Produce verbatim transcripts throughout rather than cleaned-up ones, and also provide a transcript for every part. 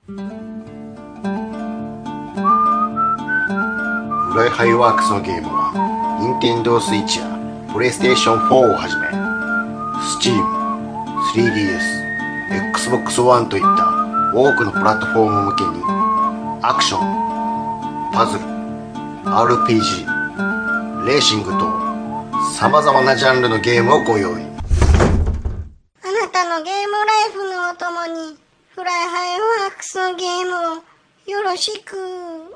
フライハイワークスのゲームは、任天堂スイッチやプレイステーションフォーをはじめ、Steam、スリーディーエス、Xbox One といった多くのプラットフォーム向けに、アクション、パズル、アールピージー、レーシングと様々なジャンルのゲームをご用意。 あなたのゲームライフのお供に、フライハイワークスのゲームをよろしく。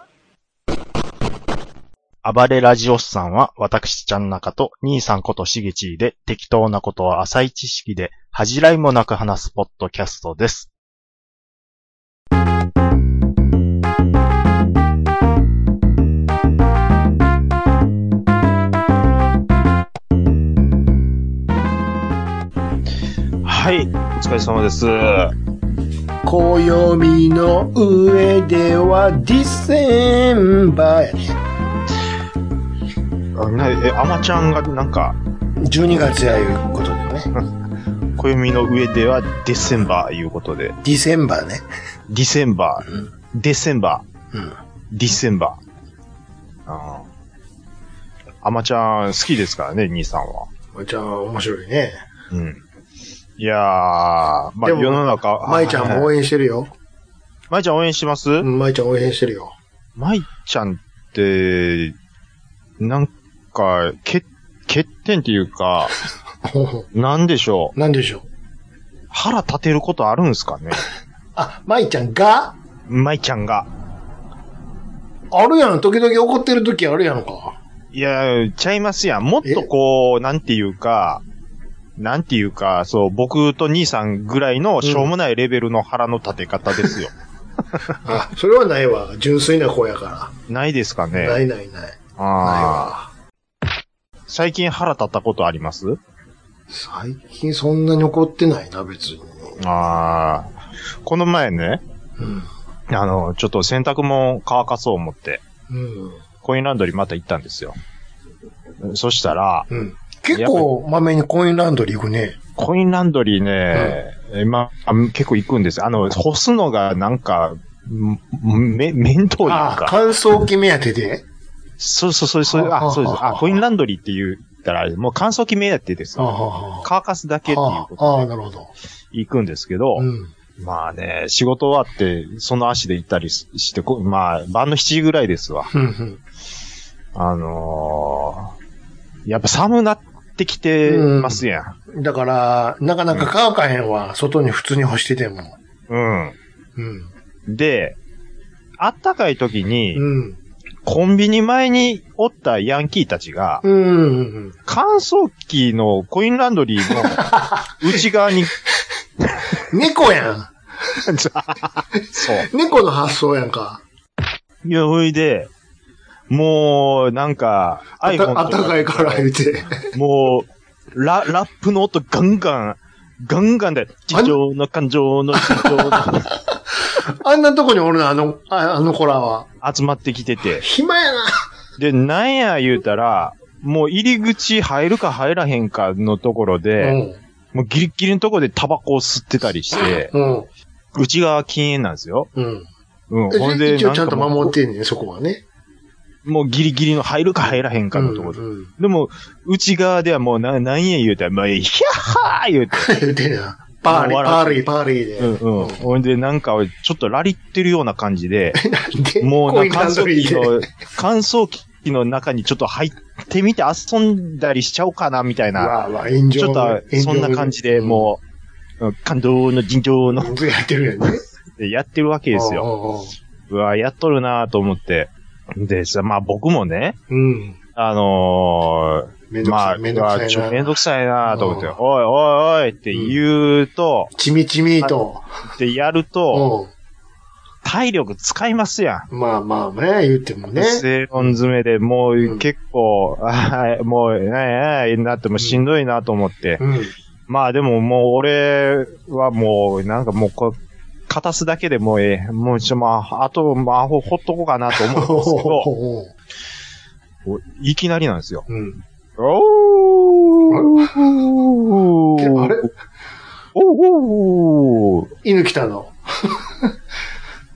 暴れラジオスさんは、私ちゃん中と兄さんことしげちーで適当なことを浅い知識で恥じらいもなく話すポッドキャストです。はい、お疲れ様です。 暦の上ではディセンバーやね。 え、あまちゃんがなんかじゅうにがつやいうことでね。 暦の上ではデセンバーいうことで。 ディセンバーね。 ディセンバー。うん、デセンバー。 うん。 ディセンバー。ああ。あまちゃん好きですからね、兄さんは。 あまちゃん面白いね。 うん。いやー、まあ世の中。 まいちゃんも応援してるよ。 まいちゃん応援します？ うん、まいちゃん応援してるよ。 まいちゃんって、なんか、欠、欠点っていうか、なんでしょう。なんでしょう。 腹立てることあるんすかね。 あ、まいちゃんがまいちゃんが。 あるやん、時々怒ってる時あるやんか。 いや、ちゃいますやん。もっとこう、なんていうか、なんていうか、そう、僕と兄さんぐらいのしょうもないレベルの腹の立て方ですよ。 うん、あ、それはないわ。純粋な子やから。 ないですかね。 ないないない。 あないわ。最近腹立ったことあります？ 最近そんなに怒ってないな、別に。 ああ。この前ね、うん、あの、ちょっと洗濯物乾かそう思って、うん、コインランドリーまた行ったんですよ。そしたら、 うん、結構まめにコインランドリー行くね。 コインランドリーね、うん、まあ、結構行くんですよ。あの、干すのがなんか、め、面倒いうか。 あ、乾燥機目当てで？ そうそうそう、そう、あ、そうです。あ、コインランドリーって言ったら、もう乾燥機目当てですよ。乾かすだけっていうことで。 ああ、なるほど。 行くんですけど、うん、まあね、仕事終わって、その足で行ったりして、まあ、晩のしちじぐらいですわ。あのー、やっぱ寒なってきてますやん。 うん、だから、なかなか乾かへんわ、うん、外に普通に干してても。 うん。うん。で、あったかい時に、うんコンビニ前におったヤンキーたちが、うんうんうん、乾燥機のコインランドリーの内側に猫やん。 そう。 猫の発想やんか。 いや、ほいで、もう、なんか、 あた、あったかいから言うて。 もう、ラ、ラップの音ガンガン、ガンガンで、地上の感情の地上の。 あんなとこにおるの、あの、あ, あの子らは。 集まってきてて。 暇やな。 で、なんや言うたら、もう入り口入るか入らへんかのところで、うん、もうギリギリのところでタバコを吸ってたりして、うん、内側禁煙なんですよ。うん。うん。 ほんで、一応ちゃんと守ってんねん、そこはね。 もうギリギリの入るか入らへんかのところで。うんうん、でも、内側ではもうな、なんや言うたら、まあ、ヒャッハー言うて。 言うてんな。パーリー、パーリー、パーリーで。 うんうん。ほんで、なんか、ちょっとラリってるような感じで、 なんでもうな、乾燥機の、乾燥機の中にちょっと入ってみて遊んだりしちゃおうかな、みたいな。 わあわあ、炎上。 ちょっと、そんな感じで、もう、感動の尋常の。 やってるよね。 やってるわけですよ。うわやっとるなと思って。でさ、まあ僕もね、うん、あのー、 めんどくさい、めんどくさいな。 めんどくさいなと思って、おいおいおいって言うと、 ちみちみと。 ってやると、体力使いますやん。 まあまあね、言ってもね。 静音詰めでもう結構、うん、もう、ねえ、なってもしんどいなと思って。うん、まあでももう俺はもう、なんかもうこう、片すだけでもうええ。もうちょ、まあ、あと、まあ、ほっとこうかなと思うんですけど、いきなりなんですよ。うん。おーあれおー犬来たの。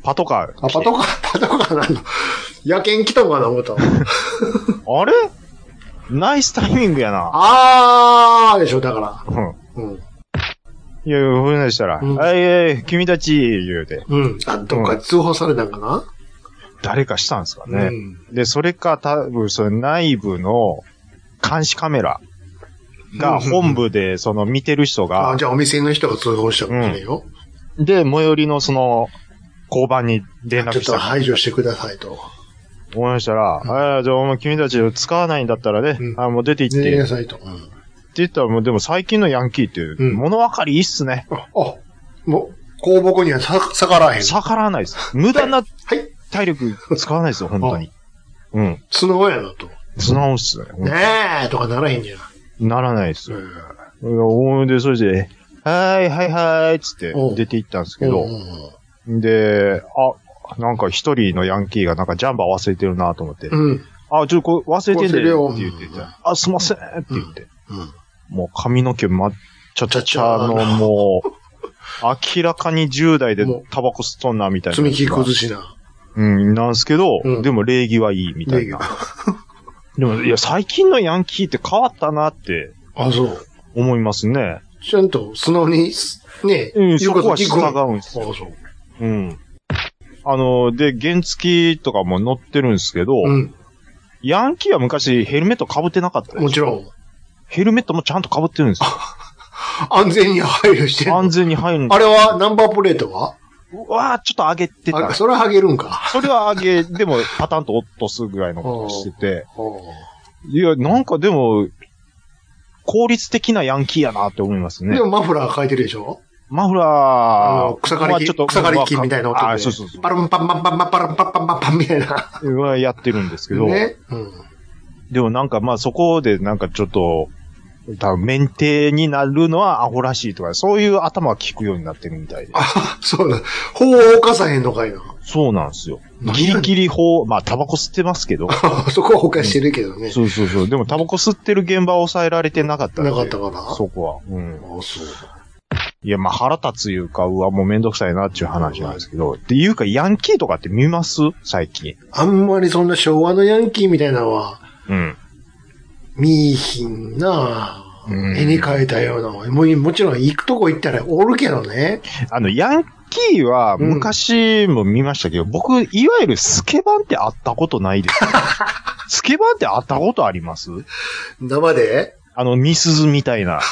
パトカー。 あ、パトカー、パトカーなんの。野犬来たのかな思った。 あれナイスタイミングやな。 あーでしょ、だから。うん。うん。 いやいや、ふうなしたら、うん、あいやいや、君たち、言うて。 うん。あ、どっか通報されたんかな、うん、 誰かしたんですかね。うん、で、それか、たぶん、その内部の監視カメラが本部で、その見てる人が。 うんうん、あ、じゃあお店の人が通報したかもしれんよ。 うん、で、最寄りのその、交番に連絡した。 ちょっと排除してくださいと。 思いましたら、うん、あじゃあお前君たち使わないんだったらね、うん、あもう出て行って。 出てなさいと。うん、って言ったらもうでも最近のヤンキーって、うん、物分かりいいっすね。 あ、あもう、公木には逆らえへん。 逆らわないです。無駄な体力使わないですよ、本当に。うん。 素直やなと。 素直っすね。 ねえとかならへんじゃん。ならないですよ。うん、で、それで、はーい、はいはい、つって出て行ったんですけど、で、あ、なんか一人のヤンキーがなんかジャンバー忘れてるなと思って。うん。あ、ちょっとこれ忘れてんでって言ってて、あ、すいませんって言って。うん。うん、もう髪の毛まっちゃちゃちゃのもう、明らかにじゅう代でタバコ吸っとんなみたいな。 積み木崩しな。 うん、なんすけど、うん、でも礼儀はいいみたいな。でも、いや、最近のヤンキーって変わったなって。 あ、そう。 思いますね。 ちゃんと素直に、ね、 うん、そこは従うんですよ。あ、そう。うん。あの、で、原付とかも乗ってるんですけど、うん、ヤンキーは昔ヘルメット被ってなかったです。 もちろん。 ヘルメットもちゃんと被ってるんですよ。 安全に配慮してる。 安全に配慮。 あれはナンバープレートはわあ、ちょっと上げてた。 あ、それは上げるんか。 それは上げ、でもパタンと落とすぐらいのことしてて。いや、なんかでも、効率的なヤンキーやなって思いますね。 でもマフラー変えてるでしょマフラー、 草刈り機、草刈り機みたいな音で。 あ、そうそうそう。 パランパンパンパンパンパランパンパンパンパンみたいな。 はやってるんですけど。ね。うん。でもなんかまあそこでなんかちょっと、多分、メンテになるのはアホらしいとか、そういう頭は聞くようになってるみたいで。 あ、そうだ。法を犯さへんのかいな。 そうなんですよ。ギリギリ法、まあ、タバコ吸ってますけど。 そこは犯してるけどね、うん。 そうそうそう。でも、タバコ吸ってる現場を抑えられてなかったんで。 なかったかな。 そこは。うん。 あ、そう。 いや、まあ、腹立ついうか、うわ、もうめんどくさいなっていう話なんですけど。っていうか、ヤンキーとかって見ます最近。 あんまりそんな昭和のヤンキーみたいなのは。 うん。 見いひんなぁ。絵に描いたような。も, もちろん行くとこ行ったらおるけどね。 あの、ヤンキーは昔も見ましたけど、うん、僕、いわゆるスケバンって会ったことないです。スケバンって会ったことあります生であの、ミスズみたいな。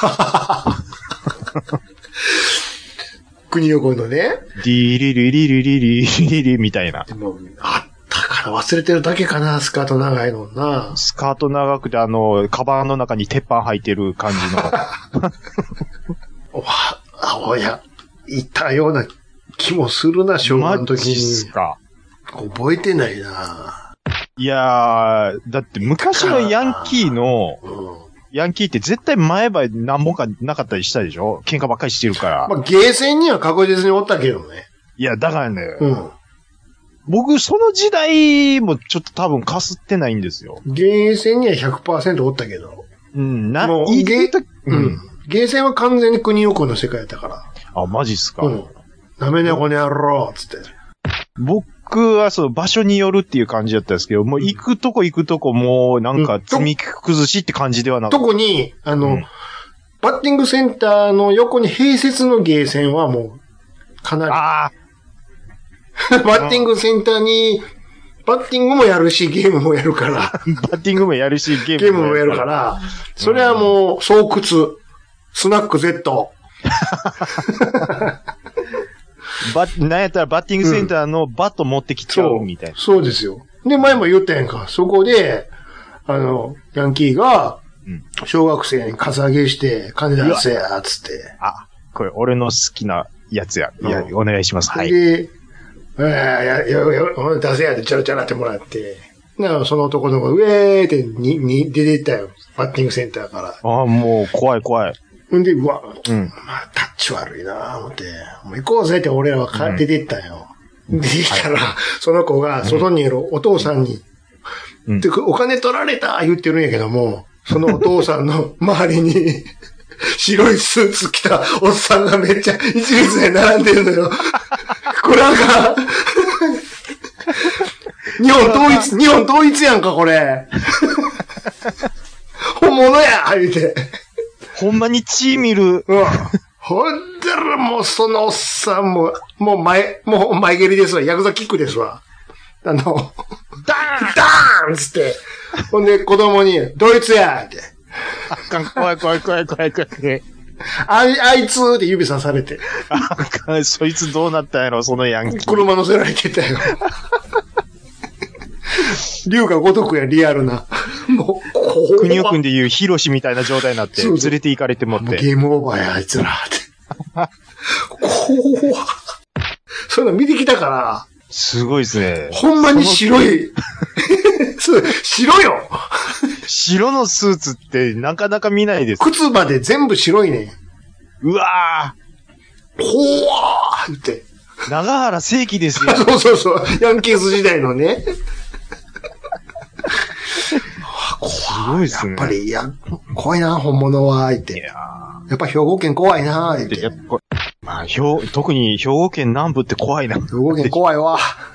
国横のね。 ディリリリリリリリリみたいな。 でもあだから忘れてるだけかな、スカート長いのな。 スカート長くて、あの、カバンの中に鉄板入ってる感じの。 おあ、おや、いたような気もするな、小学の時に。マジっすか。覚えてないな。 いやー、だって昔のヤンキーの、うん、ヤンキーって絶対前歯何本かなかったりしたでしょ？喧嘩ばっかりしてるから。 まあ、ゲーセンには確実におったけどね。 いや、だからね。うん。僕、その時代もちょっと多分かすってないんですよ。 ゲーセンには ひゃくパーセント おったけど。 うん、な、 もういいゲー、うん。ゲーセンは完全に国横の世界やったから。 あ、マジっすか。 うん。なめねこにやろう、つって。 僕はそう、場所によるっていう感じだったんですけど、もう行くとこ行くとこもうなんか積み崩しって感じではなくて。 特に、あの、うん、バッティングセンターの横に併設のゲーセンはもう、かなり。ああ。バッティングセンターに、バッティングもやるし、ゲームもやるから。バッティングもやるし、ゲームもやるから。それはもう、巣窟、スナック Z。 バなんやったらバッティングセンターのバット持ってきちゃうみたいな、 うんそう。そうですよ。で、前も言ったやんか。そこで、あの、ヤンキーが、小学生にカツアゲして、金出せや、つって。 あ、これ俺の好きなやつや。いや、うん、お願いします。はい。 で、えー、や、や、や、出せやでチャラチャラってもらって、なその男の子が、うえーってに、に、出てったよ。バッティングセンターから。 ああ、もう、怖い怖い。 んで、うわ、うん、まあ、タッチ悪いなぁ、思って、もう行こうぜって俺らは帰って出てったよ。うん、出てきたら、はい、その子が外にいるお父さんに、うん、でお金取られた言ってるんやけども、そのお父さんの周りに、白いスーツ着たおっさんがめっちゃ一列で並んでるのよ。これなんか、 日本統一、日本統一やんか、これ。本物や言うて。 ほんまに血見る。 うん。ほんだらもうそのおっさんも、もう前、もう前蹴りですわ。ヤクザキックですわ。あの、ダーンダーンつって。ほんで子供に、ドイツやって。 あかん、怖い怖い怖い怖い怖い。 あい、あいつって指さされて。 あかん、そいつどうなったんやろ、そのヤンキー。 車乗せられてたよ。竜が如くや、リアルな。もう、こう。 国尾くんで言うヒロシみたいな状態になって、連れて行かれてもって。もうゲームオーバーや、あいつら。って。怖そういうの見てきたから。 すごいですね。 ほんまに白い。白よ。 白のスーツってなかなか見ないです。 靴まで全部白いね。 うわぁ。ほわーって。 長原正規ですよ。 そうそうそう。ヤンキース時代のね。 すごいですね。 やっぱり、いや、怖いな、本物は、って。いややっぱ兵庫県怖いな、って。 まあ、兵、特に兵庫県南部って怖いな。 兵庫県怖いわ。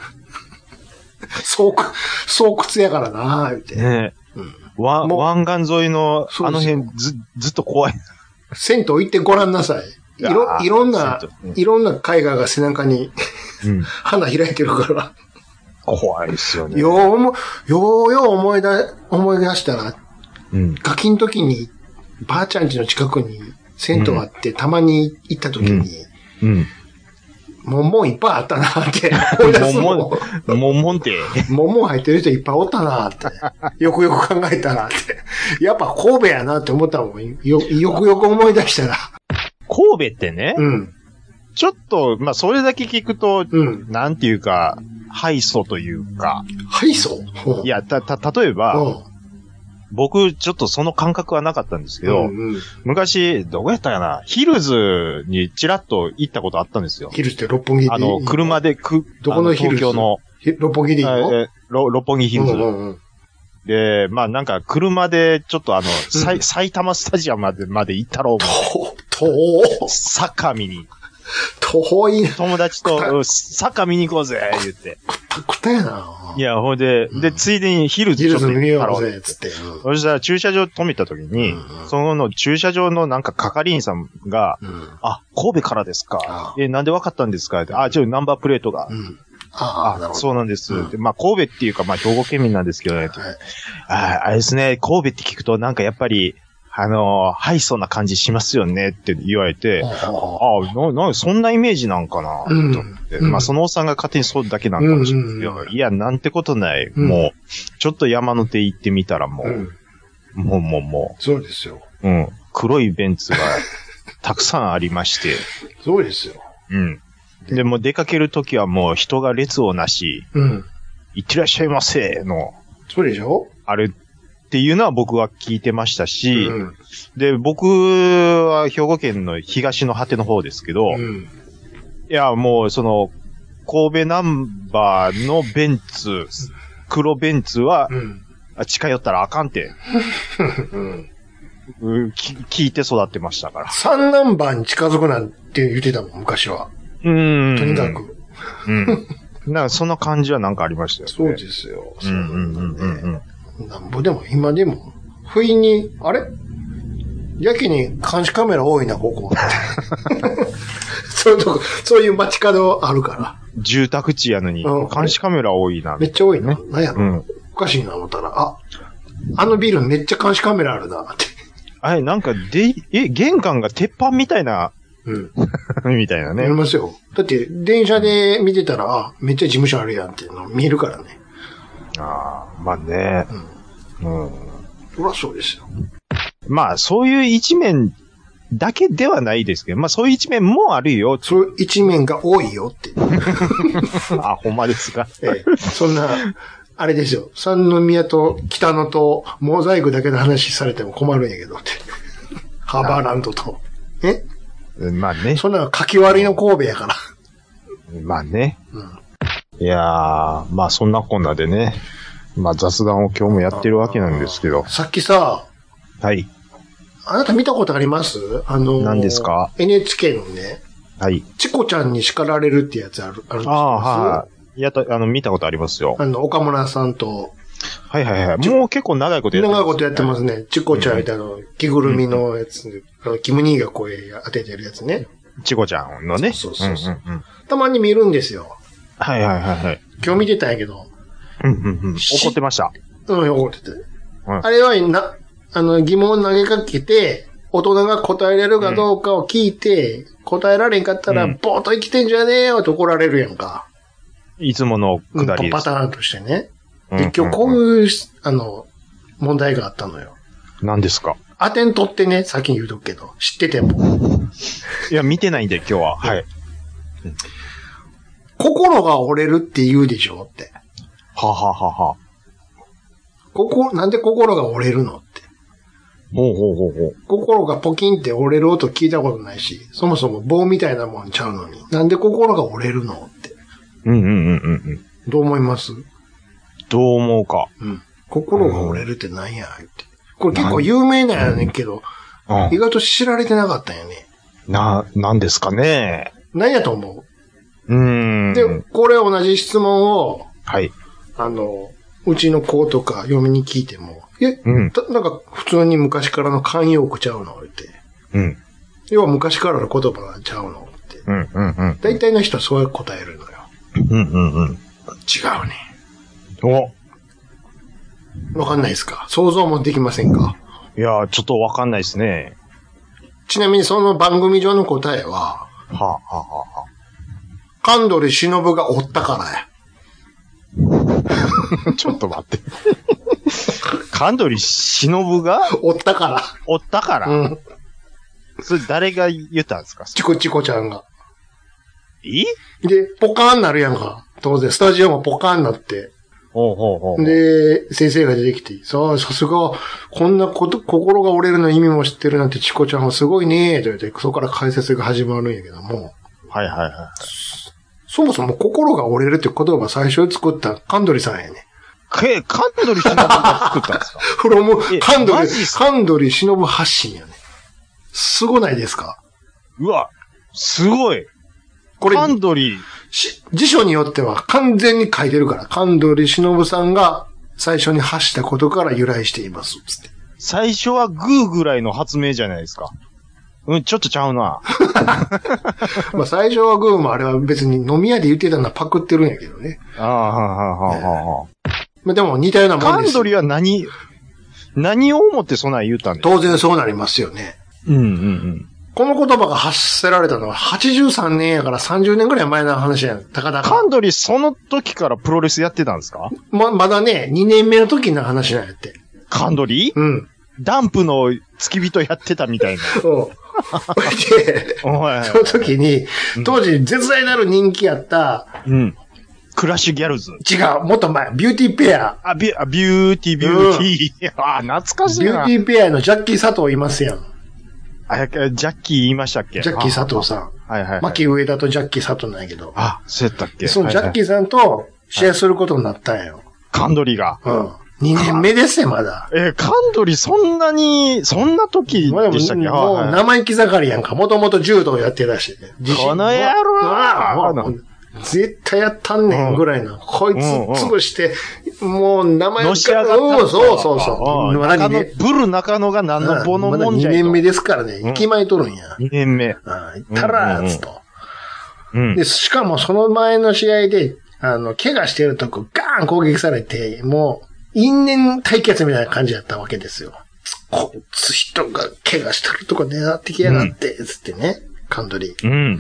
巣窟、巣窟やからな、って。 ねえ。うん、湾湾岸沿いの、あの辺ず、ずっと怖い。 銭湯行ってごらんなさい。いろ、いろんな、いろんな絵画が背中に、うん、花開いてるから。 怖いですよね。 ようも、ようよう思い出、思い出したら、うん、ガキの時に、ばあちゃん家の近くに銭湯あって、うん、たまに行った時に、うん。もんもんいっぱいあったなって思い出すの。もんもん、 もんもんって。 もんもん入ってる人いっぱいおったなって。よくよく考えたなって。やっぱ神戸やなって思ったもん。よ、よくよく思い出したら。 神戸ってね。 うん。 ちょっと、まあ、それだけ聞くと、うん、なんていうか、敗訴というか。 敗訴？ いや、た、た、例えば、うん、僕、ちょっとその感覚はなかったんですけど、うんうん、昔、どこやったかな、ヒルズにチラッと行ったことあったんですよ。 ヒルズって六本木であの、車でく、 どこのヒルズ？ 東京の。 六本木でいいの？ えー、六本木ヒルズ。 うんうんうん、 で、まあなんか車でちょっとあの、うん、埼玉スタジアムまで、まで行ったろうもん。 と、と、 サッカー見に。 遠いな。 友達と、サッカー見に行こうぜ、言って。 くたくたやな。 いや、ほんで、うん、で、ついでにヒルズちょっと見ようぜ、つって。 うん、そしたら駐車場止めた時に、うんうん、その駐車場のなんか係員さんが、うん、あ、神戸からですか。え、なんでわかったんですかって、あ、ちょ、ナンバープレートが。うんああ、そうなんです。うん、でまあ、神戸っていうか、まあ、兵庫県民なんですけどね。はい、あ, あれですね、神戸って聞くと、なんかやっぱり、あのー、はい、そんな感じしますよねって言われて、ああ、な、な、そんなイメージなんかな、うん、と思って、うん、まあ、そのおっさんが勝手にそうだけなんかもしれないけど、うんうん、いや、なんてことない。うん、もう、ちょっと山の手行ってみたらもう、うん、もう、もう、もう。そうですよ。 うん。黒いベンツがたくさんありまして。 そうですよ。 うん。でも出かけるときはもう人が列をなし、うん。行ってらっしゃいませの。 そうでしょ？ あるっていうのは僕は聞いてましたし、うん、で、僕は兵庫県の東の果ての方ですけど、うん、いや、もうその、神戸ナンバーのベンツ、黒ベンツは、うん、近寄ったらあかんって、うんうん、聞いて育ってましたから。 さんナンバーに近づくなんて言ってたもん、昔は。 うん。 とにかく。 うん。なんかそんな感じはなんかありましたよね。 そうですよ。 うんうんうんうんうん。なんぼでも今でも、不意に、あれやけに監視カメラ多いな、ここ。そういうとこ、そういう街角あるから。 住宅地やのに、うん、監視カメラ多いな。 めっちゃ多いな。なんやろ、うん、おかしいな思ったら、あ、あのビルめっちゃ監視カメラあるな、って。 あれ、なんか、で、え、玄関が鉄板みたいな、うん。みたいなね。 ありますよ。だって、電車で見てたら、あ、めっちゃ事務所あるやんっていうの見えるからね。 ああ、まあね。うん。うん。 そりゃそうですよ。 まあ、そういう一面だけではないですけど、まあそういう一面もあるよ。 そういう一面が多いよって。 あ、ほんまですか。 ええ。そんな、あれですよ。三宮と北野とモザイクだけの話されても困るんやけどって。ハーバーランドと。えまあね。 そんなの書き割りの神戸やから。 まあね。うん、いやー、まあそんなこんなでね。まあ雑談を今日もやってるわけなんですけど。 さっきさ。 はい。 あなた見たことあります？あのー、 何ですか？ エヌエイチケー のね。 はい。 チコちゃんに叱られるってやつある、あるんですよ。 ああ、はい。 やった、あの、見たことありますよ。 あの、岡村さんと。 はいはいはい。もう結構長いことやってます。長いことやってますね。チコちゃんみたいな、着ぐるみのやつ、うん、キム兄が声当ててるやつね。 チコちゃんのね。 そうそうそう。うんうんうん、たまに見るんですよ。 はいはいはいはい。 今日見てたんやけど。 うんうんうん。怒ってました。 うん、怒ってて。うん、あれはな、あの、疑問を投げかけて、大人が答えれるかどうかを聞いて、うん、答えられんかったら、うん、ぼーっと生きてんじゃねえよって怒られるやんか。 いつものくだりです。 パターンとしてね。で、今日こういう、あの、問題があったのよ。 何ですか？ アテントってね、先に言うとくけど、知ってても。 いや、見てないんで、今日は。はい。 心が折れるって言うでしょって。 はははは。 ここ、なんで心が折れるのって。 ほうほうほうほう。 心がポキンって折れる音聞いたことないし、そもそも棒みたいなもんちゃうのに、なんで心が折れるのって。 うんうんうんうんうん。 どう思います？ どう思うか。 うん。心が折れるって何やって。これ結構有名なんやねんけど、うん、意外と知られてなかったんやね。 な、なんですかね。 何やと思ううーん。 で、これ同じ質問を、 はい。 あの、うちの子とか嫁に聞いても、え、うん、なんか普通に昔からの慣用句ちゃうのって。 うん。 要は昔からの言葉ちゃうのって。 うんうんうん。 大体の人はそう答えるのよ。 うんうんうん。違うね。 お。 わかんないですか？想像もできませんか？ いや、ちょっとわかんないですね。 ちなみにその番組上の答えは、 はあ、はあはあ、 神取忍がおったからや。 ちょっと待って。神取忍がおったから。 おったから。うん。それ誰が言ったんですか？ チコチコちゃんが。 え？ で、ポカーンなるやんか。当然、スタジオもポカーンなって。 ほうほうほう。 で、先生が出てきて、さあ、さすが、こんなこと、心が折れるの意味も知ってるなんてチコちゃんはすごいねーと言って、そこから解説が始まるんやけども。 はいはいはい。 そもそも心が折れるって言葉最初に作った神取さんやね。 え、神取忍が作ったんですか？ フロム、神取、神取忍発信やね。すごないですか？ うわ、すごい。これ、神取。 辞書によっては完全に書いてるから、神取忍さんが最初に発したことから由来しています。つって。 最初はグーぐらいの発明じゃないですか。うん、ちょっとちゃうな。 まあ最初はグーもあれは別に飲み屋で言ってたのはパクってるんやけどね。 ああ、はあ、はあ、はあ。 まあでも似たようなもんです。 神取は何、何を思ってそんなん言ったんですか？ 当然そうなりますよね。 うんうんうん。 この言葉が発せられたのははちじゅうさんねんやからさんじゅうねんぐらい前の話やん。たかだか。 神取その時からプロレスやってたんですか？ ま、まだね、にねんめの時の話なんやって。 神取？ うん。 ダンプの付き人やってたみたいな。 そう。で、その時に、当時絶大なる人気やった、 うん。クラッシュギャルズ。 違う、もっと前、ビューティーペア。 あ、ビュビューティービューティー。うん、あ、懐かしいな。 ビューティーペアのジャッキー佐藤いますやん。 あ、ジャッキー言いましたっけ？ ジャッキー佐藤さん。 はいはい、はい。 牧上田とジャッキー佐藤なんやけど。 あ、そうやったっけ？ そのジャッキーさんとシェアすることになったんよ。 カンドリが。 うん。にねんめですよ、まだ。 えー、カンドリそんなに、そんな時でしたっけ？ もう、もう生意気盛りやんか。もともと柔道やってたし。 この野郎絶対やったんねんぐらいの。うん、こいつ潰して、うんうん、もう名前のし上がった。 うん、そうそうそう。 まだにブル中野が何のボのもんじゃいと。 まだにねんめですからね。行きまいとるんや。 にねんめ。 ああ、行ったらーつと、 うん。 で、しかもその前の試合で、あの、怪我してるとこガーン攻撃されて、もう、因縁対決みたいな感じだったわけですよ。こいつ人が怪我してるとこ狙ってきやがって、つってね、カントリー。 うん、うん、うん、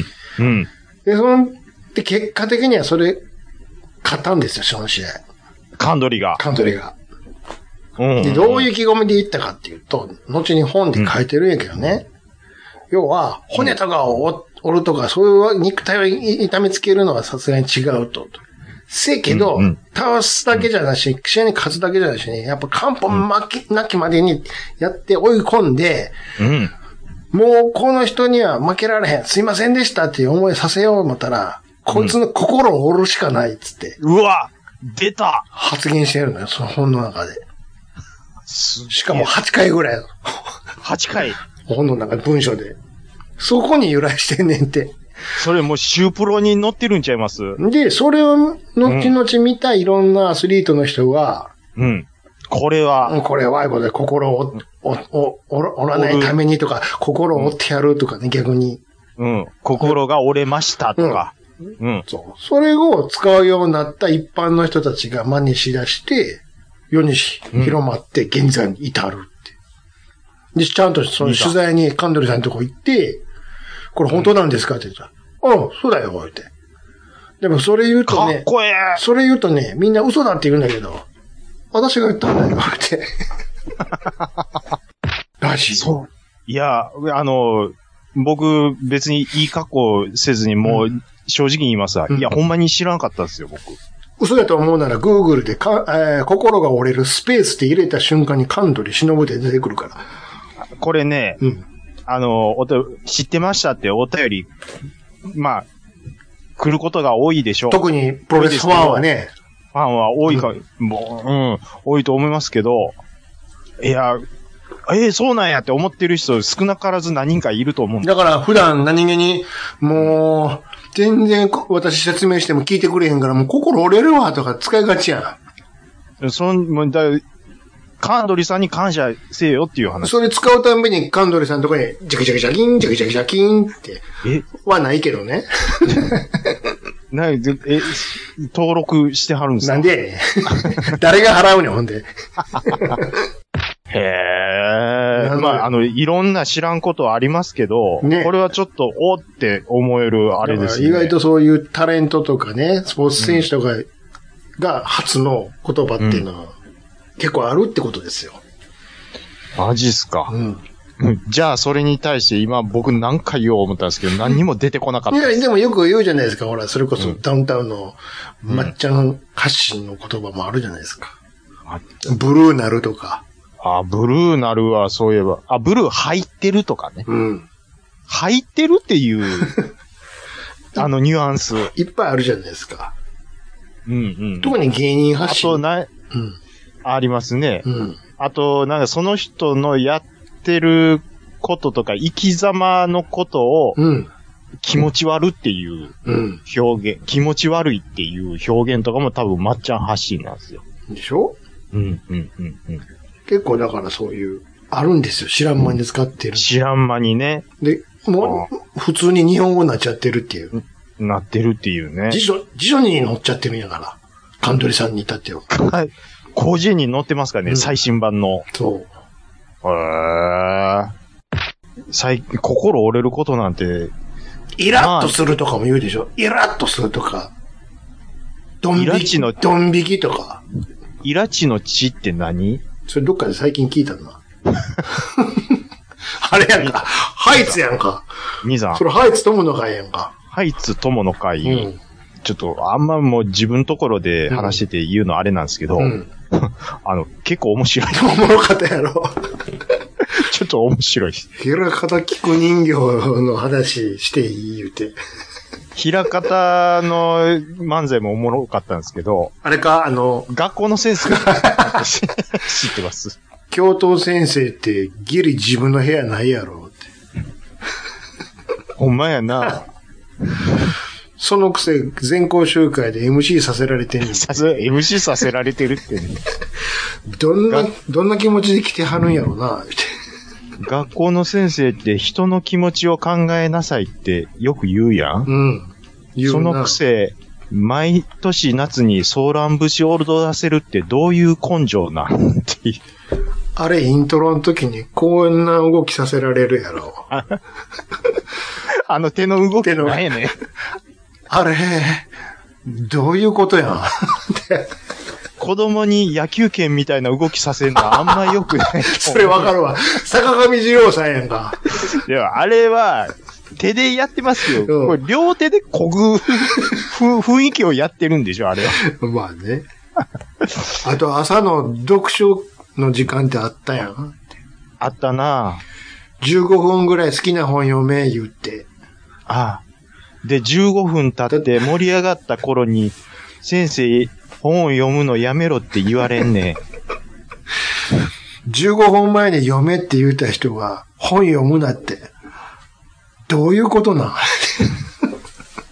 うん。 で、その、で、結果的にはそれ、勝ったんですよ、その試合。 カントリーが。 カントリーが。 うんうんうん、 で、どういう意気込みで言ったかっていうと、後に本で書いてるんやけどね。うん、要は、骨とかを折るとか、そういう肉体を痛めつけるのはさすがに違うと。せやけど、うんうん、倒すだけじゃなし、試合に勝つだけじゃなしね、やっぱ漢方負けなきまでにやって追い込んで、 うん、 もうこの人には負けられへん、すいませんでしたっていう思いさせよう思ったら、こいつの心を折るしかないっつって。 うわ出た発言してるのよ、その本の中で。しかもはちかいぐらい。 はちかい本の中で文章で。そこに由来してんねんって。 それもうシュープロに載ってるんちゃいます？ で、それを後々見たいろんなアスリートの人が、 うん。これは。 これは、これ心をお、お、お、折らないためにとか、心を折ってやるとかね、逆に。 うん。心が折れましたとか。うん。うん、 そう。それを使うようになった一般の人たちが真似しだして、世に広まって現在に至るって。で、ちゃんとその取材にカンドリさんのとこ行って、これ本当なんですかって言ったら、うん、そうだよ、って。でもそれ言うとね、 かっこええ。 それ言うとね、みんな嘘だって言うんだけど、私が言ったんだよ、って。らしい。 そう。いや、あの、僕、別にいい格好せずにもう、正直言いますわ、うん。いや、ほんまに知らなかったですよ、僕。 嘘だと思うなら、Google でか、えー、心が折れるスペースって入れた瞬間にカンドリ忍で出てくるから。 これね、 うん、 あの、おと、知ってましたってお便り、まあ、来ることが多いでしょう。 特にプロレスファンはね。 ファンは多いか、うん、もう、うん、多いと思いますけど、いや、えー、そうなんやって思ってる人少なからず何人かいると思うんだから普段何気に、もう、全然私説明しても聞いてくれへんから、もう心折れるわとか使いがちやん。そん、もうだ、カンドリさんに感謝せよっていう話。 それ使うたんびにカンドリさんのとこに、ジャキジャキジャキン、ジャキジャキジャキンって。えはないけどね。 なえ、登録してはるんですか？ なんで誰が払うねん、ほんで。 へえ。まあ、あの、いろんな知らんことはありますけど、ね、これはちょっと、おって思えるあれですね。 意外とそういうタレントとかね、スポーツ選手とかが初の言葉っていうのは、結構あるってことですよ。 マジっすか。 うん。 じゃあ、それに対して今僕何回言おう思ったんですけど、何にも出てこなかったです。 いや、でもよく言うじゃないですか。ほら、それこそダウンタウンのまっちゃん発信の言葉もあるじゃないですか。うん、ブルーなるとか。 あ、ブルーなるはそういえば。あ、ブルー入ってるとかね。 うん。 入ってるっていう、あのニュアンス。 いっぱいあるじゃないですか。 うんうん。 特に芸人発信。 あとな、うん。ありますね。うん。あと、なんかその人のやってることとか、生き様のことを、うん。気持ち悪っていう表現、うん、気持ち悪いっていう表現とかも多分まっちゃん発信なんですよ。 でしょ？ うんうんうんうん。 結構だからそういう、あるんですよ。知らん間に使ってる。 知らん間にね。 で、もう、普通に日本語になっちゃってるっていう。 なってるっていうね。 辞書、辞書に載っちゃってるんやから。カンドリさんに至っては。 はい。個人に載ってますからね、うん、最新版の。 そう。 へー。最、心折れることなんて。 イラッとするとかも言うでしょ。イラッとするとか。ドン引きの、ドン引きとか。 イラチの血って何？ それどっかで最近聞いたな。あれやんか。ハイツやんか。 兄さん。 それハイツ友の会やんか。 ハイツ友の会。うん、ちょっと、あんまもう自分のところで話してて言うのあれなんですけど、うん、あの、結構面白い。 おもろかったやろ。 ちょっと面白い。 平方菊人形の話していい言うて。 平方の漫才もおもろかったんですけど。 あれか、あの、 学校の先生知ってます。 教頭先生ってギリ自分の部屋ないやろって。 ほんまやな。 そのくせ全校集会で エムシー させられてんねん。 させ、エムシー させられてるって、ね。 どんな、どんな気持ちで来てはるんやろな、って。 学校の先生って人の気持ちを考えなさいってよく言うやん。 うん。 言うな。そのくせ、毎年夏にソーラン節を踊らせるってどういう根性なんっていう。 あれ、イントロの時にこんな動きさせられるやろ。 あの手の動きなんやね。 あれ、どういうことやん。 子供に野球拳みたいな動きさせるのはあんま良くない。 それわかるわ。坂上二郎さんやんか。 でも、あれは、手でやってますよ。うん、これ両手でこぐ雰囲気をやってるんでしょ、あれは。 まあね。あと朝の読書の時間ってあったやん。 あったなぁ。じゅうごふんぐらい好きな本読め言って。 ああ。で、じゅうごふん経って盛り上がった頃に、先生、本を読むのやめろって言われんね。 じゅうごふんまえに読めって言った人が本読むなって。どういうことなん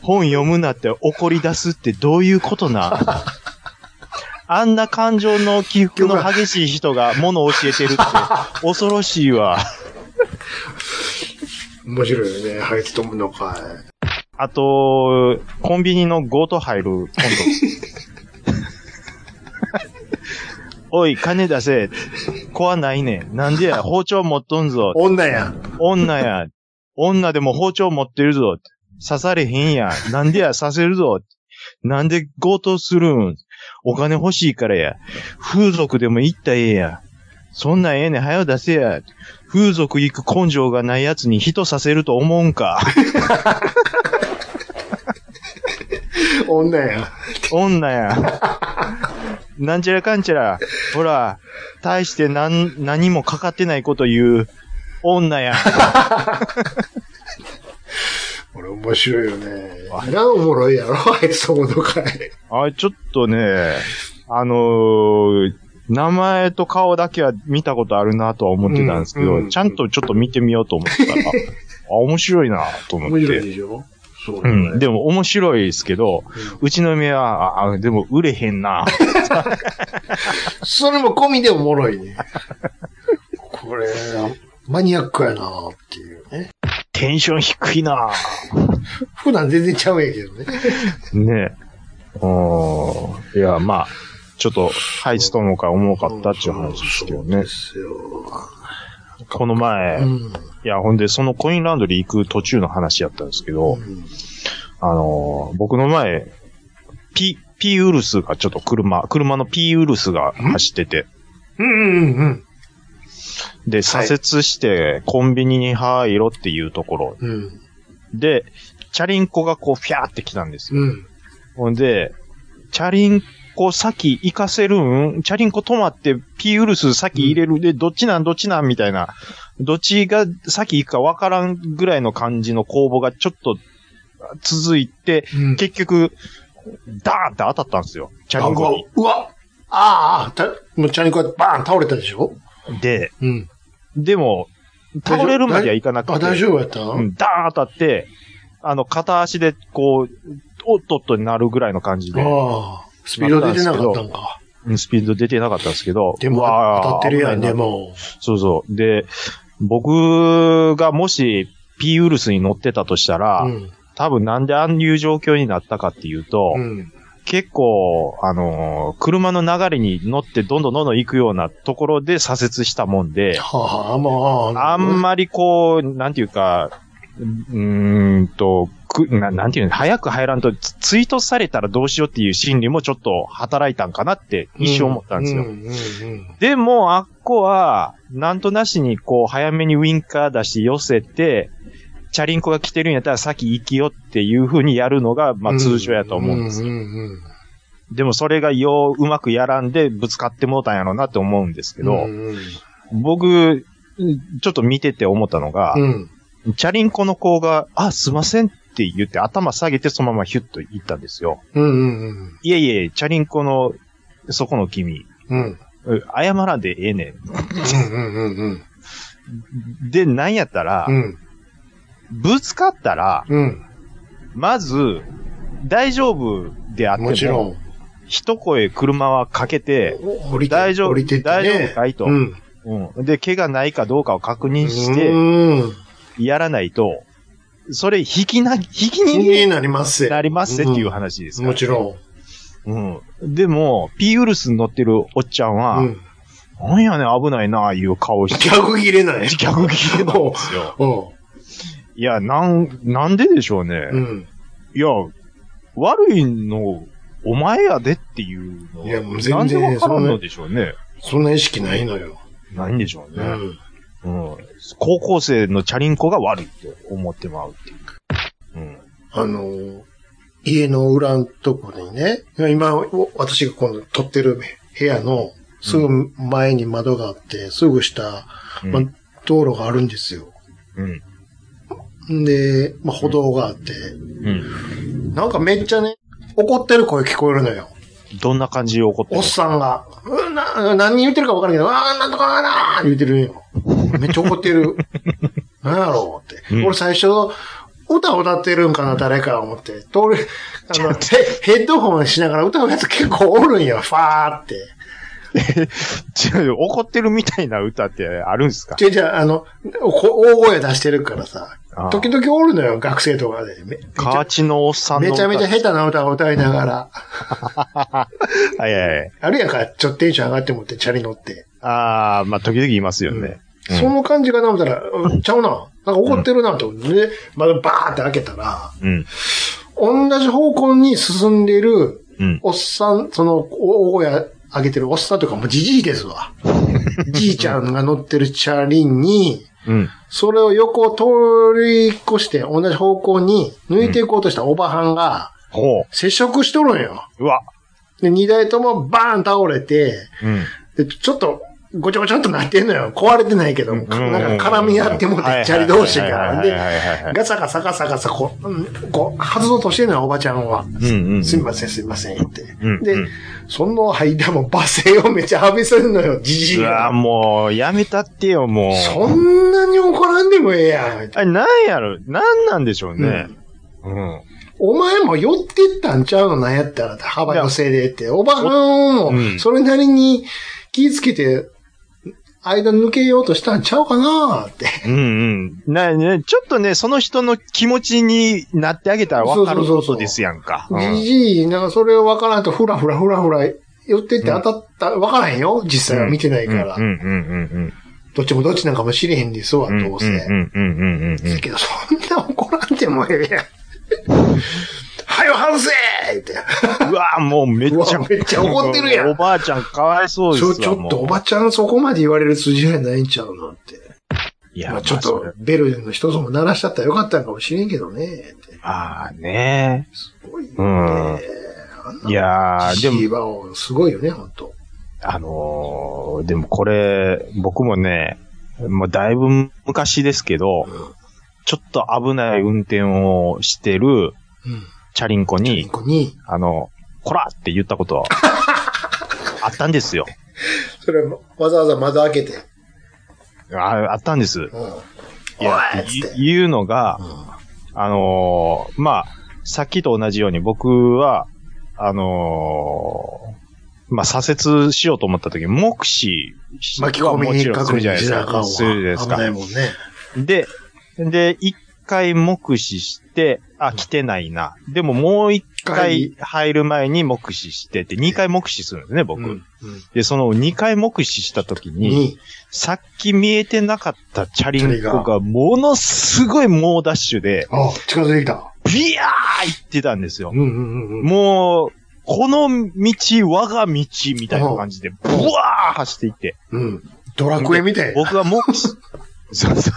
本読むなって怒り出すってどういうことなあんな感情の起伏の激しい人が物を教えてるって恐ろしいわ。 面白いよね。はい、つとむのかい。 あと、コンビニの強盗入る今度。おい、金出せ。怖ないねん。なんでや、包丁持っとんぞ。 女や。 女や。女でも包丁持ってるぞ。刺されへんや。なんでや、刺せるぞ。なんで強盗するん。お金欲しいからや。風俗でも行ったらええや。そんなんええねん、早よ出せや。風俗行く根性がない奴に人させると思うんか。 女や。 女や。なんちゃらかんちゃら。ほら、大して何、何もかかってないこと言う女や。 これ面白いよね。なおもろいやろあいつとものかい。 あれ、ちょっとね、あのー、名前と顔だけは見たことあるなとは思ってたんですけど、うんうん、ちゃんとちょっと見てみようと思ったら、あ、面白いなと思って。面白いでしょそうだね、うん。でも面白いですけど、うん、うちの嫁は、あ、でも売れへんな。 それも込みでおもろいね。これ、マニアックやなっていうね。 テンション低いな普段全然ちゃうんやけどね。 ねえ。うん。いや、まあ、ちょっと、ハイツともか重かったっていう話ですけどね。そうですよ。この前、うん、いや、ほんで、そのコインランドリー行く途中の話やったんですけど、うん、あの、僕の前、ピ、ピーウルスがちょっと車、車のピーウルスが走ってて、 うんうんうんうん。 で、左折して、コンビニに入ろっていうところ、うん、で、チャリンコがこう、フィャーって来たんですよ。うん、ほんで、チャリンコ先行かせるん？チャリンコ止まって、ピーウルス先入れる、うん、で、どっちなんどっちなんみたいな、どっちが先行くかわからんぐらいの感じの攻防がちょっと続いて、うん、結局、ダーンって当たったんですよ。チャリンコに。 うわああ、もうチャリンコがバーン倒れたでしょで、うん、でも、倒れるまではいかなくて。 あ、大丈夫やったうん、ダーン当たって、あの、片足でこう、おっとっとになるぐらいの感じで。ああ、 スピード出てなかったんか。 うん、スピード出てなかったんですけど。 でも、当たってるやん、でも。 そうそう。で、僕がもし、ピーウルスに乗ってたとしたら、うん、多分なんでああいう状況になったかっていうと、うん、結構、あのー、車の流れに乗ってどんどんどんどん行くようなところで左折したもんで、はあまあ、あんまりこう、なんていうか、うーんと、くななんていうの、早く入らんと追突されたらどうしようっていう心理もちょっと働いたんかなって一瞬思ったんですよ。うんうんうんうん、でも、あっこは、なんとなしにこう、早めにウィンカー出して寄せて、チャリンコが来てるんやったら先行きよっていう風にやるのが、まあ通常やと思うんですよ。うんうんうんうん、でもそれがよううまくやらんでぶつかってもうたんやろうなって思うんですけど、うんうん、僕、ちょっと見てて思ったのが、うん、チャリンコの子が、あ、すいませんって言って頭下げてそのままヒュッと行ったんですよ。うんうんうん、いえいえ、チャリンコの、そこの君、うん、謝らんでええねん。うんうんうんうん、で、なんやったら、うんぶつかったら、うん、まず、大丈夫であっても、もちろん一声車はかけて、降りて大丈夫、降りてってね、大丈夫かいと、うんうん。で、怪我ないかどうかを確認して、やらないと、それ、引きな、引きになりますなりますっていう話ですから、 ね、もちろん。うん。でも、ピーウルスに乗ってるおっちゃんは、うん、なんやねん、危ないな、いう顔して。 逆切れない。 逆切れなんですよ。いや、なん、なんででしょうね。うん。いや、悪いの、お前やでっていうのは。いや、もう全然。なんでわからんのでしょうね。 そんな意識ないのよ。 ないんでしょうね。うん。うん。高校生のチャリンコが悪いって思ってまうっていう。うん。 あの、家の裏のところにね、今、私が今度撮ってる部屋のすぐ前に窓があって、すぐ下、うんま、道路があるんですよ。うん。で、まあ、歩道があって、うん、なんかめっちゃね、怒ってる声聞こえるのよ。 どんな感じで怒ってるの？ おっさんが、うん、な、何言ってるか分からんけど、ああ、なんとかなー言ってるんよ。めっちゃ怒ってる。なんやろうって。うん、俺最初、 歌を歌ってるんかな、誰か思って。通り、あの、ヘッドホンしながら歌うやつ結構おるんよ、ファーって。 違う、怒ってるみたいな歌ってあるんですか？ 違う違う、あの、大声出してるからさ。時々おるのよ、学生とかで。 カーチのおっさんの歌。めちゃめちゃ下手な歌を歌いながら。 はいはいはい。 あるやんか、ちょっとテンション上がってもって、チャリ乗って。 ああ、まあ時々言いますよね。 うんうん、その感じかな思ったら、ちゃうな。なんか怒ってるなと思って、ね、まだバーって開けたら、うん、同じ方向に進んでる、おっさん、その、大声上げてるおっさんとかもじじいですわ。じいちゃんが乗ってるチャリに、うん、それを横を通り越して同じ方向に抜いていこうとしたおばはんが、接触しとるんよ。 うわ。 で、二台ともバーン倒れて、うん、で、ちょっと、ごちゃごちゃっとなってんのよ。壊れてないけど、なんか絡み合ってもって、チャリ同士が。で、ガサガサガサガサ、こう、こう、外そうとしてんのよ、おばちゃんは。すみません、すみません、って。で、その間も罵声をめっちゃ浴びせるのよ、じじいが。 うわ、もう、やめたってよ、もう。 そんなに怒らんでもええやん。 あれ、なんやろ、なんなんでしょうね。うん。 お前も寄ってったんちゃうのなんやったら、幅寄せでって。おばはんも、それなりに気ぃつけて、間抜けようとしたんちゃうかなーって。 うんうん。な、ね、ちょっとね、その人の気持ちになってあげたら分かることですやんか。 じじい、なんかそれを分からんと、ふらふらふらふら寄ってって当たった、分からへんよ実際は見てないから。うんうんうんうん。どっちもどっちなんかもしれへんですわ、どうせ。うんうんうんうんうん。だけど、そんな怒らんでもええやん。はよ外せーって。 うわぁ、もうめっちゃ。 めっちゃ怒ってるやん。 おばあちゃんかわいそうですわ。 ちょ、ちょっとおばちゃんそこまで言われる筋合いないんちゃうのって。いや、まあ、ちょっとベルの一つも鳴らしちゃったらよかったのかもしれんけどね。ってああね。 すごいよね。 うん、いやー、でも。すごいよね、ほんと。 あのー、でもこれ、僕もね、もうだいぶ昔ですけど、うん、ちょっと危ない運転をしてる、うんチャリンコに、チャリンコにあの、こらって言ったことは、あったんですよ。 それ、わざわざ窓開けて。 あ、あったんです。うん、いや、言うのが、うん、あのー、まあ、さっきと同じように僕は、あのー、まあ、左折しようと思った時、目視はもちろんするじゃないですか。するじゃないですか。 危ないもんね。 で、で、一回目視して、あ、来てないな。でももう一回入る前に目視してて、二回目視するんですね、僕。うんうん、で、その二回目視した時に、さっき見えてなかったチャリンコがものすごい猛ダッシュで、 あ、近づいてきた。 ビヤー行ってたんですよ。うんうんうん、もう、この道、我が道みたいな感じで、ブワー走っていって。 うん。ドラクエみたいな。 僕は目視、そうそう。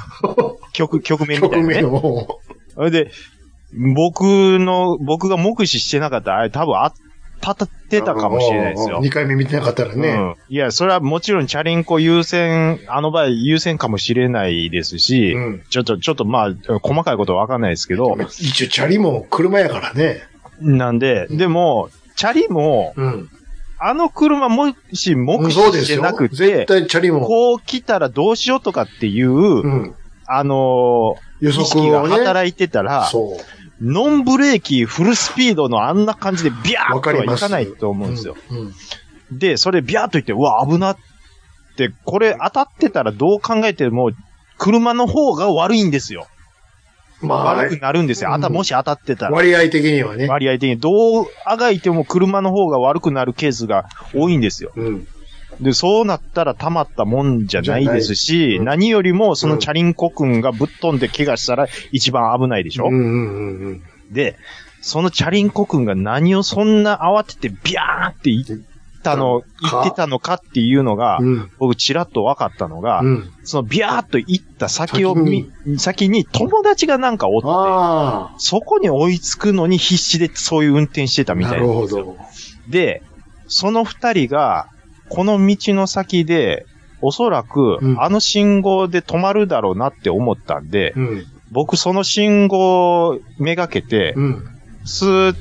曲、曲名みたいな、ね。曲名を。それで、僕の、僕が目視してなかったら、あれ多分あ、立ってたかもしれないですよ。 二回目見てなかったらね、うん。いや、それはもちろんチャリンコ優先、あの場合優先かもしれないですし、うん、ちょっと、ちょっとまあ、細かいことはわかんないですけど。 一応チャリも車やからね。 なんで、でも、チャリも、うん、あの車もし目視してなくて、 絶対チャリも。 こう来たらどうしようとかっていう、うん、あのー、予測が働いてたら、そう。ノンブレーキ、フルスピードのあんな感じでビャーっとはいかないと思うんですよ。うんうん、で、それビャーっと言って、うわ、危なって、これ当たってたらどう考えても、車の方が悪いんですよ。まあ、悪くなるんですよ。あた、もし当たってたら。 割合的にはね。 割合的に。どうあがいても車の方が悪くなるケースが多いんですよ。うん、で、そうなったらたまったもんじゃないですし、うん、何よりもそのチャリンコくんがぶっ飛んで怪我したら一番危ないでしょ、うんうんうんうん、で、そのチャリンコくんが何をそんな慌ててビャーって言ったの、言ってたのかっていうのが、うん、僕ちらっと分かったのが、うん、そのビャーっと行った先を見、先に、先に友達がなんかおって、そこに追いつくのに必死でそういう運転してたみたいなんですよ。なるほど。で、その二人が、この道の先で、おそらく、あの信号で止まるだろうなって思ったんで、うん、僕その信号めがけて、うん、スーって、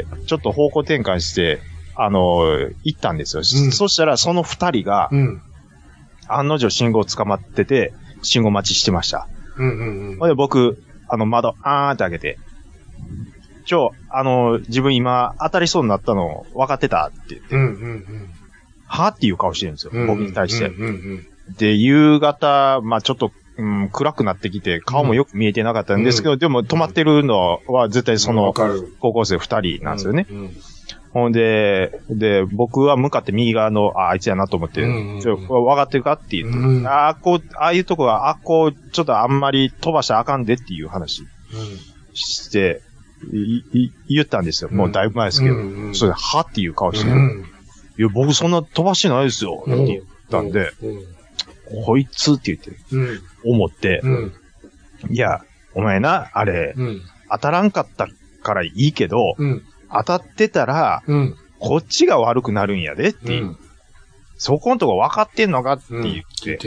ちょっと方向転換して、あの、行ったんですよ。うん、そしたらその二人が、うん、案の定信号捕まってて、信号待ちしてました。うんうんうん、で僕、ああの、窓、あーって開けて、ちょ、あの、自分今当たりそうになったの分かってたって言って、 うんうんうん、 はっていう顔してるんですよ、 うん、 僕に対して。 うんうんうん、 で、夕方、まあちょっと、うん、暗くなってきて、顔もよく見えてなかったんですけど、うん、でも止まってるのは絶対その、高校生二人なんですよね。うんうん、ほんで、で、僕は向かって右側の、あ、あいつやなと思って、うんうん、ちょ、分かってるかって言って、うん、ああ、こう、ああいうとこは、あ、こう、ちょっとあんまり飛ばしたらあかんでっていう話して、うん、い、い、言ったんですよ。もうだいぶ前ですけど、うんうん、それで、はっていう顔して、うん、いや、僕そんな飛ばしてないですよ、って言ったんで、うんうんうん、こいつって言って、うん、思って、うん、いや、お前な、あれ、うん、当たらんかったからいいけど、うん、当たってたら、うん、こっちが悪くなるんやでっていう。うん、そこのとこ分かってんのかって言って、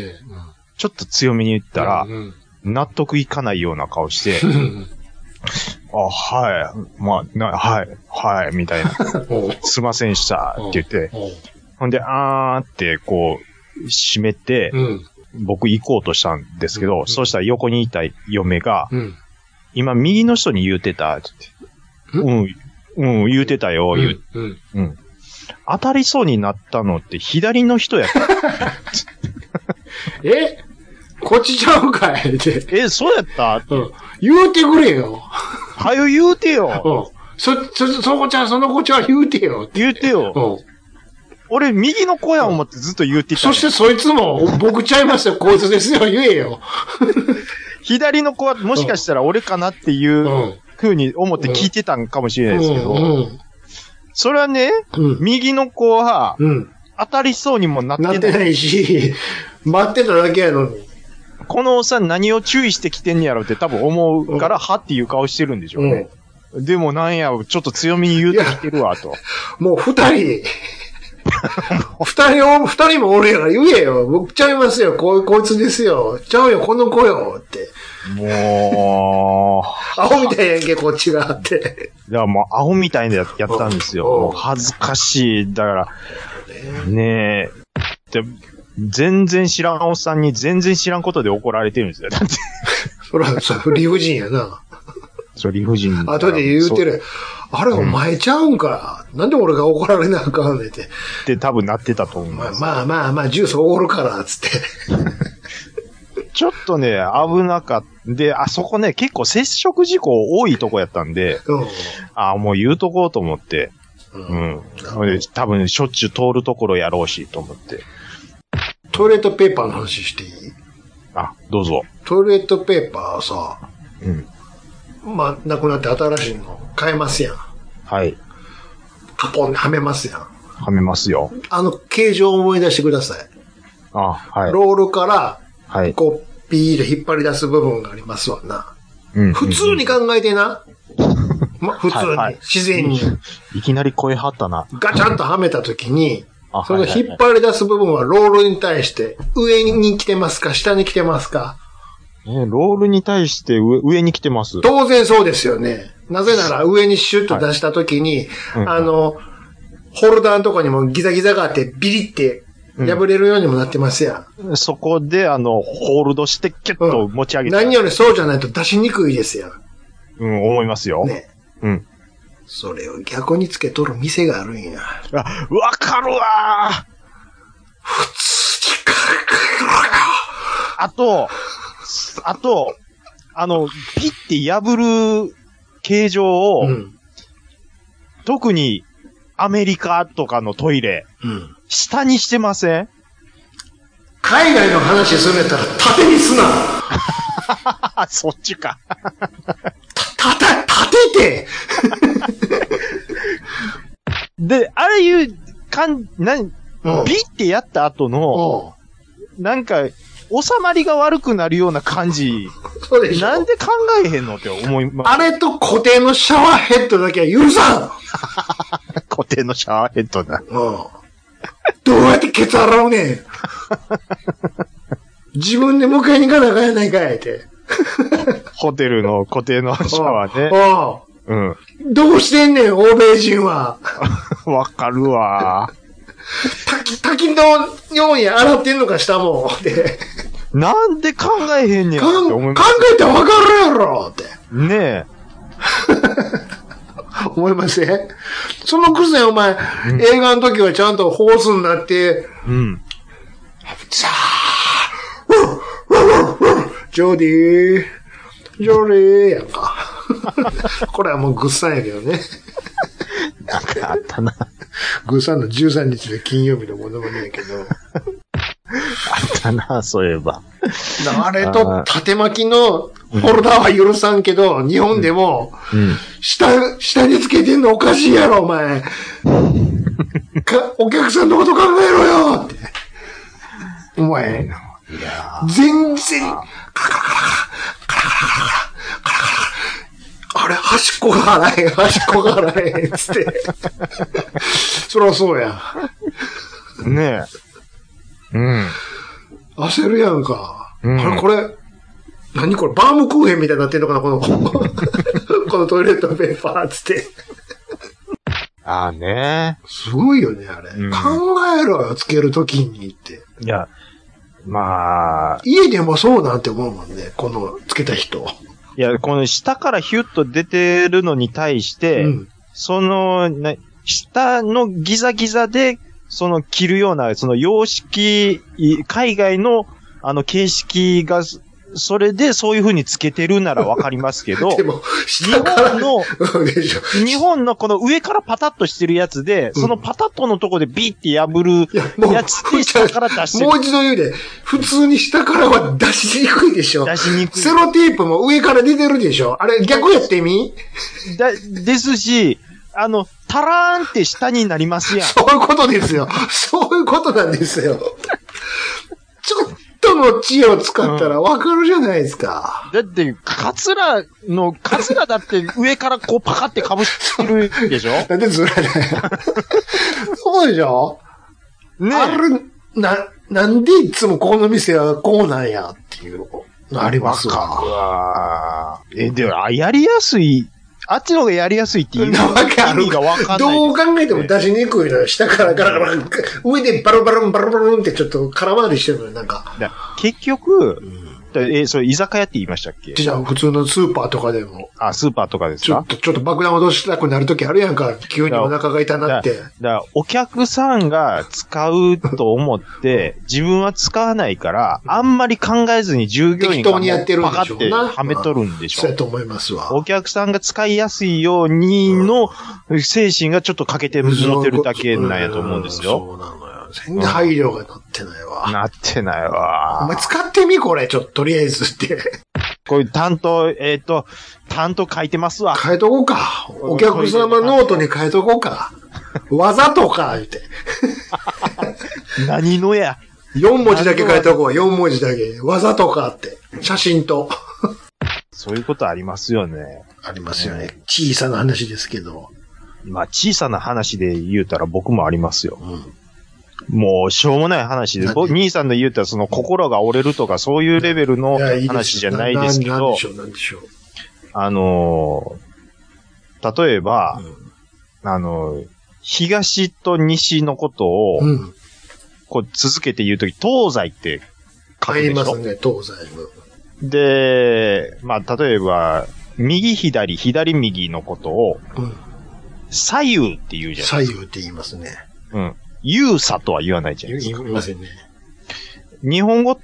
うん、ちょっと強めに言ったら、うんうん、納得いかないような顔して、あ、はい、まあ、な、はい、はい、みたいな。すいませんしたって言って、ほんで、あーってこう、閉めて、うん、僕行こうとしたんですけど、うん、そうしたら横にいた嫁が、うん、今右の人に言うてたって言って、うん、うん、言うてたよ、言う、うん、うん。当たりそうになったのって左の人やった。 えこっちちゃうかいって。 え、そうやったって、うん。 言うてくれよ。 はよ言うてよ。 うん。そ、そ、そこちゃん、その子ちゃん言うてよ。 言うてよ。うん。俺、右の子や思ってずっと言うてた、 ね。そしてそいつも、僕ちゃいますよ、こいつですよ、言えよ。 左の子はもしかしたら俺かなっていう、うん風に思って聞いてたんかもしれないですけど、うんうん、それはね、うん、右の子は、うん、当たりそうにもなってない。 なってないし、待ってただけやのに。 このおっさん何を注意してきてんやろって多分思うから、うん、はっていう顔してるんでしょうね。うん、でもなんや、ちょっと強めに言うてきてるわ、と。 もう二人、二人お、二人もおるやから言えよ。僕ちゃいますよ。こ、こいつですよ。ちゃうよ、この子よ。って。 もう。 アホみたいやんけ、こっちがって。 いや、もうアホみたいなややったんですよ。もう恥ずかしい。だから、ねえ。で全然知らんおっさんに全然知らんことで怒られてるんですよ。だって。 そら、それ理不尽やな。 そう、理不尽。 後で言うてる。あれ、お前ちゃうんか、うん。なんで俺が怒られなあかんねんって。 って多分なってたと思います。 まあまあまあ、まあ、ジュースおごるから、つって。 ちょっとね、危なかった。で、あそこね、結構接触事故多いとこやったんで、うん、あもう言うとこうと思って、うん。うん、多分しょっちゅう通るところやろうし、と思って。 トイレットペーパーの話していい？ あ、どうぞ。 トイレットペーパーさ、うん。まあ、なくなって新しいの買えますやん。 はい。 カポンにはめますやん。 はめますよ。 あの、形状を思い出してください。 あ、はい。 ロールから、はい。こう、ピーで引っ張り出す部分がありますわな。うん。普通に考えてな。ま、普通に、はいはい、自然に。 いきなり声張ったな。 ガチャンとはめたときに、その引っ張り出す部分はロールに対して上に来てますか下に来てますか？ え、ロールに対して上、上に来てます。 当然そうですよね。なぜなら上にシュッと出したときに、はい、あの、ホルダーのとこにもギザギザがあってビリって破れるようにもなってますやん。 うん、そこであの、ホールドしてキュッと持ち上げて、 うん。何よりそうじゃないと出しにくいですやん。 うん、思いますよ。ね。うん。 それを逆につけとる店があるんや。 あ、わかるわー。 普通にかるかあと、あと、あの、ピッて破る形状を、うん、特にアメリカとかのトイレ、うん、下にしてません？ 海外の話するんやったら縦にすな。 そっちか。 た、た、立ててで、ああいうかん、なに、ビッてやった後の、なんか、収まりが悪くなるような感じ。 そうでしょ。 なんで考えへんのって思います。 あれと固定のシャワーヘッドだけは許さん。 固定のシャワーヘッドだ。うん。 どうやってケツ洗うねん。自分で迎えに行かなあかんやないかいって。 ホテルの固定のシャワーね。ああ。うん。 どうしてんねん、欧米人は。 わかるわ。 滝、滝のように洗ってんのか、下も。って。 なんで考えへんねんって思います。 考えてわかるやろって。 ねえ。 思いません？そのくせお前、うん、映画の時はちゃんとホースになって、うん。さあ、ジョディー、ジョディーやんか。これはもうグッサンやけどね。 なんかあったな。 グッサンのじゅうさんにちで金曜日のものまねやけど。 あったな、そういえば。 あれと縦巻きのフォルダは許さんけど、うん、日本でも、うんうん、下、下につけてんのおかしいやろ、お前。かお客さんのこと考えろよって。お前、いや全然、カラカラカラカラカラカラカラカラあれ、端っこが荒い、端っこが荒い、つって。そりゃそうや。 ねえ。うん。 焦るやんか。うん、あれ、これ、何これ、バームクーヘンみたいになってんのかな、この、このトイレットペーパー、つって。 ああね。 すごいよね、あれ。うん、考えろよ、つけるときにって。 いや、まあ。 家でもそうなんて思うもんね、この、つけた人。 いや、この下からヒュッと出てるのに対して、うん、その、ね、下のギザギザで、その着るような、その様式、海外のあの形式が、それでそういう風につけてるならわかりますけど、でも日本の、日本のこの上からパタッとしてるやつで、うん、そのパタッとのとこでビーって破るやつで下から出してる。 もう一度言うで、普通に下からは出しにくいでしょ。 出しにくい。 セロテープも上から出てるでしょ。あれ逆やってみ？ だ、ですし、あの、タラーンって下になりますやん。 そういうことですよ。そういうことなんですよ。ちょっとの知恵を使ったらわかるじゃないですか。 うん、だって、カツラの、カツラだって上からこうパカって被ってるでしょなんでずらだよ。そうでしょねえ。あれ、な、なんでいつもこの店はこうなんやっていうのありますわ。 え、でも、やりやすい。あっちの方がやりやすいっていう意味がわかんない。 どう考えても出しにくいのよ。下からガラガラ、上でバルバルバルバルってちょっと空回りしてるのよ、なんか。 結局、うんえ、それ居酒屋って言いましたっけ？ じゃあ普通のスーパーとかでも。 あ、スーパーとかですか？ ちょっと、ちょっと爆弾落としたくなるときあるやんか。急にお腹が痛なって。 だから、だからお客さんが使うと思って、自分は使わないから、あんまり考えずに従業員がパカってはめとるんでしょ。 そうやと思いますわ。 お客さんが使いやすいようにの精神がちょっと欠けて持ってるだけなんやと思うんですよ。 そうなのよ。全然配慮がなってないわ。 なってないわ。 お前使ってみこれ、ちょっと、とりあえずって。 こういう担当、えっと、担当書いてますわ。 変えとこうか。お客様ノートに変えとこうか。わざとか、言って。 何のや。 よん文字だけ変えとこう。よん文字だけ。わざとかって。写真と。 そういうことありますよね。 ありますよね。小さな話ですけど。 まあ、小さな話で言うたら僕もありますよ。うんもう、しょうもない話で、兄さんの言うたらその心が折れるとかそういうレベルの話じゃないですけど、 なんでしょう、なんでしょう。 あのー、例えば、うん、あのー、東と西のことを、うん、こう続けて言うとき、東西って書くでしょ。 書きますね、東西の。で、まあ、例えば、右左、左右のことを、うん、左右って言うじゃないですか。 左右って言いますね。 うん。有差とは言わないじゃないですか。 言いませんね。 日本語って、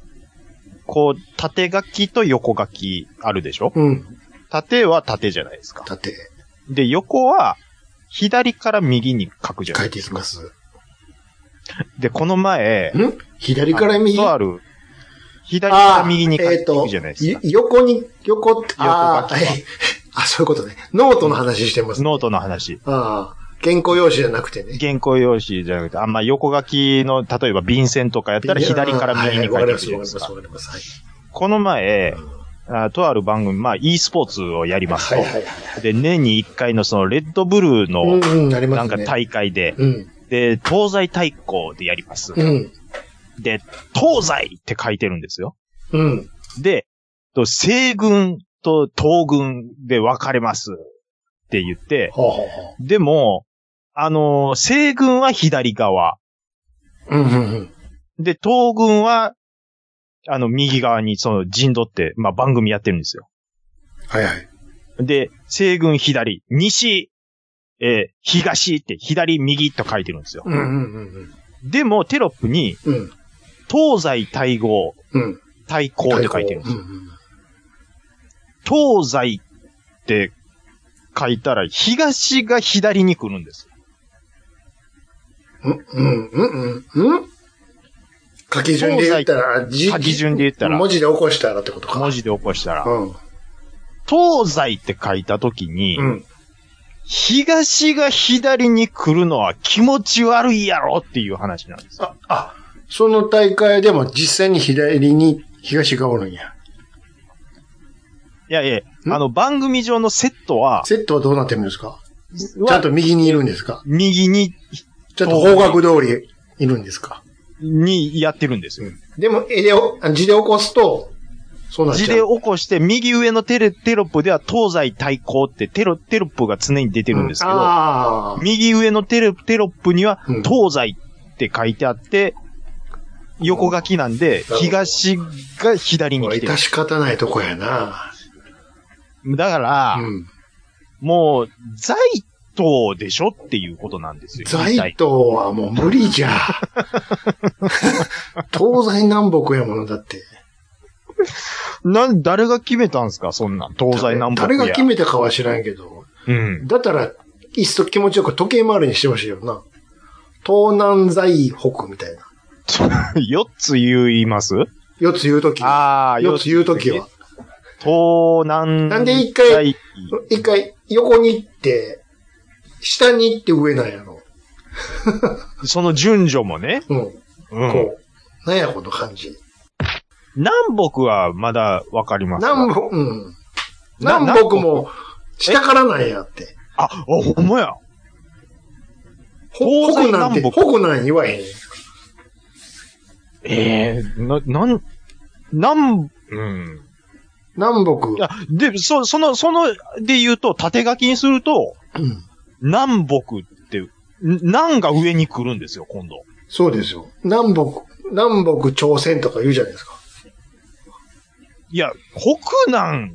こう、縦書きと横書きあるでしょ？うん。縦は縦じゃないですか。 縦。 で、横は、左から右に書くじゃないですか。書いていきます。 で、この前、 ん左から右とある、左から右に書くじゃないですか。 えー、横に、横って、横書き。あ、そういうことね。ノートの話してます、ね。 ノートの話。 ああ。原稿用紙じゃなくてね。 原稿用紙じゃなくて、あんま横書きの、例えば便箋とかやったら左から右に書いてるじゃないですか。この前、うん、あとある番組、まあ e スポーツをやりますと。はいはいはいはい、で、年にいっかいのそのレッドブルーの、なんか大会で、うんうんね、で、東西対抗でやります。うん、で、東西って書いてるんですよ。うん、で、西軍と東軍で分かれますって言って、はあはあ、でも、あのー、西軍は左側。うんうんうん、で、東軍は、あの、右側にその陣取って、まあ、番組やってるんですよ。 はいはい。 で、西軍左、西、えー、東って左右と書いてるんですよ。 うんうんうんうん、でも、テロップに、うん、東西対合、うん、対抗って書いてるんですよ。うんうん、東西って書いたら、東が左に来るんです。 うん、うん、うん、うん。書き順で言ったら、 書き順で言ったら。 文字で起こしたらってことか。 文字で起こしたら。うん、東西って書いたときに、うん、東が左に来るのは気持ち悪いやろっていう話なんですよ。 あ、あ、その大会でも実際に左に東がおるんや。 いやいや、あの番組上のセットは。 セットはどうなってるんですか？ちゃんと右にいるんですか？ 右に。 ちゃんと方角通りいるんですか？ にやってるんですよ。うん、 でも、絵で、字で起こすと、そうなっちゃう。 字で起こして、右上のテレ、テロップでは東西対抗ってテロ、テロップが常に出てるんですけど、うん、右上のテレ、テロップには東西って書いてあって、うん、横書きなんで、東が左に来てる。 致し方ないとこやな。 だから、うん、もう、在東でしょっていうことなんですよ。 在東はもう無理じゃ。東西南北やものだって。 な、誰が決めたんですかそんな。東西南北や。 誰が決めたかは知らんけど。うん。だったら、いっそ気持ちよく時計回りにしてほしいよな。東南在北みたいな。 よっつ言いますよっつ言うとき。ああ、よっつ言うときは。 東南なんで一回、一回横に行って、下に行って上なんやろ。 その順序もね。うん。うん、 こう。なんやこの感じ。 南北はまだわかりますか？ 南北、うん。南北も下からなんやって。 あ、あ、ほんまや。 北なんて、北なん言わへん。 ええー、な、なん、南、うん。 南北。 いや、で、そ、その、その、で言うと、縦書きにすると、うん、南北って、南が上に来るんですよ、今度。 そうですよ。南北、南北朝鮮とか言うじゃないですか。 いや、北南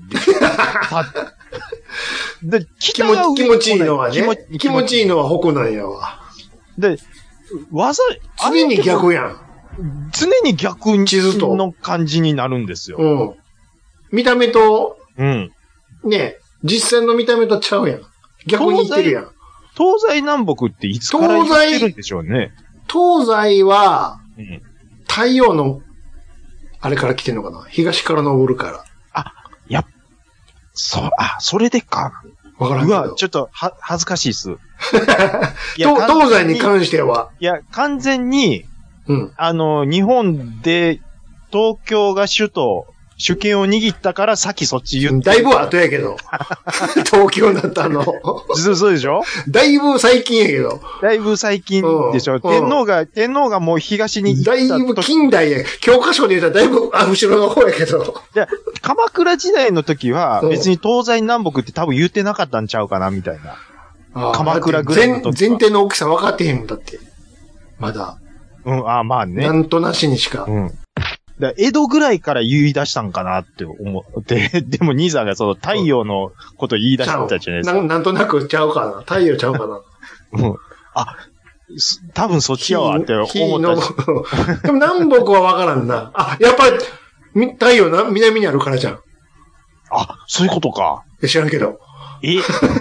で、で、北が上気持ちいいのはね。気持ち、気持ちいいのは北南やわ。 で、わざ、 常に逆やん。 常に逆の感じになるんですよ。 うん。見た目と、うん。ね、実践の見た目とちゃうやん。逆に言ってるやん。 東西南北っていつから言ってるんでしょうね。 東西は、うん、太陽の、あれから来てんのかな？東から昇るから。 あ、や、そ、あ、それでか。 わからんけど。うわ、 ちょっと、は、恥ずかしいっす。 いや東西に関しては。 いや、完全に、うん、あの、日本で、東京が首都、主権を握ったから先そっち言って。 だいぶ後やけど。東京だったの。 そうそうでしょ？ だいぶ最近やけど。 だいぶ最近でしょ、うん、天皇が、天皇がもう東に行っただいぶ近代や。教科書で言ったらだいぶ、あ、後ろの方やけど。 じゃ鎌倉時代の時は別に東西南北って多分言ってなかったんちゃうかなみたいな。鎌倉ぐらいの時は。 前提の大きさ分かってへんもんだって。まだ。 うん、あ、まあね。 なんとなしにしか。 うん。だ江戸ぐらいから言い出したんかなって思って、でも兄さんがその太陽のこと言い出したじゃないですか。 な, なんとなくちゃうかな。太陽ちゃうかな。 うん。あ、多分そっちやわって思ったし。でも南北はわからんな。あ、やっぱり太陽な南にあるからじゃん。 あ、そういうことか。 知らんけど。 え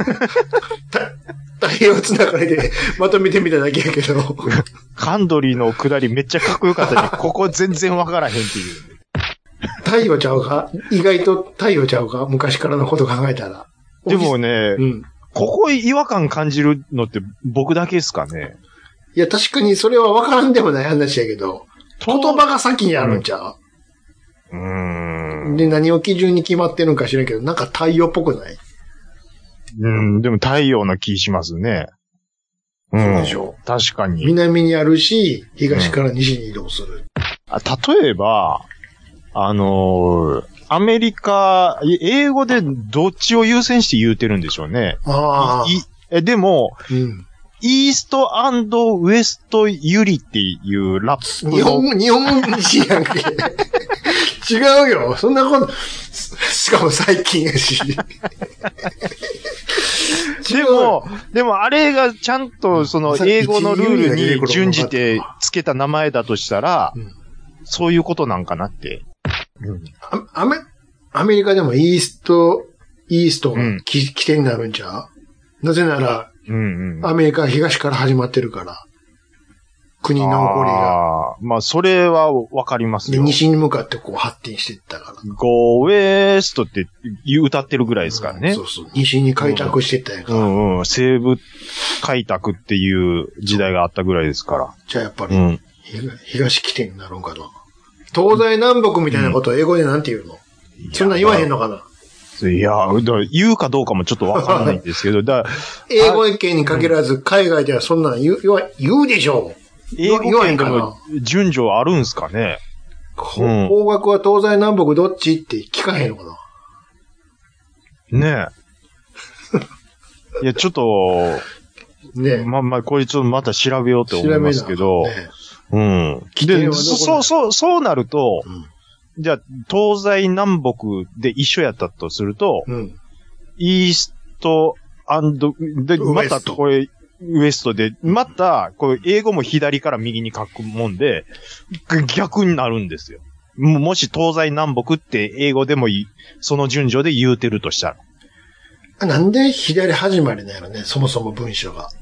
太陽つながりでまとめてみただけやけど。 カンドリーの下りめっちゃかっこよかったね。ここ全然わからへんっていう。 太陽ちゃうか？意外と太陽ちゃうか？昔からのこと考えたら。 でもね、うん、ここ違和感感じるのって僕だけですかね。 いや、確かにそれはわからんでもない話やけど、言葉が先にあるんちゃう？うーん。で、何を基準に決まってるんか知らんけど、なんか太陽っぽくない？ うん、でも太陽な気しますね。 うん。そうでしょう。 確かに。 南にあるし、東から西に移動する。うん、 あ例えば、あのー、アメリカ、英語でどっちを優先して言うてるんでしょうね。ああ。え、でも、うん、イースト&ウエストユリっていうラップ。 日本、日本人やんけ。 違うよ。そんなこと、しかも最近やし。 でも、でもあれがちゃんとその英語のルールに準じて付けた名前だとしたら、うん、そういうことなんかなって。 うん、アメ、アメリカでもイースト、イーストが起点になるんちゃう？なぜなら、うんうん、アメリカは東から始まってるから。国の起こりが。 あまあ、それはわかりますよ。 で、西に向かってこう発展していったから。 ゴーウェストって歌ってるぐらいですからね。うん、 そうそう。西に開拓していったやんか。 うんうん。西部開拓っていう時代があったぐらいですから。 じゃあやっぱり、うん、東起点になるんかな。東西南北みたいなことを英語でなんて言うの、うん、そんなん言わへんのかな。 いや、言うかどうかもちょっとわからないんですけど、だ英語圏に限らず、海外ではそんなん言う、言うでしょう。 英語圏でも順序あるんすかね、 うん、方角は東西南北どっちって聞かへんのかなねえ。いや、ちょっと、ねまあまあ、これちょっとまた調べようと思いますけど、ね、うん。で、そう、そう、そうなると、うん、じゃあ、東西南北で一緒やったとすると、うん、イースト&で、またこれ、ウエストで、また、これ英語も左から右に書くもんで、逆になるんですよ。もし東西南北って英語でもいい、その順序で言うてるとしたら。なんで左始まりなのね、そもそも文章が。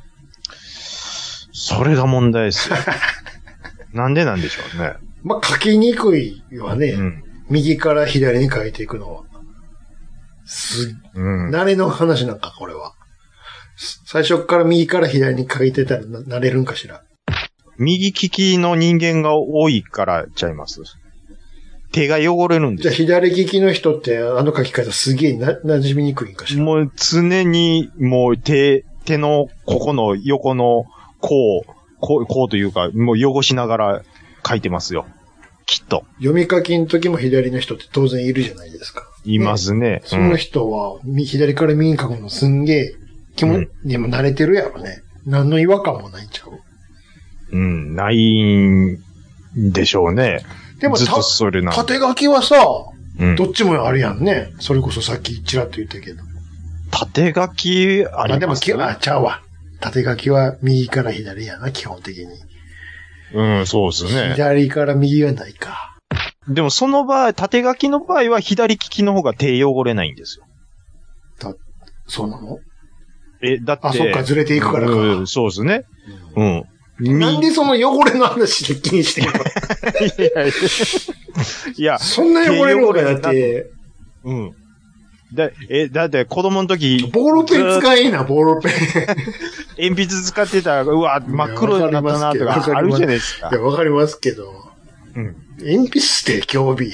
それが問題ですよ。なんでなんでしょうね。 まあ、書きにくいわね、うん。右から左に書いていくのは。す、うん、慣れの話なんか、これは。最初から右から左に書いてたらな、なれるんかしら。 右利きの人間が多いからちゃいます。手が汚れるんです。 じゃあ左利きの人ってあの書き方すげえな、馴染みにくいんかしら。 もう常にもう手、手のここの横のこう、こう、こうというか、もう汚しながら書いてますよ。きっと。 読み書きの時も左の人って当然いるじゃないですか。 いますね。ねその人は、うん、左から右に書くのすんげえ、気も、うん、でも慣れてるやろね。何の違和感もないんちゃう？ うん、ないんでしょうね。 でも、 ずっとそれな。 縦書きはさ、うん、どっちもあるやんね。それこそさっきちらっと言ったけど。 縦書きありますね。 あ、でも、あ、ちゃうわ。縦書きは右から左やな、基本的に。 うん、そうですね。 左から右はないか。 でもその場合、縦書きの場合は左利きの方が手汚れないんですよ。 だ、そうなの？ え、だって。 あ、そっか、ずれていくからか。 うん、そうですね。うん。 うん、なんでその汚れの話で気にしてるの？ いやいや。いや。 そんな汚れるのかだって。 うん。だ、え、だって子供の時。 ボールペン使えな、ボールペン。 鉛筆使ってたら、うわ、真っ黒になったなとかあるじゃないですか。 いや、わかりますけど。うん。鉛筆って興味。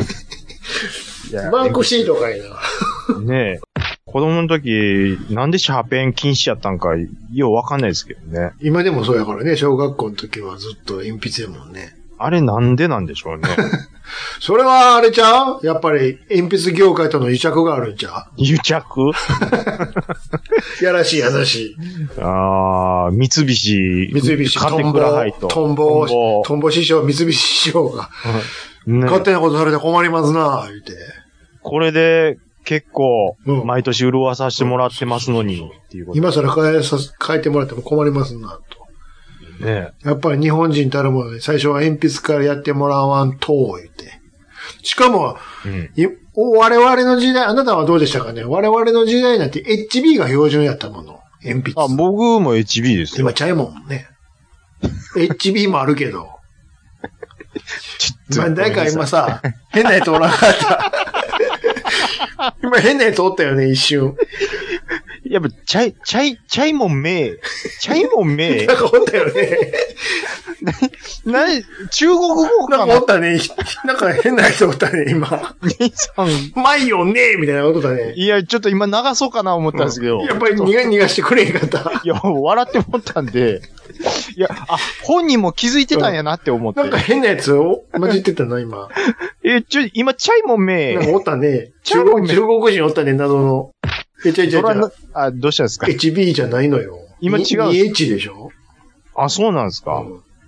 マークシートかいな。 ねえ。子供の時、なんでシャーペン禁止やったんか、ようわかんないですけどね。 今でもそうやからね、小学校の時はずっと鉛筆やもんね。 あれなんでなんでしょうね。 それはあれちゃう？やっぱり鉛筆業界との癒着があるんちゃう？ 癒着やらしい話。 ああ、三菱。 三菱、トンボ、トンボ、トンボ師匠、三菱師匠が、ね、勝手なことされて困りますな、言うて。 これで、結構、毎年潤わさせてもらってますのに、っていうこと。 今更変えさ、変えてもらっても困りますな、と。 ね、 やっぱり日本人たるもので、最初は鉛筆からやってもらわんと、言って。しかも、うん、我々の時代、あなたはどうでしたかね？我々の時代なんて エイチビー が標準やったもの。鉛筆。 あ、僕も エイチビー ですよ。 今ちゃいもんね。エイチビー もあるけど。今、誰か今さ、変なやつおらんかった。今変なやつおったよね、一瞬。 やっぱ、チャイ、チャイ、チャイモンメイ。チャイモンメイ。 なんかおったよね。 な、な、中国語かな？ なんかおったね。なんか変なやつおったね、今。兄さん。うまいよねみたいなことだね。 いや、ちょっと今流そうかな思ったんですけど。 うん、やっぱり逃が逃がしてくれへんかった。 いや、笑って思ったんで。いや、あ、本人も気づいてたんやなって思って。 なんか変なやつを混じってたな、今。 え、ちょ、今、チャイモンメイ。 なんかおったね。中国、中国人おったね、謎の。え、ちゃいちゃいちゃい。 あ、どうしたんですか？ エイチビー じゃないのよ。 今違う。 にエイチ でしょ？ あ、そうなんですか？うん、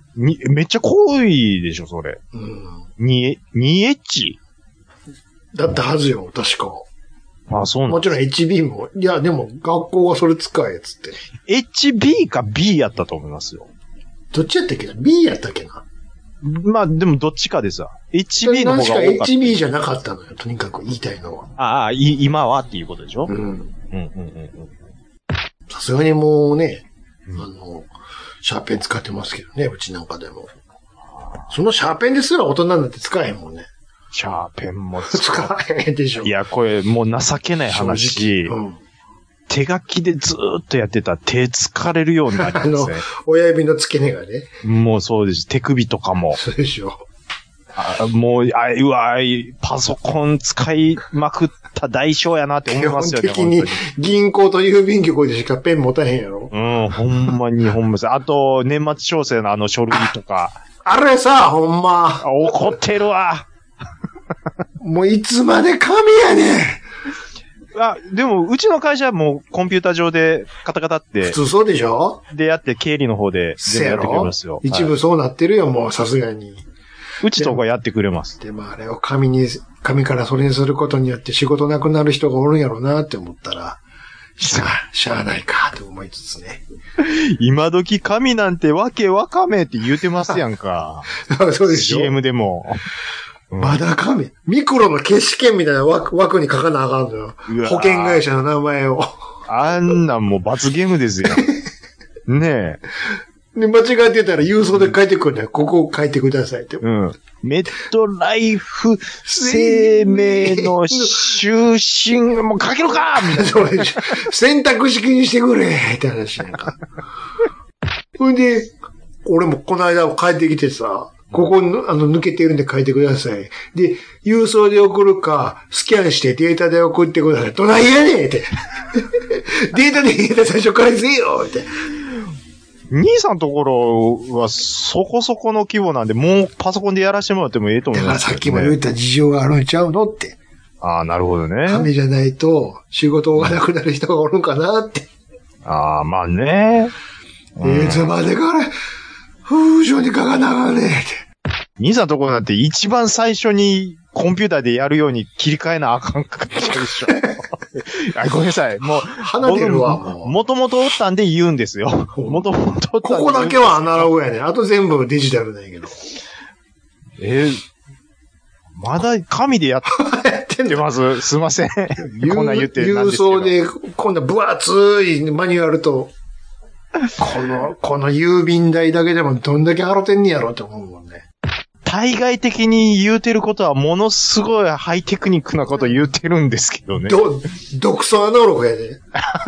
に、めっちゃ濃いでしょ、それ。 うん。 に、にエッチだったはずよ、確か。 あ、そうなんもちろん エイチビー も、いや、でも学校がそれ使え、つって。 エイチビー か B やったと思いますよ。 どっちやったっけな ?B やったっけなまあ、でもどっちかですわ。エイチビー の方が多かった。 確か エイチビー じゃなかったのよ、とにかく言いたいのは。 ああ、い、今はっていうことでしょうん。うんうんうんうんさすがにもうね、うん、あの、シャーペン使ってますけどね、うちなんかでも。そのシャーペンですら大人になって使えへんもんね。 シャーペンも使使えへんでしょ。 いや、これもう情けない話。うん、手書きでずーっとやってたら手疲れるようになりますね。あの、 親指の付け根がね。 もうそうです。手首とかも。 そうでしょ。 あもう、あうわパソコン使いまくった代償やなって思いますよね。 基本的に銀行と郵便局でしかペン持たへんやろ。 うん、ほんまにほんまです。あと、年末調整のあの書類とか。 あ, あれさ、ほんま。 怒ってるわ。 もういつまで紙やねん。 あ、でも、うちの会社はもうコンピューター上でカタカタって。 普通そうでしょでやって、経理の方で全部やってくれますよ。 一部そうなってるよ、はい、もうさすがに。 うちとかやってくれます。 でもあれを紙に、紙からそれにすることによって仕事なくなる人がおるんやろうなって思ったら、しゃあ、しゃあないかと思いつつね。 今時紙なんてわけわかめって言うてますやんか。 そうでしょシーエム でも。 うん、まだ紙。ミクロの消し券みたいな枠、枠に書かなあかんのよ。保険会社の名前を。 あんなんもう罰ゲームですよ。ねえ。 で、間違えてたら郵送で書いてくるんだよ。ここを書いてくださいって。 うん。メットライフ生命の終身、もう書けるかみたいな。 そうでしょ。選択式にしてくれって話なんか。ほんで、俺もこの間帰ってきてさ、ここあの抜けてるんで書いてください。で、郵送で送るか、スキャンしてデータで送ってください。どないやねんって。データでデータ最初からせよって。 兄さんのところはそこそこの規模なんで、もうパソコンでやらせてもらってもいいと思います、ね。 だからさっきも言った事情があるんちゃうのって。 ああ、なるほどね。 紙じゃないと仕事がなくなる人がおるんかなって。 ああ、まあね。 うん、いつまでから、風情に書かなあかんねえって。 兄さんのところなんて一番最初にコンピューターでやるように切り替えなあかんかったでしょ。あ、ごめんなさい。もう、 離れるわ。 もともとおったんで言うんですよ。もともとおったんで。 ここだけはアナログやね。あと全部デジタルなんやけど。 えー、まだ紙でやってます。すいません。こんなん言ってるんですけど。 郵送で、今度分厚いマニュアルと、この、この郵便代だけでもどんだけ払ってんねやろって思うもんね。 対外的に言うてることはものすごいハイテクニックなこと言うてるんですけどね。 ど、独創アナログやで。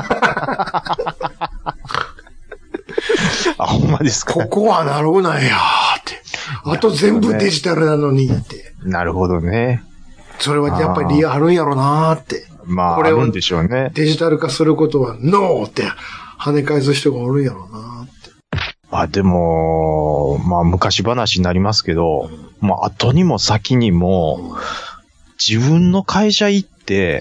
あ、ほんまですか。 ここはアナログなんやーって。あと全部デジタルなのにって。 なるほどね。 それはやっぱり理由あるんやろなーって。 まあ、これあるんでしょうね。 デジタル化することはノーって跳ね返す人がおるんやろなーって。 あ、でも、まあ昔話になりますけど、うん、まあ後にも先にも、うん、自分の会社行って、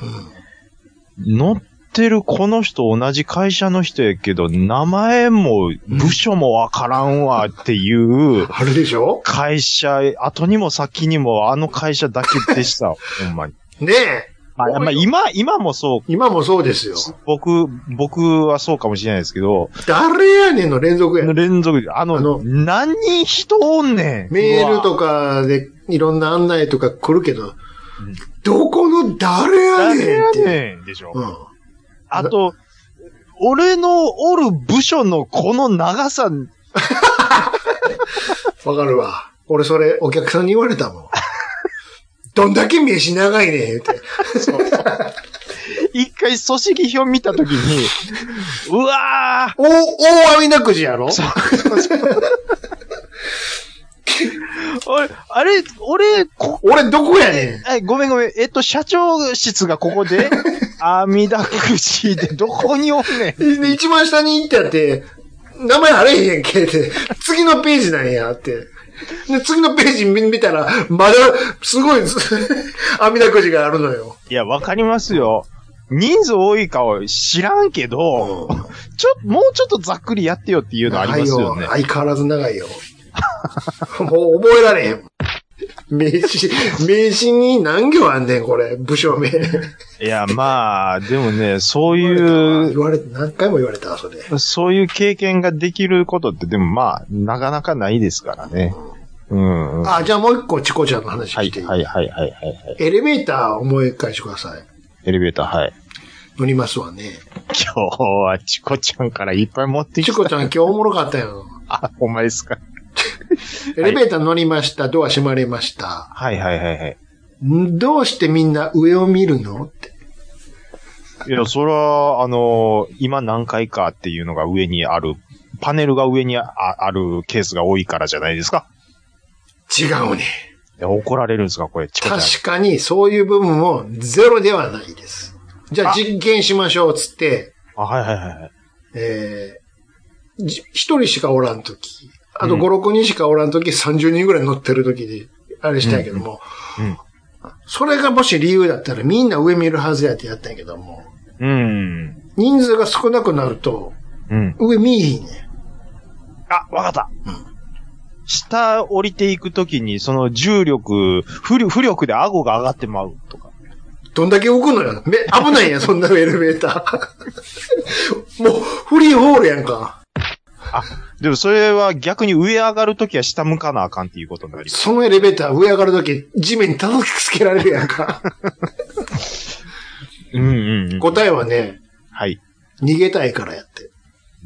うん、乗ってるこの人同じ会社の人やけど、名前も部署もわからんわっていう、 うん、あるでしょ会社、後にも先にもあの会社だけでした、ほんまに。 ねえ。 あ、まあ、今、今もそう。 今もそうですよ。 僕、僕はそうかもしれないですけど。 誰やねんの連続や。 連続。あの、あの何人人おんねん。 メールとかでいろんな案内とか来るけど、うん、どこの誰やねんって。 誰やねんでしょ。うん。あと、俺のおる部署のこの長さ。 わかるわ。俺それお客さんに言われたもん。どんだけ名刺長いねんって。 一回組織表見たときに、うわー大、大網だくじやろそうそうそう俺、あれ、俺、こ俺どこやねん。え、ごめんごめん。えっと、社長室がここで、網だくじでどこにおんねん。 一番下に行ってやって、名前あれへんやんけって、次のページなんやって。で、次のページ見たら、まだ、すごい、網だくじがあるのよ。 いや、わかりますよ。人数多いかは知らんけど、うん、ちょ、もうちょっとざっくりやってよっていうのありますよね。 相変わらず長いよ。 もう覚えられへん。名刺、名刺に何行あんねん、これ、部署名。 いや、まあ、でもね、そういう、 言われて、何回も言われた、それ。 そういう経験ができることって、でもまあ、なかなかないですからね。うん、うん。 あ、じゃあもう一個、チコちゃんの話聞いていい？ はい、はい、はい、はい、はい。 エレベーター思い返してください。 エレベーター、はい。 乗りますわね。 今日はチコちゃんからいっぱい持ってきた。 チコちゃん今日おもろかったよ。 あ、ほんまですか。 エレベーター乗りました。ドア閉まりました。 はいはいはいはい。 どうしてみんな上を見るのって。 いや、それは、あのー、今何回かっていうのが上にある、パネルが上に あ, あるケースが多いからじゃないですか。 違うね。 いや、怒られるんですかこれ。チコちゃん。 確かにそういう部分もゼロではないです。じゃあ実験しましょう、つって。 あ、はいはいはい。えー、一人しかおらんとき。あとご、ろくにんしかおらんとき、さんじゅうにんぐらい乗ってるときで、あれしたんやけども、うんうん。それがもし理由だったらみんな上見るはずやってやったんやけども、うん。人数が少なくなると、うん、上見えへんねん。 あ、わかった。うん。下降りていくときに、その重力、浮力、浮力で顎が上がってまうとか。 どんだけ浮くのよ。め、危ないやん、そんなエレベーター。もう、フリーホールやんか。 あ、でもそれは逆に上上がるときは下向かなあかんっていうことになります。 そのエレベーター上上がるとき、地面に叩きつけられるやんか。うんうんうん。答えはね、はい。逃げたいからやって。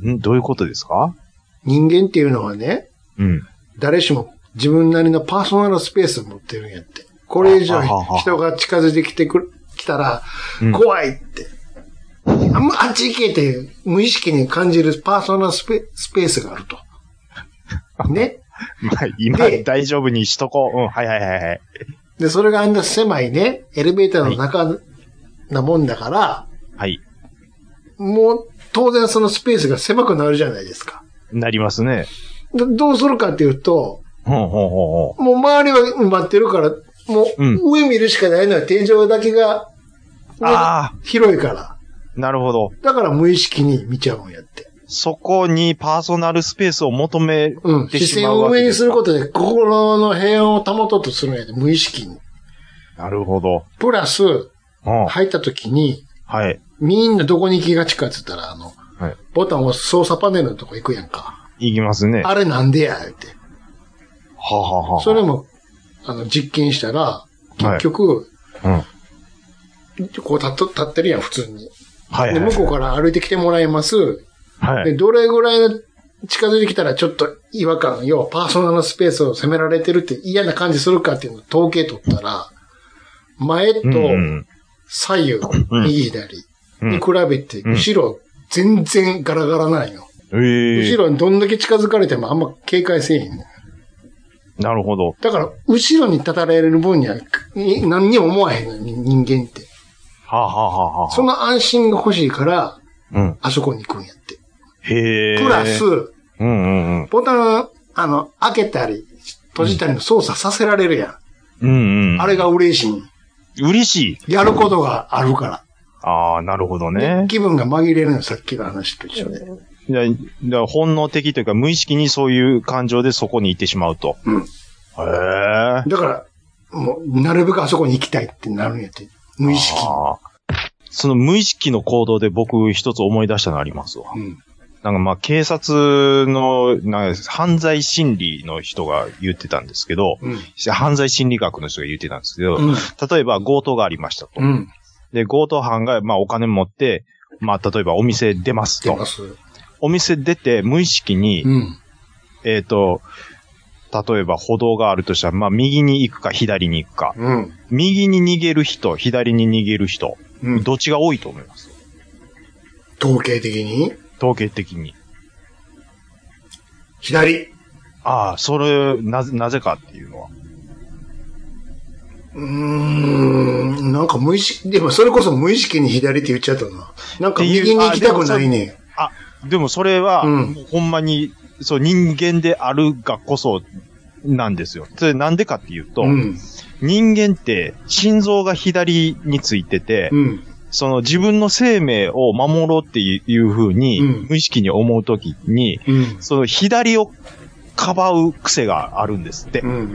んどういうことですか？ 人間っていうのはね、うん。誰しも自分なりのパーソナルスペースを持ってるんやって。これ以上人が近づいてきてくる、来たら、怖いって。うん、あんまあっち行けって無意識に感じるパーソナルスペ、スペースがあると。ね。 まあ、今大丈夫にしとこう。うん、はいはいはいはい。 で、それがあんな狭いね、エレベーターの中なもんだから、はい。もう、当然そのスペースが狭くなるじゃないですか。 なりますね。 どうするかっていうと、 ほうほうほうほう。もう周りは埋まってるから、もう上見るしかないのは天井だけが、ね、あ広いから。 なるほど。 だから無意識に見ちゃうんやって。 そこにパーソナルスペースを求めてしまうわけですか。うん。視線を上にすることで心の平安を保とうとするんやで、無意識に。 なるほど。 プラス、入った時に、はい。みんなどこに行きがちかって言ったら、あの、はい、ボタンを操作パネルのとこ行くやんか。 行きますね。 あれなんでや、って。 はあ、はあはあ、 それも、あの、実験したら、結局、はい、うん、こう立っ、立ってるやん、普通に。はい、はい。で、向こうから歩いてきてもらいます。はい。で、どれぐらいの近づいてきたらちょっと違和感、要はパーソナルスペースを責められてるって嫌な感じするかっていうのを統計取ったら、前と左右、うん、右左に比べて、後ろ全然ガラガラなんよ。うん、後ろにどんだけ近づかれてもあんま警戒せえへんねん。 なるほど。 だから、後ろに立たれる分には何にも思わへんの、人間って。 はあ、はあははあ、 その安心が欲しいから、うん、あそこに行くんやって。 へー。 プラス、うんうんうん、 ボタン、あの、開けたり、閉じたりの操作させられるやん。 うんうん、 あれが嬉しい。 嬉しい。やることがあるから。 ああ、なるほどね。 気分が紛れるの、さっきの話と一緒で。 だだから本能的というか無意識にそういう感情でそこに行ってしまうと。 うん。 へえ。 だから、もう、なるべくあそこに行きたいってなるんやって。無意識。 その無意識の行動で僕一つ思い出したのありますわ。うん。なんかまあ警察のなんか犯罪心理の人が言ってたんですけど、うん、犯罪心理学の人が言ってたんですけど、うん、例えば強盗がありましたと。うん、で、強盗犯がまあお金持って、まあ例えばお店出ますと。 出ます。 お店出て無意識に、うん、えっと、例えば歩道があるとしたら、まあ右に行くか左に行くか。うん、右に逃げる人、左に逃げる人、うん、どっちが多いと思います？ 統計的に？ 統計的に。 左。 ああ、それ、なぜ、なぜかっていうのは。 うーん、なんか無意識、でもそれこそ無意識に左って言っちゃったな。なんか右に行きたくないね。 あ、でもそれは、うん、ほんまに、そう、人間であるがこそ、なんですよ。それなんでかっていうと、うん、人間って心臓が左についてて、うん、その自分の生命を守ろうっていう風に、無意識に思うときに、うん、その左をかばう癖があるんですって。 うんうんうん、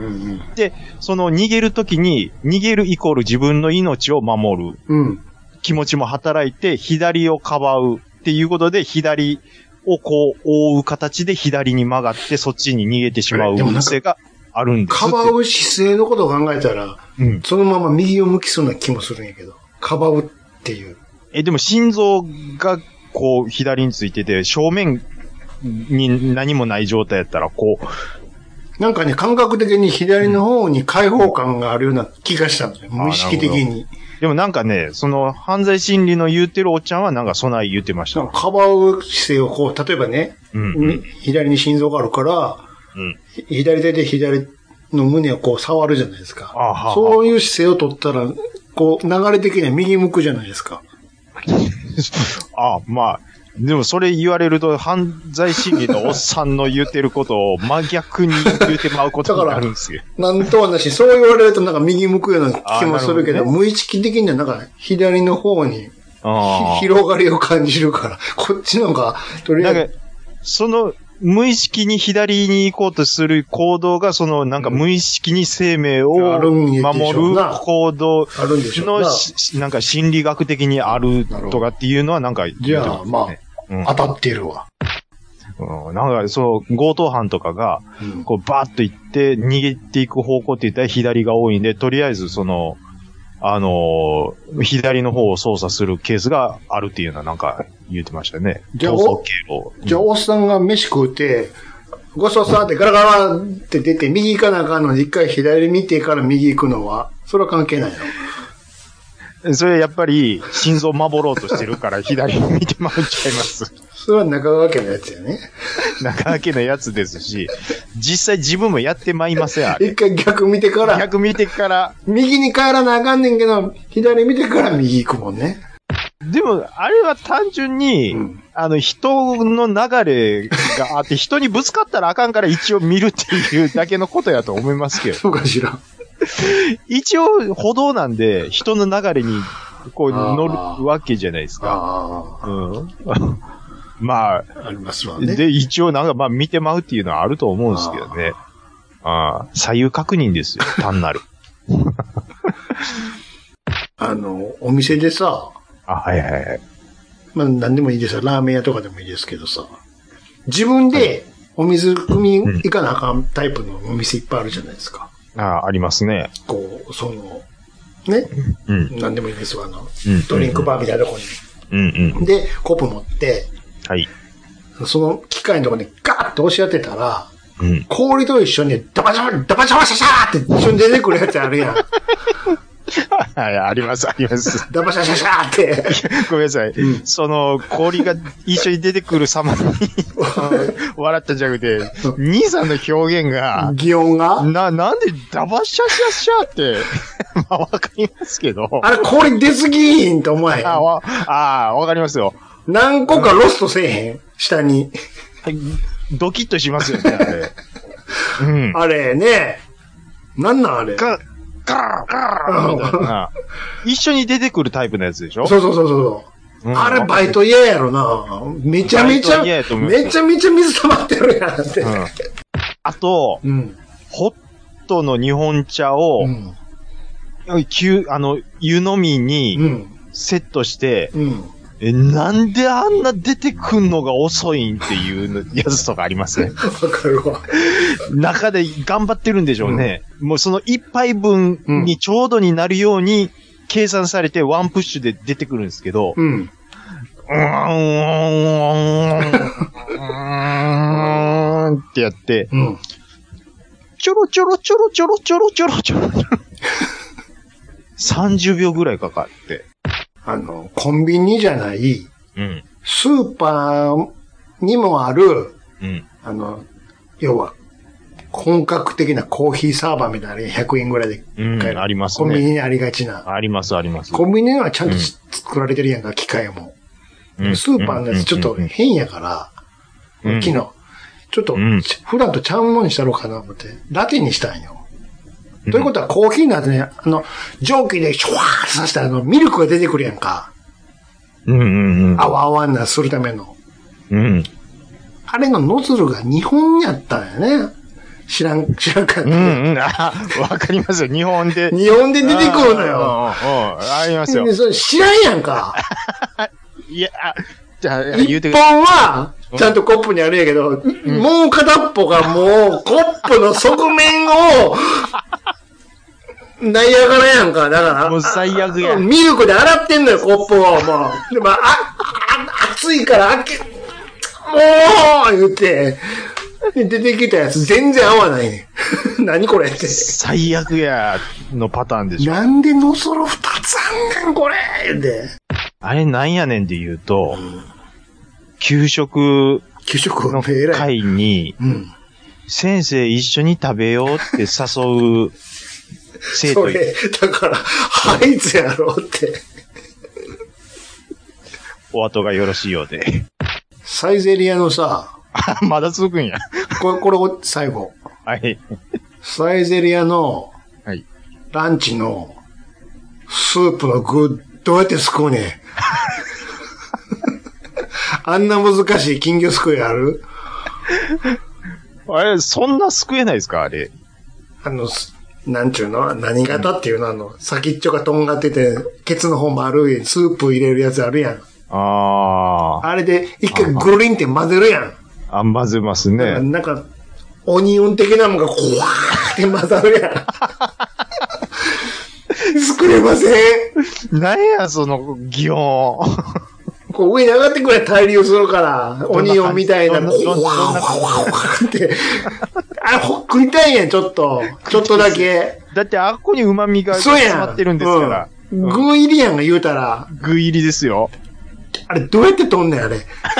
で、その逃げるときに、逃げるイコール自分の命を守る。うん、気持ちも働いて、左をかばうっていうことで、左をこう覆う形で左に曲がって、そっちに逃げてしまう癖があるんです。 かばう姿勢のことを考えたら、うん、そのまま右を向きそうな気もするんやけど、かばうっていう。 え、でも心臓がこう左についてて、正面に何もない状態やったら、こう。 なんかね、感覚的に左の方に開放感があるような気がしたんだよ。無意識的に。 でもなんかね、その犯罪心理の言うてるおっちゃんはなんかそない言ってました。 かばう姿勢をこう、例えばね、うんうん、左に心臓があるから、うん、左手で左の胸をこう触るじゃないですか。あはあ、そういう姿勢を取ったら、こう流れ的には右向くじゃないですか。 ああ、まあ。でもそれ言われると犯罪心理のおっさんの言ってることを真逆に言ってまうことになるんですよ。 なんとはなし、そう言われるとなんか右向くような気もするけど、どね、無意識的にはなんか左の方に広がりを感じるから、こっちのが、とりあえず。なんかその無意識に左に行こうとする行動が、そのなんか無意識に生命を守る行動のなんか心理学的にあるとかっていうのはなんか言ってますね。 じゃあ、まあ、うん、当たってるわ。 うん、なんかそう、強盗犯とかが、こうバーッと行って逃げていく方向って言ったら左が多いんで、とりあえずその、あのー、左の方を操作するケースがあるっていうのはなんか言ってましたね。 じゃあ、おじゃあ、おっさんが飯食うて、ごそそってガラガラって出て右行かなあかんのに一回左見てから右行くのは、それは関係ないの？それやっぱり心臓守ろうとしてるから左見てまっちゃいます。 それは中川家のやつやね。 中川家のやつですし、実際自分もやってまいりません。 一回逆見てから。 逆見てから。 右に帰らなあかんねんけど、左見てから右行くもんね。 でも、あれは単純に、うん、あの、人の流れがあって、人にぶつかったらあかんから一応見るっていうだけのことやと思いますけど。 そうかしら。 一応、歩道なんで、人の流れに、こう、乗るわけじゃないですか。うん。まあ、 ありますわね。 で、一応なんかまあ見てまうっていうのはあると思うんですけどね。ああ、左右確認ですよ、単なる。あの、お店でさ、 あ、はいはいはい。 まあ何でもいいですよ。ラーメン屋とかでもいいですけどさ、自分でお水汲み行かなあかんタイプのお店いっぱいあるじゃないですか。 ああ、ありますね。 こう、その、ね。うん。何でもいいですわ、あの、うん、ドリンクバーみたいなとこに。うんうん。で、コップ持って、はい。その機械のところにガーッと押し当てたら、うん、氷と一緒にダバシャバ、ダバシャバシャシャーって一緒に出てくるやつあるやん。 はい、あります、あります。 ダバシャシャシャーって。 ごめんなさい。うん、その、氷が一緒に出てくる様に笑ったんじゃなくて、兄さんの表現が、 擬音がな、なんでダバシャシャシャーって、まあわかりますけど。 あれ、氷出すぎひんと思えへん。 あわ、あ、わかりますよ。 何個かロストせえへん下に。 ドキッとしますよね、あれ。 うん。あれね。なんなんあれ。 ガガーガーみたいな。一緒に出てくるタイプのやつでしょ？ そうそうそうそう。うん、あれバイト嫌やろな。めちゃめちゃ、めちゃめちゃ水溜まってるやんって。うん、 あと、うん、ホットの日本茶を、うん、あの、湯飲みにセットして、うんうんえ、なんであんな出てくんのが遅いんっていうやつとかありますね。 わかるわ。 中で頑張ってるんでしょうね。うん、もうその一杯分にちょうどになるように計算されてワンプッシュで出てくるんですけど、うん。うーん、うーんってやって、うん、ちょろちょろちょろちょろちょろちょろちょろさんじゅうびょうぐらいかかって。 あの、コンビニじゃない、うん、スーパーにもある、うん、あの、要は、本格的なコーヒーサーバーみたいなのひゃくえんぐらいで買える、 うん、ありますね。コンビニにありがちな。 あります、あります。 コンビニにはちゃんと、うん、作られてるやんか、機械も。うん、スーパーのやつちょっと変やから、うん、昨日、ちょっと、普段とちゃうもんにしたろうかなと思って、ラテにしたんよ。ということは、コーヒーなんてね、あの、蒸気でシュワーッとさせたら、あの、ミルクが出てくるやんか。 うんうんうん。 泡泡になするための。 うん。 あれのノズルがにほんやったんやね。 知らん、知らんかった。 うんうん。あ、わかりますよ。日本で。 日本で出てくるのよ。 うんうんうん。ありますよ。 でそれ知らんやんか。 いや、じゃあ、言うて一本は、ちゃんとコップにあるんやけど、うん、もう片っぽがもう、コップの側面を、ナイアガラやんか。だから。 もう最悪や。 ミルクで洗ってんのよ、コップを。もう。でも、あ、あ、熱いから開け、もう言って、で出てきたやつ全然合わないね。何これって。 最悪やのパターンでしょ。 なんでノソロ二つあんねん、これ言って。 あれなんやねんで言うと、うん、給食給食の会に、うん、先生一緒に食べようって誘う生徒。 それ、だから、ハイズやろうって。 お後がよろしいようで。 サイゼリアのさ、 まだ続くんや。 これ、これ最後。 はい。 サイゼリアの、 はい。 ランチの、スープの具、どうやってすくうねん。あんな難しい金魚すくいある？ あれ、そんなすくえないですかあれ。 あの、なんちゅうの何型っていうの、あの、先っちょがとんがってて、ケツの方もある、スープ入れるやつあるやん。 ああ。 あれで、一回グリンって混ぜるやん。 あ、混ぜますね。 なんか、オニオン的なのが、こわーって混ざるやん。作れません。 何や、その、擬音。 こう上に上がってくれ、大量するから、オニオンみたいな、こわーわーって。あれ、ほっくりたいやん、ちょっと。ちょっとだけ。 だって、あっこに旨味が詰まってるんですから。 うん、具入りやんが言うたら。 具入りですよ。 あれ、どうやって取んねん、あれ。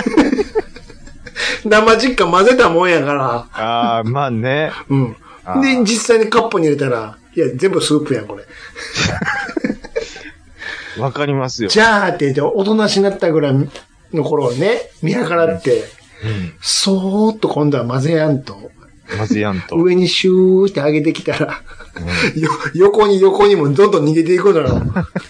生実家混ぜたもんやから。 ああ、まあね。 うん。で、実際にカップに入れたら、いや、全部スープやん、これ。 わかりますよ。 じゃあって言って、おとなしになったぐらいの頃をね、見計らって、うんうん、そーっと今度は混ぜやんと。 混ぜやんと。 上にシューって上げてきたら、うん、よ横に横にもどんどん逃げていくのよ。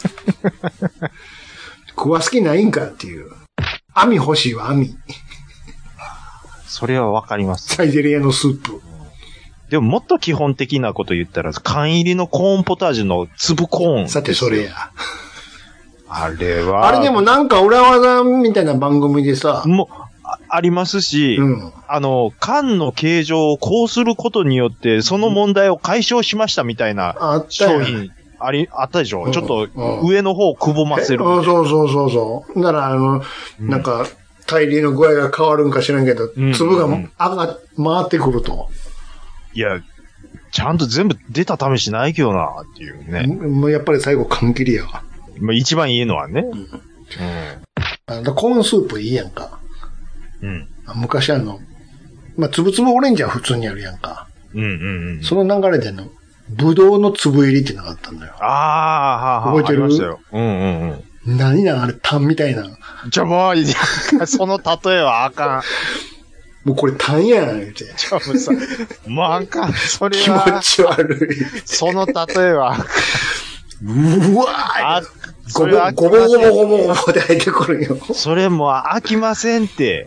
食わす気ないんかっていう。網欲しいわ、網。 それはわかります。 サイゼリアのスープ。 でももっと基本的なこと言ったら、缶入りのコーンポタージュの粒コーン。 さてそれや。 あれは。 あれでもなんか裏技みたいな番組でさ。 もう、あ, ありますし、うん、あの、缶の形状をこうすることによって、その問題を解消しましたみたいな商品。あり、あったでしょ、うん、ちょっと、上の方をくぼませる、 うん。そうそうそうそう。だから、あの、うん、なんか、対流の具合が変わるんか知らんけど、うん、粒が上が、回ってくると。 いや、ちゃんと全部出た試しないけどな、っていうね。 もうやっぱり最後、缶切りやわ。 まあ、一番いいのはね。うん。うん、 あのコーンスープいいやんか。 うん。 昔あの、まあ、つぶつぶオレンジは普通にあるやんか。 うんうんうん。 その流れでの、ぶどうの粒入りってなかったんだよ。 ああ、はあ、はあ。覚えてる？ありましたよ。うんうんうん。何なんあれ、タンみたいな。 じゃ、もう、いや、その例えはあかん。もうこれタンやん、言うて。 ちょ、もうさ、もうあかん、それは。 気持ち悪い。 その例えはあかん。 うわぁごぼ、ごぼごぼごぼごぼで入ってくるよ。 それもう飽きませんって。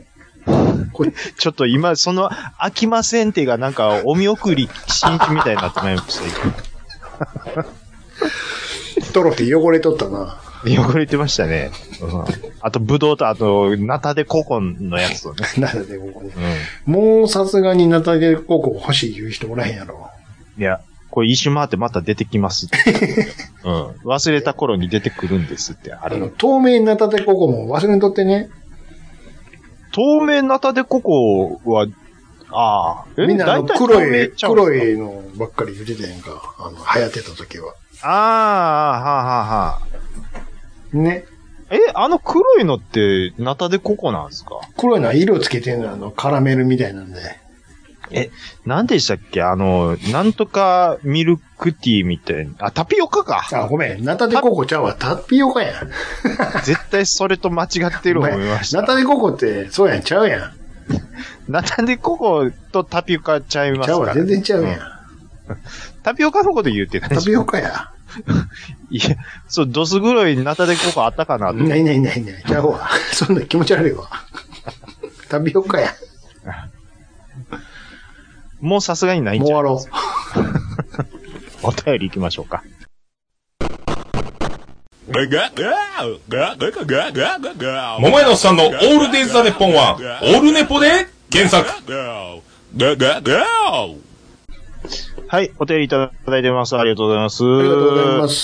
ちょっと今、その、飽きませんってがなんか、お見送り新規みたいになってまいりました。 トロフィー汚れとったな。 汚れてましたね。うん、あと、ブドウと、あと、ナタデココのやつとね。 ナタデココね。うん、もうさすがにナタデココ欲しい言う人おらへんやろ。 いや、これ一周回ってまた出てきますって。うん。忘れた頃に出てくるんですって、あれ。 あの、透明ナタデココも忘れんとってね。 透明ナタデココは、ああ、 みんなあの黒い、黒いのばっかり言ってたやんか。あの、流行ってた時は。 ああ、はあ、はあ、はあ。ね。 え、あの黒いのって、ナタデココなんですか？ 黒いのは色つけてんの、あの、カラメルみたいなんで。 え、なんでしたっけあの、なんとかミルクティーみたいな。あ、タピオカか。 あ、ごめん。ナタデココちゃうわ。タピオカやん。 絶対それと間違ってる思いました。 ナタデココって、そうやん、ちゃうやん。 ナタデココとタピオカちゃいますから、ね。 ちゃうわ、全然ちゃうやん。うん、 タピオカのこと言ってない。 タピオカや。 いや、そう、ドス黒いナタデココあったかなって。 ないないないない。ちゃうわ。そんな気持ち悪いわ。タピオカや。 もうさすがにないんじゃないですか。 もう終わろう。お便り行きましょうか。 桃屋のおっさんのオールデイズ・ザ・ネッポンは、オールネポで検索。 はい、お便りいただいてます。ありがとうございます。 ありがとうございます。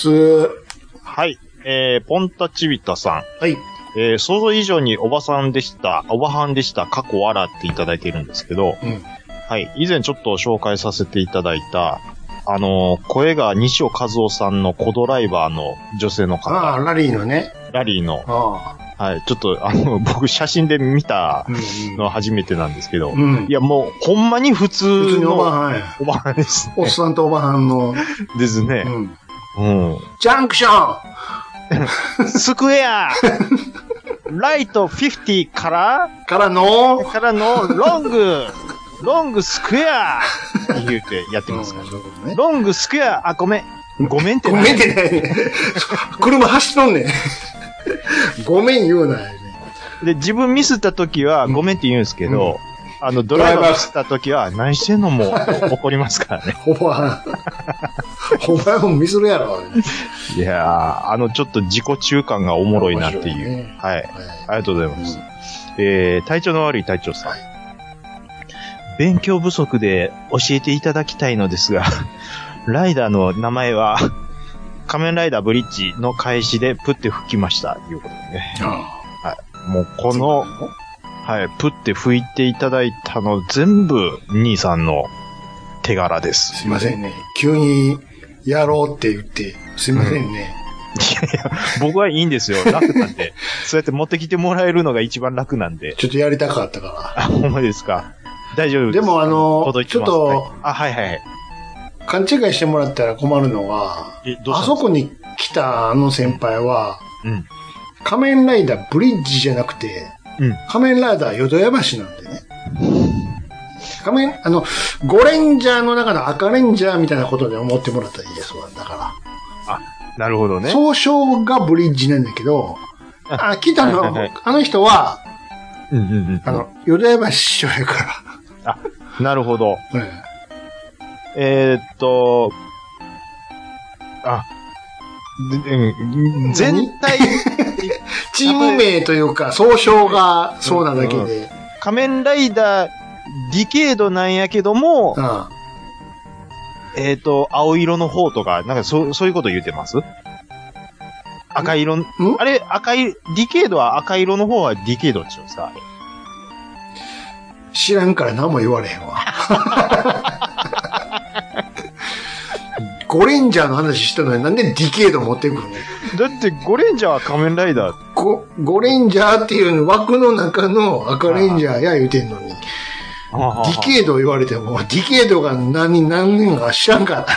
はい、えー、ポンタチビタさん。 はい。 えー、想像以上におばさんでした、おばはんでした、過去笑っていただいているんですけど、 うん、 はい、以前ちょっと紹介させていただいた、あのー、声が西尾和夫さんのコドライバーの女性の方。 ああ、ラリーのね。 ラリーの。 ああ。はい、ちょっと、あの、僕写真で見たのは初めてなんですけど、 うんうん、 いやもう、ほんまに普通の。 普通におばはんや。 おばはんです、ね。 おっさんとおばはんの。 ですね。うん。うん、 ジャンクションスクエアライトごじゅうからからのからのロングロングスクエア言うてやってますから、うんね、ロングスクエア、あ、ごめん。ごめんってない。ごめんってないね。車走っとんねん。ごめん言うなよね。 で、自分ミスった時はごめんって言うんですけど、うん、あの、ドライバーミスった時は何してんのも怒りますからね。 おばお前もミスるやろ。 いやー、あの、ちょっと自己中感がおもろいなっていう。ね、はい、はい。ありがとうございます。うん、えー、体調の悪い隊長さん。はい、勉強不足で教えていただきたいのですが、ライダーの名前は、仮面ライダーブリッジの開始でプッて吹きました。ということでね。はい。もうこの、はい、プッて吹いていただいたの全部、兄さんの手柄です。 すいませんね。急にやろうって言って、すいませんね。うん、いやいや、僕はいいんですよ。楽なんで。そうやって持ってきてもらえるのが一番楽なんで。 ちょっとやりたかったから。 あ、ほんまですか。大丈夫です。 でもあの、ちょっと、 はい、あ、はいはいはい。 勘違いしてもらったら困るのは、あそこに来たあの先輩は、うん、仮面ライダーブリッジじゃなくて、うん、仮面ライダー淀屋橋なんでね。仮面、あの、ゴレンジャーの中の赤レンジャーみたいなことで思ってもらったらいいですわ。だから。 あ、なるほどね。 総称がブリッジなんだけど、あ、来たの、あの人は、うんうんうん、あの、淀屋橋師匠やから。 あ、なるほど。うんえー、っと、あ、全体、 チーム名というか、総称がそうなだけで。うんうん、 仮面ライダー、ディケードなんやけども、うん、えー、っと、青色の方とか、なんかそう、そういうこと言ってます赤色、あれ、赤い、ディケードは赤色の方はディケードでしょさ。 知らんから何も言われへんわ。ゴレンジャーの話したのになんでディケード持ってくるの？ だってゴレンジャーは仮面ライダー。 ゴ、ゴレンジャーっていう枠の中の赤レンジャーや言うてんのに。ディケード言われても、ディケードが何、何年か知らんから。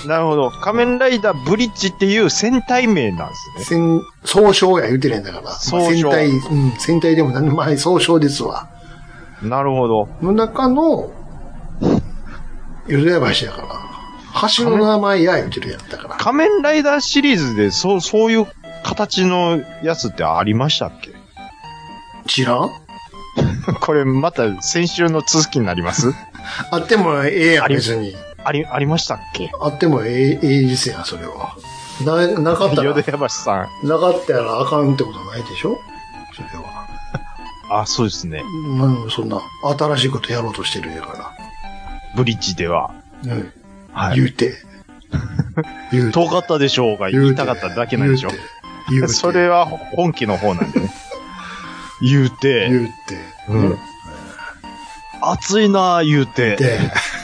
なるほど。仮面ライダーブリッジっていう戦隊名なんですね。 戦、総称や言うてるんだから。総称。戦隊、うん、戦隊でも何でもない総称ですわ。 なるほど。 の中の、淀屋橋だから。橋の名前や言ってるやつだから。 仮面ライダーシリーズで、そう、そういう形のやつってありましたっけ？ 知らんこれまた先週の続きになりますあってもええやん、別に。 あり、ありましたっけ？ あってもええ、ええですやん、それは。な、なかったら。 淀屋橋さん。なかったらあかんってことないでしょそれは。 あ、そうですね。 うん、そんな、新しいことやろうとしてるんやから。 ブリッジでは。 うん。はい、言うて。 言うて。遠かったでしょうが言いたかっただけなんでしょ。言うて。それは本気の方なんでね。言うて。 言うて。 うん。熱いなぁ言うて。で。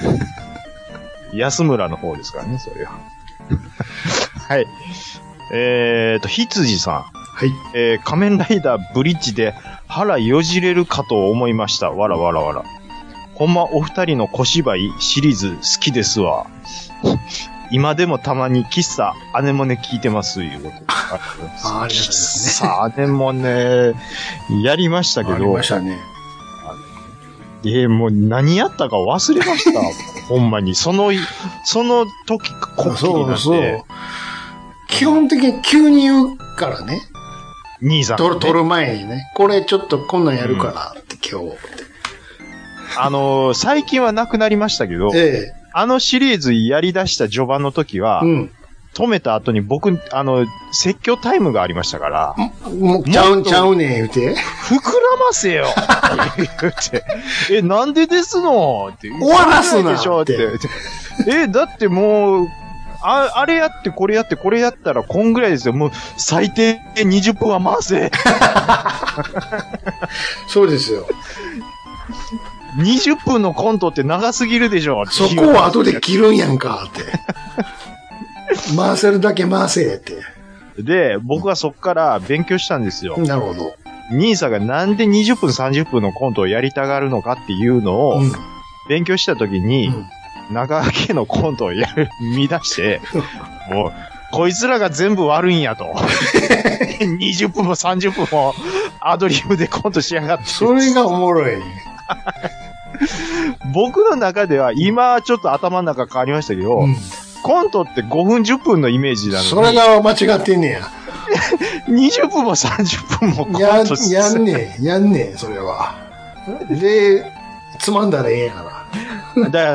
安村の方ですからね、それは。はい。えーと、羊さん。 はい。 えー、仮面ライダーブリッジで腹よじれるかと思いました。わらわらわら。ほんまお二人の小芝居シリーズ好きですわ。今でもたまに喫茶アネモネ聞いてます。いうことで。 あ、ありがとうございますね。喫茶アネモネ、やりましたけど。 ありましたね。 えー、もう何やったか忘れました。ほんまに。その、その時、こっきりなんで。そうそう。 基本的に急に言うからね。 兄さん、ね。 撮る、撮る前にね。これちょっとこんなんやるからって、うん、今日って。 あのー、最近はなくなりましたけど、 ええ。 あのシリーズやり出した序盤の時は、うん、止めた後に僕、あの、説教タイムがありましたから、 もう、ちゃう、ちゃうねん、言うて。 膨らませよ言って。え、なんでですのって。 終わらすなでしょって。え、だってもう、あ、あれやって、これやって、これやったら、こんぐらいですよ。もう、最低にじゅっぷんは回せ。 そうですよ。 にじゅっぷんのコントって長すぎるでしょ。 そこを後で切るんやんか、って。回せるだけ回せ、って。 で、僕はそっから勉強したんですよ。 なるほど。 兄さんがなんでにじゅっぷん、さんじゅっぷんのコントをやりたがるのかっていうのを、勉強したときに、うん長川家のコントをやる、見出して、もう、こいつらが全部悪いんやと。にじゅっぷんもさんじゅっぷんもアドリブでコントしやがって。 それがおもろい。 僕の中では、今ちょっと頭の中変わりましたけど、うん、コントってごふんじゅっぷんのイメージなのに。 それが間違ってんねや。 にじゅっぷんもさんじゅっぷんもコントや、やんねえ、やんねえ、それは。で、つまんだらええやから。 だから、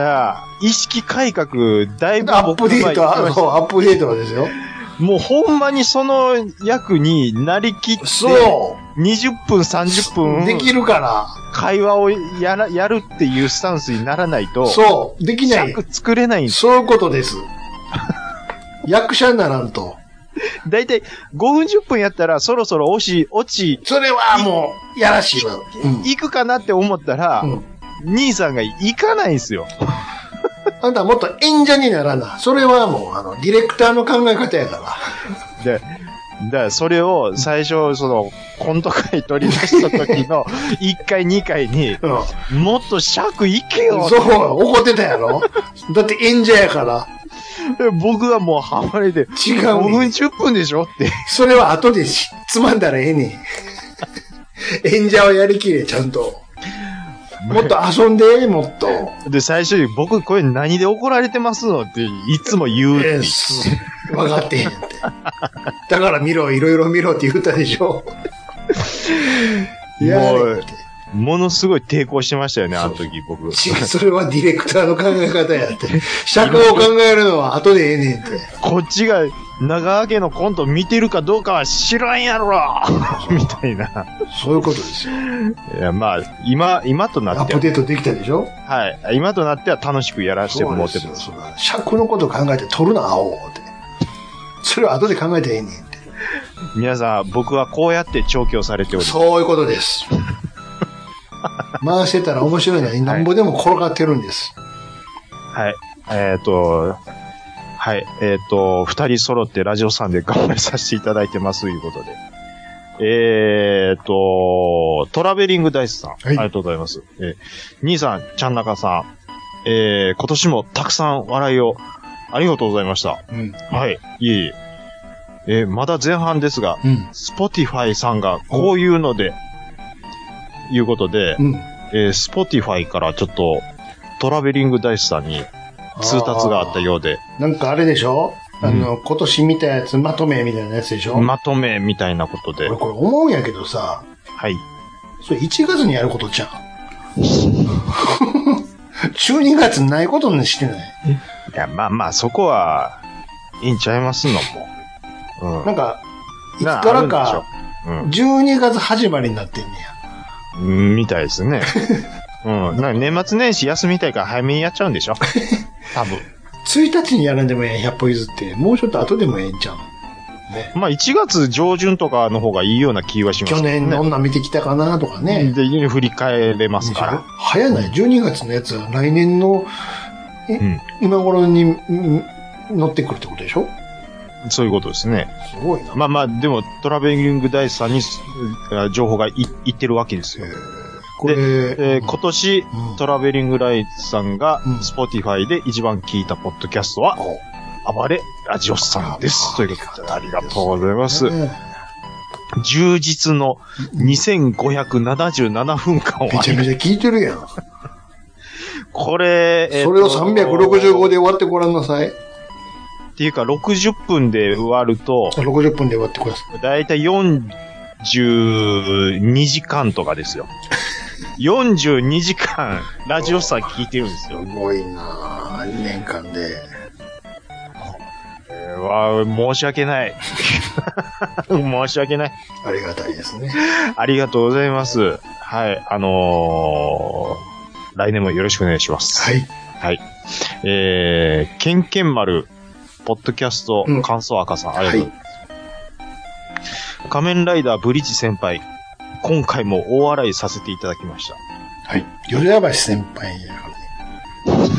意識改革、だいぶアップデート、アップデートですよ。 もうほんまにその役になりきって、 そう。 にじゅっぷん、さんじゅっぷん。 できるから。 会話をやら、やるっていうスタンスにならないと。 そう。できない。 尺作れないんです。 そういうことです。役者にならんと。 だいたいごふんじゅっぷんやったらそろそろ落ち、落ち。 それはもう、やらしいわ。 うん、行くかなって思ったら、うん兄さんが行かないんですよ。 あんたもっと演者にならな。それはもう、あの、ディレクターの考え方やから。 で、だからそれを最初、その、コント会取り出した時のいっかい、にかいに、うん、もっと尺いけよ。 そう、怒ってたやろだって演者やから。 僕はもうハマりで、 違う、ね。 ごふんじゅっぷんでしょって。 それは後でつまんだらええねん。演者はやりきれ、ちゃんと。もっと遊んで、もっと。 で、最初に僕これ何で怒られてますのっていつも言うって。 分かってへんって。だから見ろ、いろいろ見ろって言ったでしょ。 いやもう、ものすごい抵抗してましたよね、あの時僕。違う、 それはディレクターの考え方やって。尺を考えるのは後でええねんって。 こっちが長川家のコント見てるかどうかは知らんやろみたいな。 そういうことですよ。 いや、まあ、今、今となっては。 アップデートできたでしょはい。今となっては楽しくやらせてもらってます。 尺のこと考えて撮るな、青って。それは後で考えてええねんって。 皆さん、僕はこうやって調教されております。 そういうことです。回してたら面白いのになんぼでも転がってるんです。 はい。えっ、ー、と、はい。えっ、ー、と、二人揃ってラジオさんで頑張りさせていただいてますということで。えっ、ー、と、トラベリングダイスさん、はい。ありがとうございます。えー、兄さん、ちゃんなかさん、えー、今年もたくさん笑いをありがとうございました。うん、はい。いえいえ。えー、まだ前半ですが、うん、スポティファイさんがこういうので、うん、いうことで、うん、えー、スポティファイからちょっとトラベリングダイスさんに通達があったようで。 なんかあれでしょあの、うん、今年見たやつ、まとめみたいなやつでしょまとめみたいなことで。 俺これ思うんやけどさ。 はい。 それいちがつにやることじゃん。じゅうにがつないことにしてない。いや、まあまあ、そこは、いいんちゃいますのも。うん。なんか、いつからか、うん、じゅうにがつ始まりになってんねや。うん、みたいですね。うん。なんか年末年始休みたいから早めにやっちゃうんでしょ多分。 ついたちにやらんでもええひゃっぽ譲って、もうちょっと後でもええんちゃうね。まあいちがつ上旬とかの方がいいような気はしますね。去年どんな見てきたかなとかね。 で、振り返れますから。 早ない。じゅうにがつのやつは来年の、え、うん、今頃に乗ってくるってことでしょそういうことですね。 すごいな。 まあまあ、でもトラベリングダイスさんに情報がいいってるわけですよ。で、えー、今年、うん、トラベリングライツさんが、スポティファイで一番聞いたポッドキャストは、うん、暴れラジオさんです。ということで、ありがとうございます。ね、充実のにせんごひゃくななじゅうななふんかんを。 めちゃめちゃ聞いてるやん。 これ、 えー、それをさんびゃくろくじゅうごで終わってごらんなさい。 っていうか、ろくじゅっぷんで終わると、 ろくじゅっぷんで終わってください。 だいたいよんじゅうにじかんとかですよ。 よんじゅうにじかん、ラジオさん聞いてるんですよ。 すごいなぁ。にねんかんで。 これは、申し訳ない。申し訳ない。 ありがたいですね。 ありがとうございます。はい。あのー、来年もよろしくお願いします。 はい。 はい。えー、ケンケン丸、ポッドキャスト、 うん、 感想赤さん、ありがとうございます。はい、仮面ライダーブリッジ先輩、今回も大笑いさせていただきました。 はい。淀屋橋先輩やからね。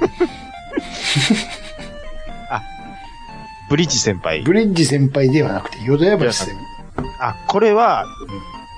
あ、ブリッジ先輩。 ブリッジ先輩ではなくて、淀屋橋先輩。 あ、これは、うん、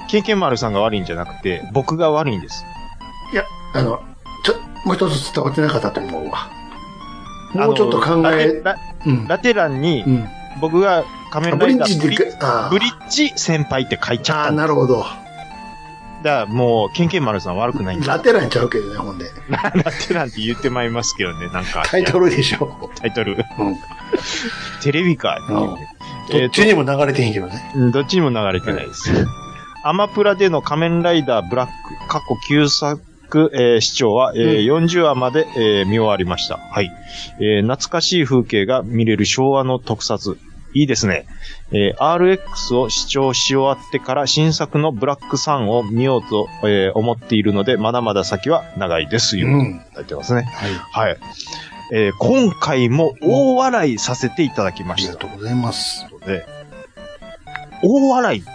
ケンケン丸さんが悪いんじゃなくて、僕が悪いんです。 いや、あの、ちょ、もう一つ伝わってなかったと思うわ。もうちょっと考え、 ラ, ラ,、うん、ラテ欄に、うん、僕が仮面ライダーブリッジ、ブリッジ先輩って書いちゃった。ああ、 なるほど。 だからもう、ケンケン丸さん悪くないんです。 ラテ欄ちゃうけどね、ほんで。 ラテ欄って言ってまいりますけどね、なんか。 タイトルでしょ。 タイトル。うん、テレビかっていう、ね。 うん、どっちにも流れてへんけどね。 うん、どっちにも流れてないです。アマプラでの仮面ライダーブラック、過去きゅうさく、えー、視聴は、えーうん、よんじゅうわまで、えー、見終わりました。はい、えー。懐かしい風景が見れる昭和の特撮。いいですね。えー、アールエックス を視聴し終わってから新作のブラックサンを見ようと、えー、思っているので、まだまだ先は長いです。いうこといただいてますね。はい。はい。えー、今回も大笑いさせていただきました。 ありがとうございます。 で、大笑いって、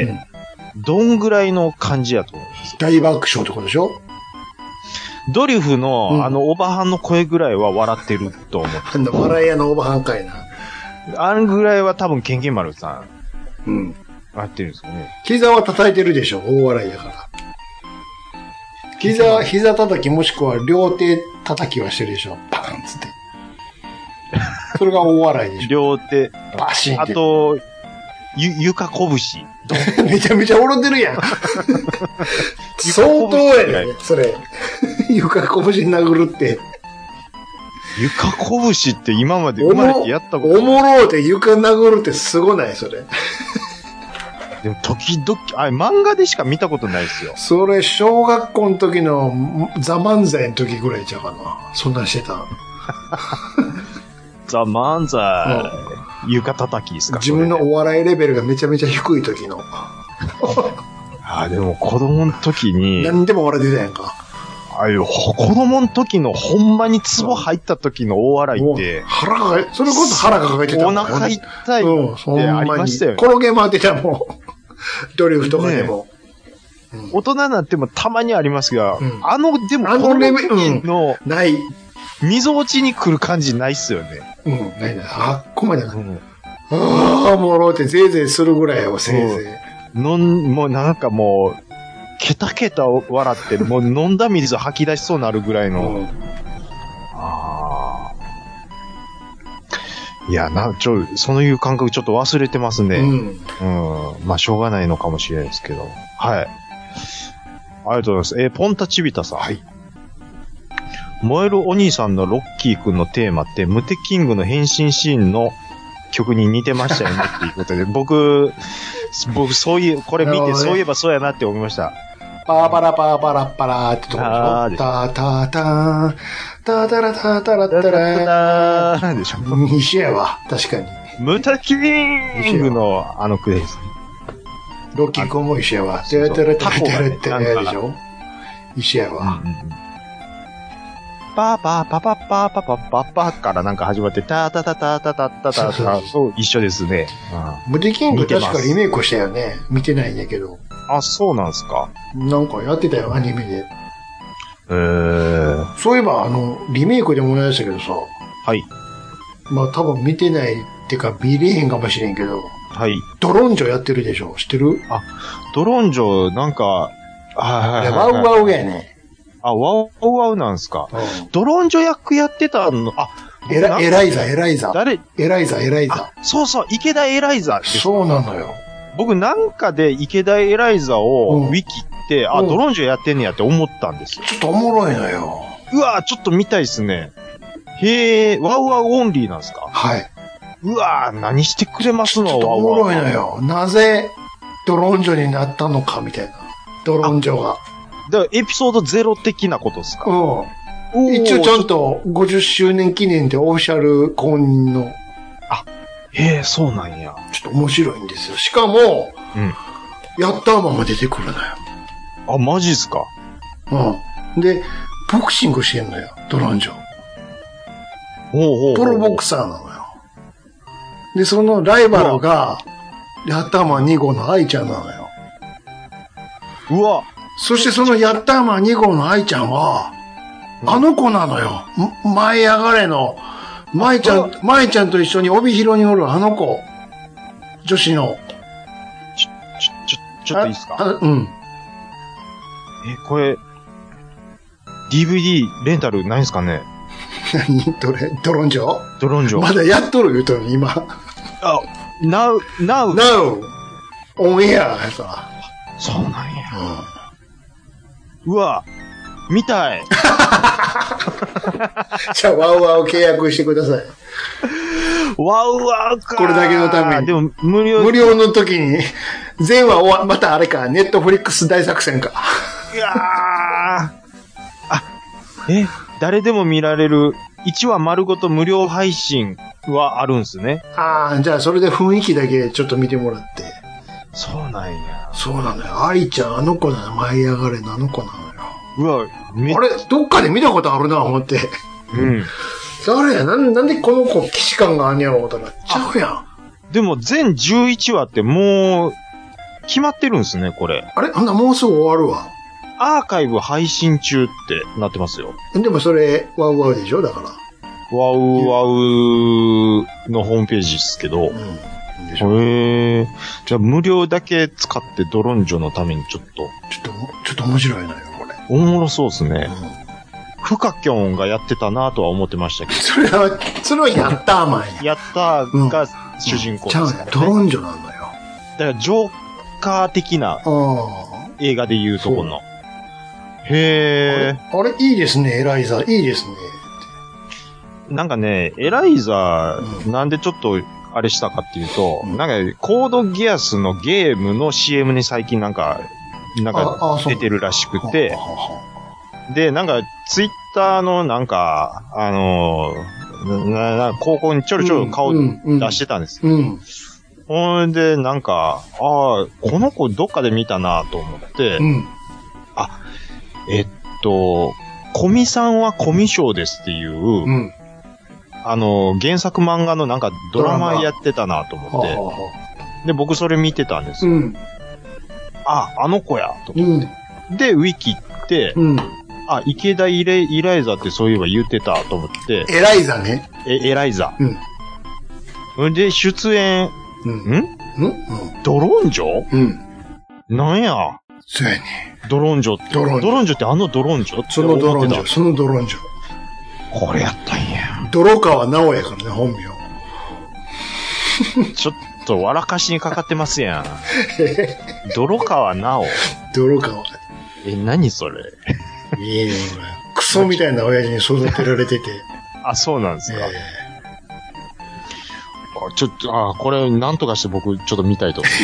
どんぐらいの感じやと思います？ 大爆笑ってことでしょ？ ドリフの、うん、あの、おばはんの声ぐらいは笑ってると思って。 あんな笑い屋のおばはんかいな。 あんぐらいは多分、ケンケン丸さん。うん。 笑ってるんですよね。 膝は叩いてるでしょ、大笑いだから。膝、膝叩きもしくは両手叩きはしてるでしょ、パーンつって。それが大笑いでしょ。 両手。 バシンって。 あと、ゆ、床拳。 めちゃめちゃ笑ってるやん。相当やね、それ。床拳殴るって。 床拳って今まで生まれてやったことない。 おもろうて床殴るってすごないそれ。 でも時々、あれ漫画でしか見たことないですよ。 それ小学校の時のザ・漫才の時ぐらいちゃうかな。そんなんしてた。 ザ・漫才。床叩きですか？ 自分のお笑いレベルがめちゃめちゃ低い時の。 あ、でも子供の時に。 何でも笑ってたやんか。 ああいう子供の時のほんまにツボ入った時の大笑いって。 腹抱え、それこそ腹抱えてたもんね。お腹痛いってありましたよね。 転げ回ってたもん。ドリフとかでも。 ねうん、大人になってもたまにありますが、うん、あの、でもあのレベルの、 ない。 溝落ちに来る感じないっすよね。 うん、ないない。あっこまで、うん、ああ、もろうってぜいぜいするぐらいをせいぜい。のん、もうなんかもう、ケタケタ笑って、もう飲んだ水吐き出しそうになるぐらいの。うん、ああ。いや、な、ちょ、そういう感覚ちょっと忘れてますね。うん。うん。まあ、しょうがないのかもしれないですけど。はい。ありがとうございます。えー、ポンタチビタさん。はい。燃えるお兄さんのロッキーくんのテーマって、ムテキングの変身シーンの曲に似てましたよねっていうことで、僕、僕そういう、これ見て、ね、そういえばそうやなって思いました。 パーパラパーパラッパラーってとこでしょ。タタターン、タタラタタラタラー。 でしょ。 一緒やわ、確かに。 ムテキングのあの句です。 ロッキーくんも一緒やわ。タタラタタラってやでしょ。一緒やわ。 パーパーパパッパーパパッパッパーからなんか始まって、タタタタタタタタタそう、一緒ですね。 ムテキング確かリメイクしたよね。見てないんやけど。 あ、そうなんすか。 なんかやってたよ、アニメで。 えー。 そういえば、あの、リメイクで思い出したけどさ。 はい。 まあ多分見てないってか見れへんかもしれんけど。 はい。 ドロンジョやってるでしょ、知ってる？ あ、ドロンジョ、なんか、はいはいはい。 ワウワウやね。 あ、ワウワウなんすか。うん、ドロンジョ役やってたの、あ、 エラ、エライザ、エライザ。 誰？ エライザ、エライザ。 そうそう、池田エライザです。 そうなのよ。 僕なんかで池田エライザをウィキって、うん、あ、ドロンジョやってんねやって思ったんですよ。 ちょっとおもろいのよ。 うわぁ、ちょっと見たいっすね。へえ、ワウワウオンリーなんすか？ はい。 うわぁ、何してくれますの？ ちょっとおもろいのよ。なぜドロンジョになったのかみたいな。 ドロンジョが。 だからエピソードゼロ的なことですか？ うん。一応ちゃんとごじゅっしゅうねん記念でオフィシャル公認の。 あ、へえ、そうなんや。 ちょっと面白いんですよ。しかも、うん。ヤッターマンが出てくるのよ。 あ、マジっすか？ うん。で、ボクシングしてんのよ、ドロンジョ。 ほうほうほう。 プロボクサーなのよ。で、そのライバルが、ヤッターマンに号の愛ちゃんなのよ。 うわ。 そしてそのヤッターマンに号の愛ちゃんは、あの子なのよ。舞い上がれの、舞ちゃん、舞ちゃんと一緒に帯広におるあの子。女子の。 ちょ、ちょ、ちょ、ちょっといいですか？ うん。 え、これ、ディーブイディー レンタルないんすかね？ 何どれドロンジョ？ ドロンジョ。 まだやっとる言うとる今。 あ、now, now. now. オンエアやさ。 そうなんや。うん、うわ、見たい。 じゃあ、ワウワウ契約してください。 ワウワウか。 これだけのために。 でも、無料。 無料の時に、全話終わ、またあれか、ネットフリックス大作戦か。 いやー。あ、え、誰でも見られるいちわ丸ごと無料配信はあるんすね。 ああ、じゃあそれで雰囲気だけちょっと見てもらって。 そうなんや。 そうなんだよ。愛ちゃん、あの子なの。舞い上がれのあの子なのよ。 うわ、めあれ、どっかで見たことあるな、思って。 うん。 誰や、なん、なんでこの子、騎士感があんねやろ、思ったら、ちゃうやん。 でも、全じゅういちわってもう、決まってるんすね、これ。 あれあんなもうすぐ終わるわ。 アーカイブ配信中ってなってますよ。 でもそれ、ワウワウでしょだから。 ワウワウのホームページですけど。うん。へえ。じゃあ無料だけ使ってドロンジョのためにちょっと。 ちょっと、ちょっと面白いのよ、これ。 おもろそうですね。うん、フカキョンがやってたなとは思ってましたけど。 それは、それはヤッターマンや。 ヤッターが主人公ですからね。 うん、ちゃうね。ドロンジョなんだよ。 だからジョーカー的な映画で言うとこの。へー。あれ、あれいいですね、エライザ。いいですね。 なんかね、エライザ、うん、なんでちょっと、あれしたかっていうと、うん、なんか、コードギアスのゲームの シーエム に最近なんか、なんか、出てるらしくて、で、なんか、ツイッターのなんか、あのー、な、な、高校にちょろちょろ顔出してたんですよ。うんうん、ほんで、なんか、ああ、この子どっかで見たなと思って、うん、あ、えっと、コミさんはコミショーですっていう、うん、あの、原作漫画のなんかドラマやってたなと思って、はははで、僕それ見てたんですよ。うん、あ、あの子や、と思って。うん、で、ウィキって、うん、あ、池田イレイライザってそういえば言ってたと思って。 エライザね。 え、エライザ。うん。で、出演、うん、ん、うん、ドロンジョうん。なんや。 そうやね。 ドロンジョって。ドロンジョ。ドロンジョってあのドロンジョってそのドロンジョ。そのドロンジョ。 これやったんや。 泥川直やからね、本名。 ちょっと笑かしにかかってますやん。泥川直。 泥川。 え、何それ。 いいね、クソみたいな親父に育てられてて。 あ、そうなんですか。えー、ちょっと、あ、これ、なんとかして僕、ちょっと見たいと思います。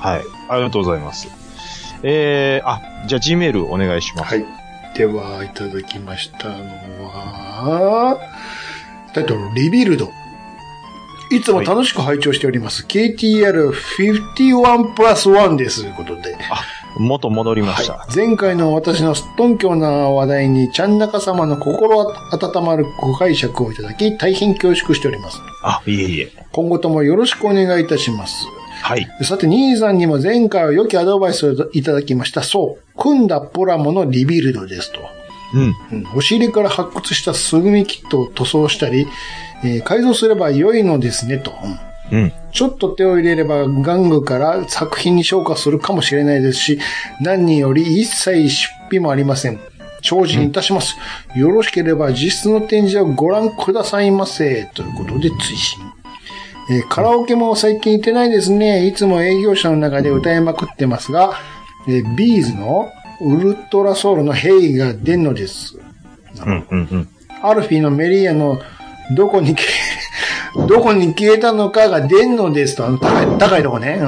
はい。ありがとうございます。えー、あ、じゃあ G メールお願いします。 はい。では、いただきましたのは、タイトル、リビルド。いつも楽しく拝聴しております。はい、ケーティーアールごじゅういちプラスいちです。ということで。 あ、元戻りました、 はい。前回の私のすっとんきょうな話題に、ちゃんなか様の心温まるご解釈をいただき、大変恐縮しております。 あ、いえいえ。 今後ともよろしくお願いいたします。 はい。 さて、兄さんにも前回は良きアドバイスをいただきました。そう。組んだプラモのリビルドですと。うん。うん、押し入れから発掘した素組みキットを塗装したり、えー、改造すれば良いのですねと。うん。うん、ちょっと手を入れれば玩具から作品に昇華するかもしれないですし、何により一切出費もありません。精進いたします。うん、よろしければ実質の展示をご覧くださいませ。ということで追伸。えー、カラオケも最近行ってないですね。いつも営業者の中で歌いまくってますが、えー、ビーズのウルトラソウルのヘイが出んのです。うんうんうん、アルフィーのメリーアのどこに消え、どこに消えたのかが出んのですと。あの高い、高いとこね。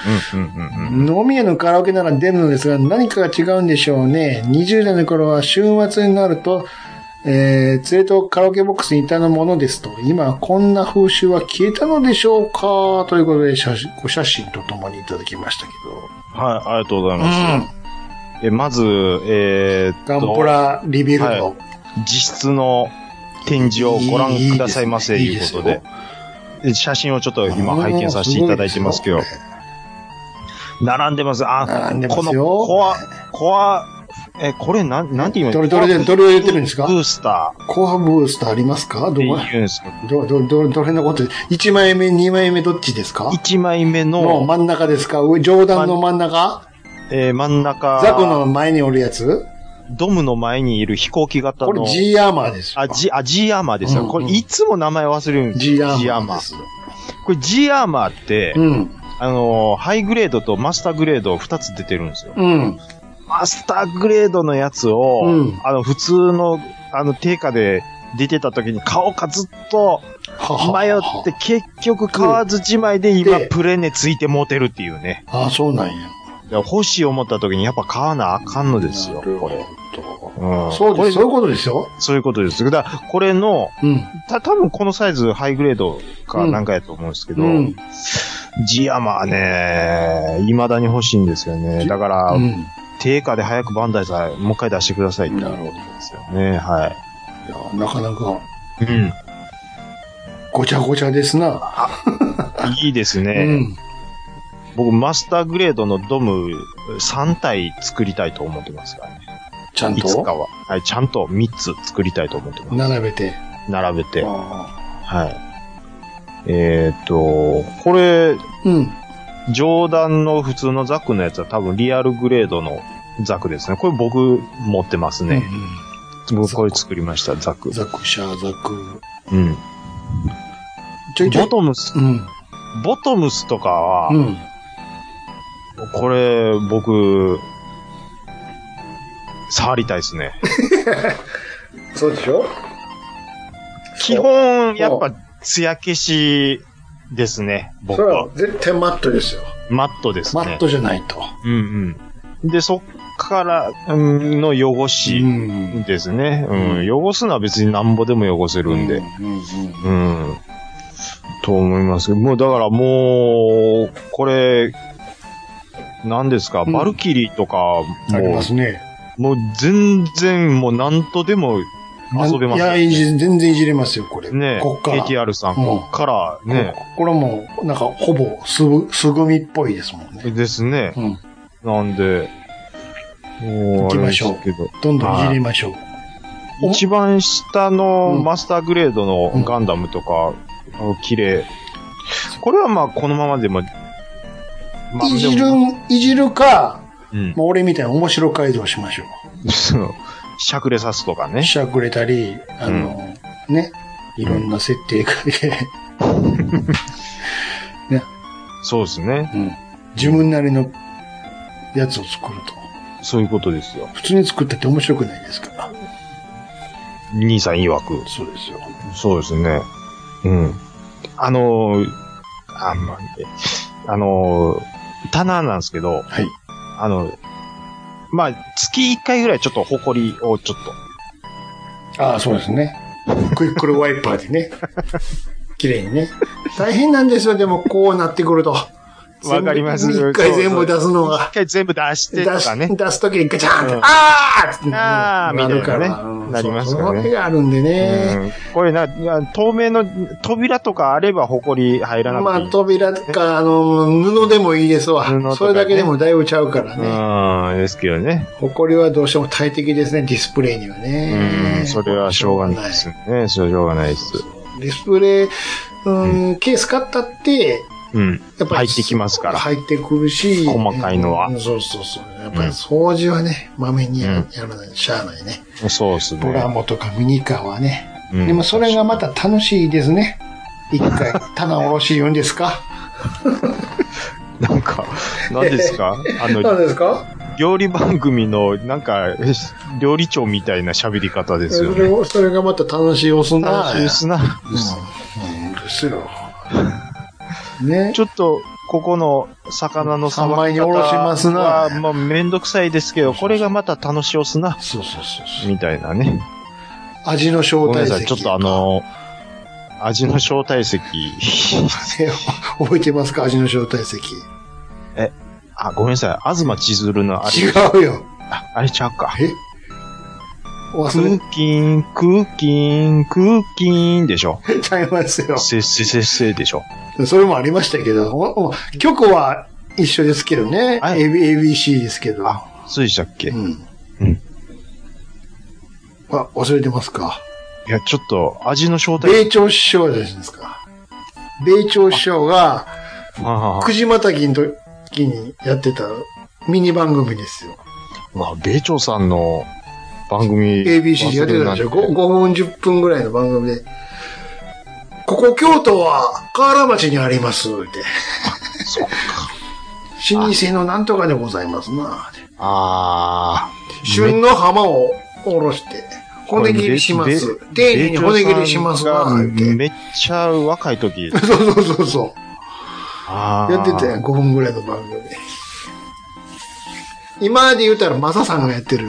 うんうんうん、 飲み屋のカラオケなら出るのですが、何かが違うんでしょうね。にじゅう代の頃は週末になると、えー、連れとカラオケボックスにいたのものですと。今、こんな風習は消えたのでしょうかということで、写真、ご写真とともにいただきましたけど。 はい、ありがとうございます。うん、えまず、えー、っと。 ガンプラリビルド、はい。 実質の展示をご覧くださいませ、ということで。いいで写真をちょっと今拝見させていただいてますけど。並んでます。あ、 並んでますこのコア、コア、え、これなん、なんて言うんですか？どれ、どれで、どれを言ってるんですか？ ブースター。 コアブースターありますか？どこ？ って言うんですか？ ど、ど、ど、どれのこと？いちまいめ、にまいめどっちですか？ いち 枚目の。 の真ん中ですか？上、上段の真ん中？ えー、真ん中。 ザクの前におるやつ？ ドムの前にいる飛行機型の。 これ G アーマーですよ。 あ、G、あ、G アーマーですよ。うんうん、これいつも名前忘れるんですよ。 G アーマーです。 これ G アーマーって、 うん、 あのー、ハイグレードとマスターグレードふたつ出てるんですよ。 うん、 マスターグレードのやつを、うん、あの、普通の、あの、定価で出てた時に買おうかずっと迷って結局買わずじまいで今プレネついて持てるっていうね。 ああ、そうなんや。 欲しい思った時にやっぱ買わなあかんのですよ、これ。 うん、そうです。そういうことですよ。 そういうことです。だから、これの、 うん、 た、多分このサイズハイグレードかなんかやと思うんですけど、うん、ジアマーね、未だに欲しいんですよね。だから、うん、定価で早くバンダイさんもう一回出してくださいって言うんですよね。はい。 いや、なかなか。 うん。 ごちゃごちゃですな。 いいですね。うん、僕、マスターグレードのドムさん体作りたいと思ってますからね。 ちゃんといつかは。はい、ちゃんとみっつ作りたいと思ってます。 並べて。 並べて。はい。えーっと、これ、 うん。 上段の普通のザクのやつは多分リアルグレードのザクですね。これ僕持ってますね。うんうん、僕これ作りました、ザク。 ザク、シャーザク。 うん。 ちょいちょいボトムス、 うん。 ボトムスとかは、 うん、 これ僕、触りたいですね。 そうでしょ？ 基本、やっぱ、艶消しですね、僕は。 それは絶対マットですよ。 マットですね。 マットじゃないと。 うんうん。で、そっからの汚しですね。うん、うん。汚すのは別になんぼでも汚せるんで。うん。うんうん、と思いますけど、もうだからもう、これ、何ですか、うん、バルキリーとかも。 ありますね。 もう全然もう何とでも遊べます、 ね。いや、全然いじれますよ、これ。 ねえ。 こっから。 ケーティーアール さん、うん、こっからね。 こ, これもう、なんかほぼすぐ、すぐみっぽいですもんね。 ですね。 うん。 なんで、 もう、行きましょう。どんどんいじりましょう。一番下のマスターグレードのガンダムとか、うん、綺麗。これはまあこのままでも、 まあ、いじる、いじるか、 うん、 まあ俺みたいな面白改造しましょう。 そう。しゃくれさすとかね。 しゃくれたり、あの、うん、ね、いろんな設定がで、ね。 そうですね、 うん。自分なりのやつを作ると。 そういうことですよ。 普通に作ったって面白くないですから。 兄さん曰く。 そうですよ。 そうですね。うん。あのー、あ、まあ、あのー、棚なんですけど、 はい。 あの、まあ、月いっかいぐらいちょっと埃をちょっと。ああ、そうですね。クイックルワイパーでね。綺麗にね。大変なんですよ、でもこうなってくると。 わかります。 一回全部出すのが。 一回全部出してとかね。 出し、出すときにガチャンって、うん、あーあーみたいなね。なりますからね。 それがあるんでね。 うん、これな、透明の扉とかあれば埃入らなくていい。 まあ扉か、あの、布でもいいですわ。ね、それだけでもだいぶちゃうからね。 うん、ですけどね。 埃はどうしても大敵ですね、ディスプレイにはね。 うん、それはしょうがないですね。それはしょうがないです。 ディスプレイ、うん、うん、ケース買ったって、 うん。やっぱり入ってきますから。 入ってくるし。 細かいのは。 うん、そうそうそう。やっぱり掃除はね、まめにやらない、うん、しゃあないね。 そうですね。 プラモとかミニカーはね。うん、でもそれがまた楽しいですね。一回、棚卸し言うんですかなんか、何ですかあの、 何ですか料理番組の、なんか、料理長みたいな喋り方ですよね。 それそれがまた楽しいおすな。 楽しいおすな。 うん、うん、ですよ。ね。 ちょっと、 ここの魚のさばき方は、 三枚におろしますなまあ、めんどくさいですけど、これがまた楽しおすな。 そうそうそうそう。 みたいなね。 味の招待席。 ごめんなさい、ちょっとあの、味の招待席。 覚えてますか味の招待席。 え、あ、ごめんなさい、東千鶴のあれ。 違うよ。 あ、あれちゃうか。 えクーキン、クーキン、クーキンでしょ。 ちゃいますよ。 せっせせっせでしょ。 それもありましたけど、おお曲は一緒ですけどね。 はいエービーエービーシー ですけど。 あ、そうでしたっけ、 う。ん。 うん。 あ、忘れてますか。 いや、ちょっと、味の招待米朝師匠じゃないですか。米朝師匠が、 あくじまたぎの時にやってたミニ番組ですよ。 まあ、米朝さんの番組。 エービーシー でやってたでしょ。 忘れるなんてご, ごふんじゅっぷんぐらいの番組で。ここ京都は河原町にありますって。 そっか。 老舗のなんとかでございますな。 あ旬の浜をおろして、骨切りします。丁寧に骨切りしますなって。 めっちゃ若い時。 そうそうそうそう。 あやってたよ、ごふんぐらいの番組。今で言うたらマサさんがやってる。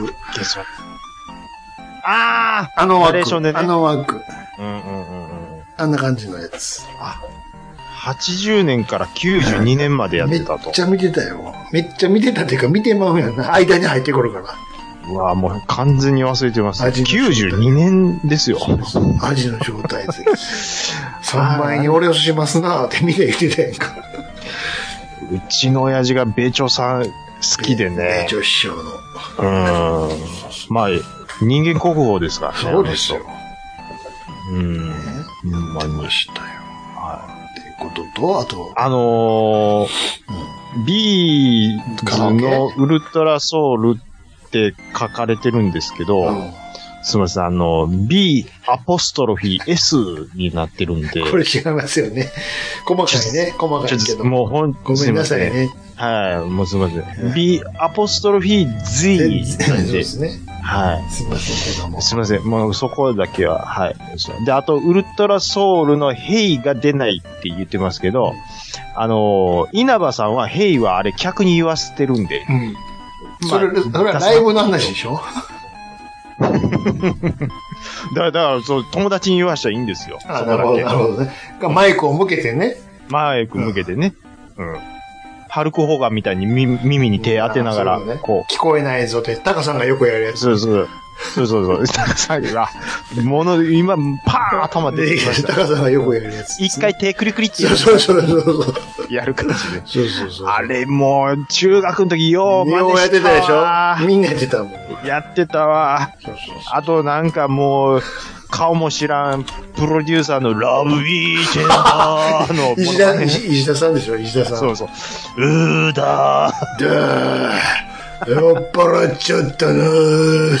あああの枠。 ナレーションでねあの枠。 うんうんうんうん。 あんな感じのやつ。 はちじゅうねんからきゅうじゅうにねんまでやってたと。 めっちゃ見てたよ。めっちゃ見てたっていうか見てまうやんな。間に入ってくるから。 うわもう完全に忘れてます。 味のきゅうじゅうにねんですよ。 味の正体席。さんまいにおろしますなーってみんな言ってたやんか。 うちの親父が米朝さん好きでね。 米朝師匠の。 うん。まあ、人間国宝ですからね。 そうですよ。 あの人。うん。 やってましたよ。 はい。 ってことと、あと、 あのー、ビーズのウルトラソウルって書かれてるんですけど、 うんすみません、あの、B アポストロフィー S になってるんで。 これ違いますよね。細かいね、細かいけど。 ちょっともうほん、 ごめんなさいね。 はい、もうすみません。B アポストロフィー Z そうなんで。 ですね。 はい。 すいませんけども。 すみません。もうそこだけは、はい。で、あと、ウルトラソウルのヘイが出ないって言ってますけど、あの、稲葉さんはヘイはあれ客に言わせてるんで。 うん。 まあそれ、それはライブの話でしょだから、だからそう、友達に言わしたらいいんですよ。 あ、なるほど、なるほどね。マイクを向けてね。 マイク向けてね。うん。ハルク・ホーガンみたいに耳耳に手当てながら、 ね、 こう。 聞こえないぞって、タカさんがよくやるやつ。 そうそう。そうそうそう。タカさんが、もの、今、パーン頭出てきました。 タカさんがよくやるやつ。 一回手クリクリってやる。 そうそうそうそう。 やる感じで。 そうそうそう。 あれ、もう、中学の時、よう、 ようやってたでしょみんなやってたもん。 やってたわ。 そうそうそう。 あと、なんかもう、顔も知らん、プロデューサーのラブビーチェンダーの、 石田、石田さんでしょ石田さん。 そうそう。うーだー。だー。酔っ払っちゃったなー。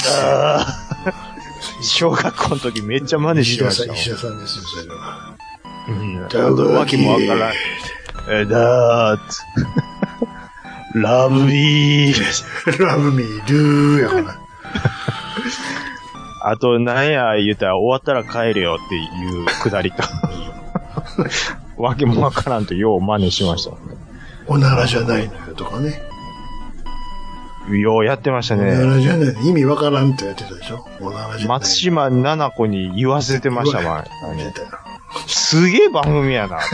小学校の時めっちゃ真似してました。 石田さんですよ、それは。 うん。わけもわからん。え、だーっつ。ラブビー。 ラブミー、ルーやから。 あと、なんや言うたら終わったら帰れよっていうくだりと。わけもわからんとよう真似しました。 おならじゃないのよとかね。 ようやってましたね。 おならじゃないの意味わからんとやってたでしょおならじゃない。 松島奈々子に言わせてましたわ。すげえ番組やな。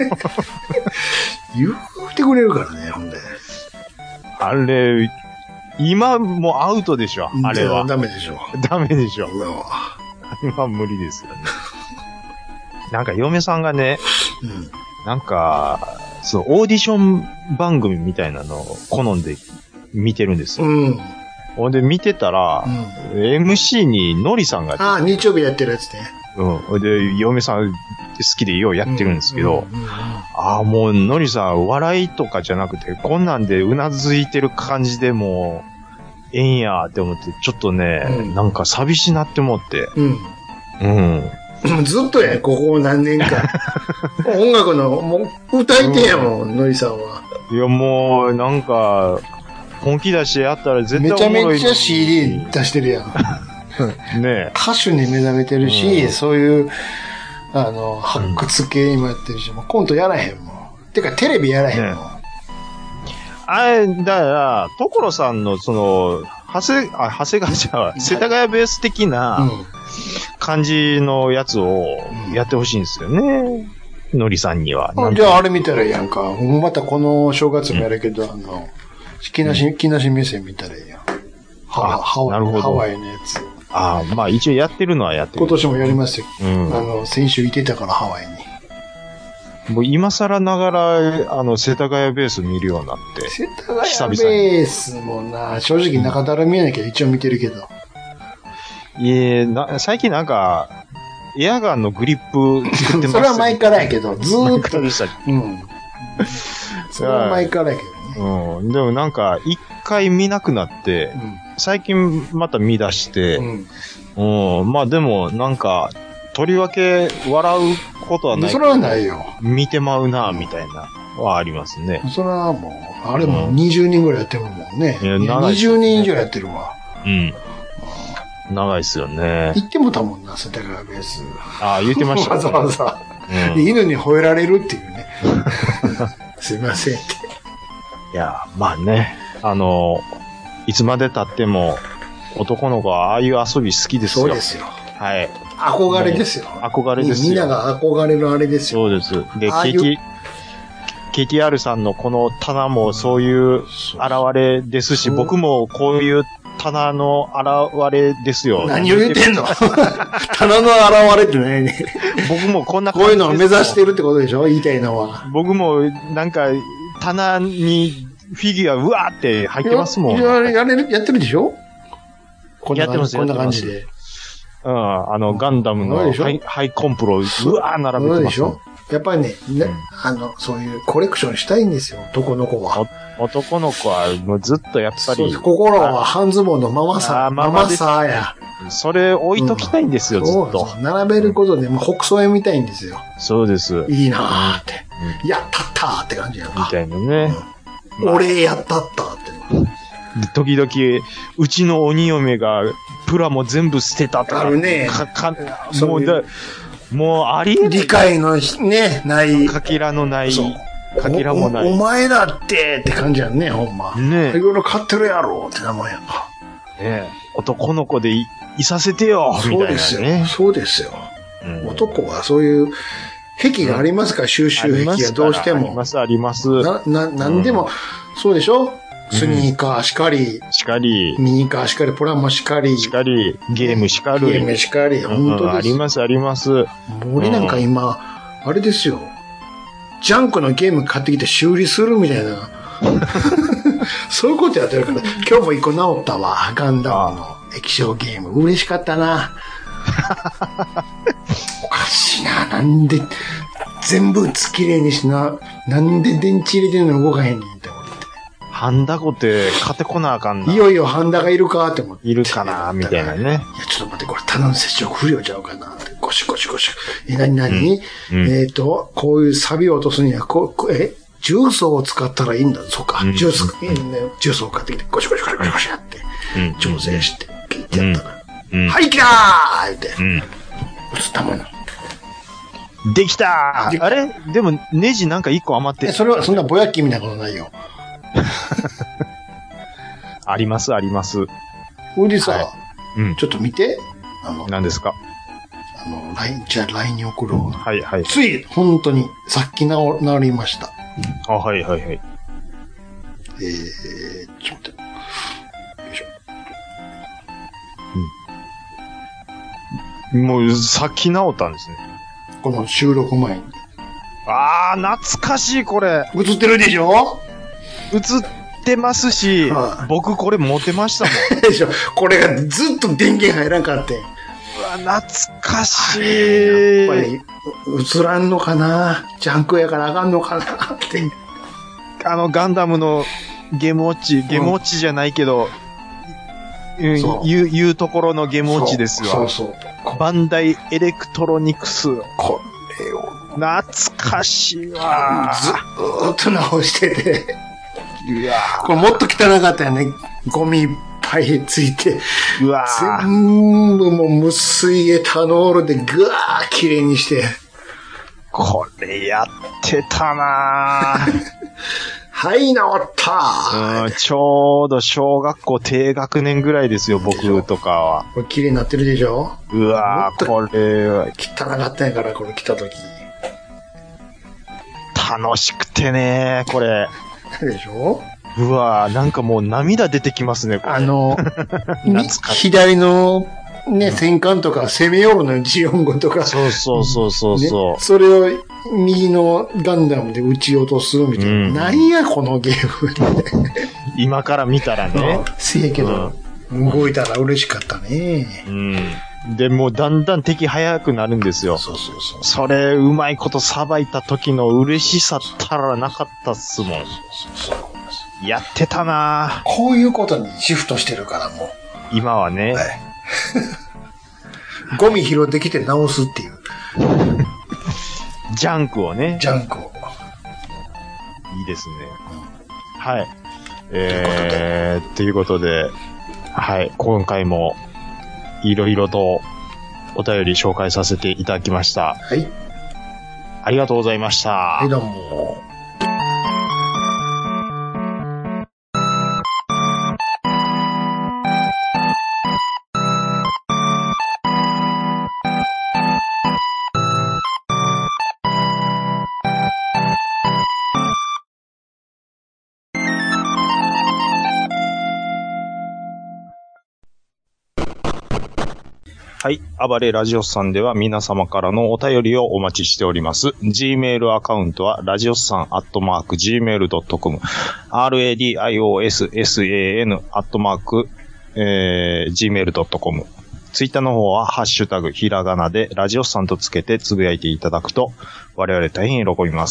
言ってくれるからね、ほんで。 あれ、今もうアウトでしょ、あれは。 ダメでしょ。 ダメでしょ。 今は。 今無理ですよね。なんか嫁さんがね、うん、なんか、そう、オーディション番組みたいなのを好んで見てるんですよ。うん。ほんで見てたら、うん、エムシー にノリさんが。 ああ、日曜日やってるやつね。 うん。ほんで、嫁さん好きでようやってるんですけど、ああ、もうノリさん笑いとかじゃなくて、こんなんでうなずいてる感じでもう、ええんやって思って、ちょっとね、うん、なんか寂しなって思って。うん。 うん。ずっとや、ここ何年か。音楽の、もう、歌い手やもん、うん、ノリさんは。 いや、もう、なんか、本気出してやったら絶対おもろい。 めちゃめちゃ シーディー 出してるやん。 ねえ。 歌手に目覚めてるし、うん、そういう、あの、発掘系今やってるし、もうコントやらへんもん。 てか、テレビやらへんの、ね、 あれ、だから、所さんの、その、長谷、あ、長谷川じゃ、世田谷ベース的な感じのやつをやってほしいんですよね。のりさんには。 あ、じゃああれ見たらいいやんか。またこの正月もやるけど、うん、あの、木梨、木梨目線見たらいいやん。ハワイ、ハワイのやつ。 ああ、まあ一応やってるのはやってる。 今年もやりますよ。うん、あの、先週行ってたからハワイに。 もう今更ながら、あの、世田谷ベース見るようになって。 世田谷ベースもな、正直中だら見えなきゃ一応見てるけど。 いえ、な、最近なんか、エアガンのグリップ作ってます、ね、 それは前からやけど、ずーっと。 でした。 うん。それは前からやけどね。うん。でもなんか、一回見なくなって、うん、最近また見出して、うん。うん、まあでも、なんか、とりわけ笑うことはない。 それはないよ。 見てまうな、みたいな、はありますね。 それはもう、あれもにじゅうにんぐらいやってるもんね。うん、いやにじゅうにん以上やってるわ。 うん。長いっすよね。 言ってもたもんな、世田谷ベース。 ああ、言ってました、 ね。わざわざ、うん。犬に吠えられるっていうね。すいませんって。 いや、まあね、あの、いつまで経っても、男の子はああいう遊び好きですよ。 そうですよ。 はい。 憧れですよ。 憧れですよ。 みんなが憧れるあれですよ。そうです。で、ケーティー、ケーティーアール さんのこの棚もそういう現れですし、僕もこういう棚の現れですよ。 何を言ってんの棚の現れって何ね。 僕もこんな感じです。こういうのを目指してるってことでしょ言いたいのは。 僕もなんか棚にフィギュアうわーって入ってますもん。 や、やれる、やってるでしょやってます、 こんな感じで。 うん、あの、ガンダムのハイ、ハイコンプロ、うわー並べてます。でしょやっぱりね、ね、うん、あの、そういうコレクションしたいんですよ、男の子は。 男の子はもうずっとやっぱり。 心は半ズボンのママさ、ママさや。 それ置いときたいんですよ、うん、ずっと。 そう並べることで、もう北総へ見たいんですよ。 そうです。 いいなーって。うん、やったったーって感じやんか。 みたいなね。 うん、俺やったったーって。 時々、うちの鬼嫁が、プラも全部捨てたとか。 あるね。 か、か、もうだ、もうあり理解のね、ない。 かけらのない。かけらもない。 お、お前だってって感じやんね、ほんま。ねえ。いろいろ買ってるやろって名前やんか。 ねえ。男の子でい、いさせてよ、みたいな、ね。 そうですよ。そうですよ。うん、男はそういう癖がありますから、うん、収集癖がどうしても。 あります、あります。 な、な、なんでも、うん、そうでしょスニーカーしかり、 しかり、 ミニカーしかり、プラモしかり、 しかり、ゲームしかり、 ゲームしかり、本当です。 あります、あります。 俺なんか今、あれですよ。ジャンクのゲーム買ってきて修理するみたいな。そういうことやってるから、今日も一個直ったわ。ガンダムの液晶ゲーム。嬉しかったな。おかしいな。なんで、全部綺麗にしな。なんで電池入れてるの動かへんねんって思って。 ハンダゴって買ってこなあかんな。 いよいよハンダがいるかって思って。 いるかなみたいなね。いや、 ちょっと待って、これ棚の接触不良ちゃうかなって。ゴシゴシゴシ。え、なになに、うん、えっ、ー、と、こういう錆びを落とすには、こう、え重曹を使ったらいいんだ。そうか。うん、重曹、うん、重曹を買ってきて、ゴシゴシゴシゴシゴシやって、うん、調整して、ピッてやったら、うん、はい、きたーって、うん、映ったもの。 できたーあれでも、ネジなんか一個余ってる。 それは、そんなぼやっきみたいなことないよ。 あります、あります。 ほいでさ、はい、 うん、 ちょっと見て。 あの、何ですかあの、ライン、じゃあ ライン に送ろう。 はいはい。 つい、本当に、さっき治、治りました。 あ、はいはいはい。 えー、ちょっと待って。よいしょ。 うん。もう、さっき治ったんですね。 この収録前に。 あー、懐かしい、これ。 映ってるでしょ？ 映ってますし、はあ、僕これ持てましたもん。 でしょ？これがずっと電源入らんかって。 うわ、懐かしい。 やっぱり、映らんのかな？ジャンクやからあかんのかなって。 あの、ガンダムのゲームウォッチ、ゲームウォッチじゃないけど、うん、言う、言うところのゲームウォッチですわ。 そうそうそう。バンダイエレクトロニクス。 これを。 懐かしいわ。 ずーっと直してて。うわこれもっと汚かったよね。ゴミいっぱいついて。 うわ全部もう無水エタノールでぐわー綺麗にして。 これやってたなぁ。 はい、治ったうん、ちょうど小学校低学年ぐらいですよ、僕とかは。 これ綺麗になってるでしょ？ うわぁ、これは。 汚かったんやから、これ来た時。 楽しくてね、これ。 でしょ？ うわぁ、なんかもう涙出てきますね、これ。 あの、左の、ね、戦艦とか攻めよるのよ、ジオンゴとか。 そうそうそうそうそう、 ね。それを右のガンダムで撃ち落とすみたいな。うん、なんや、このゲーム。 今から見たらね。 せやけど、うん、動いたら嬉しかったね。 うん。で、もうだんだん敵早くなるんですよ。 そうそうそう。 それ、うまいことさばいた時の嬉しさったらなかったっすもん。そうそうそう。やってたなぁ。 こういうことにシフトしてるからもう。 今はね。はい。 ゴミ拾ってきて直すっていう。 ジャンクをね。 ジャンクを。 いいですね。うん、はい。えー、ということで、はい。今回も、いろいろとお便り紹介させていただきました。 はい。 ありがとうございました。 はい、どうも。 はい。暴れラジオスさんでは皆様からのお便りをお待ちしております。Gmail アカウントは、ラジオスさんアットマーク ジーメールドットコム、ラディオスサン アットマーク、えー、ジーメールドットコム。ツイッターの方は、ハッシュタグ、ひらがなで、ラジオスさんとつけてつぶやいていただくと、我々大変喜びます。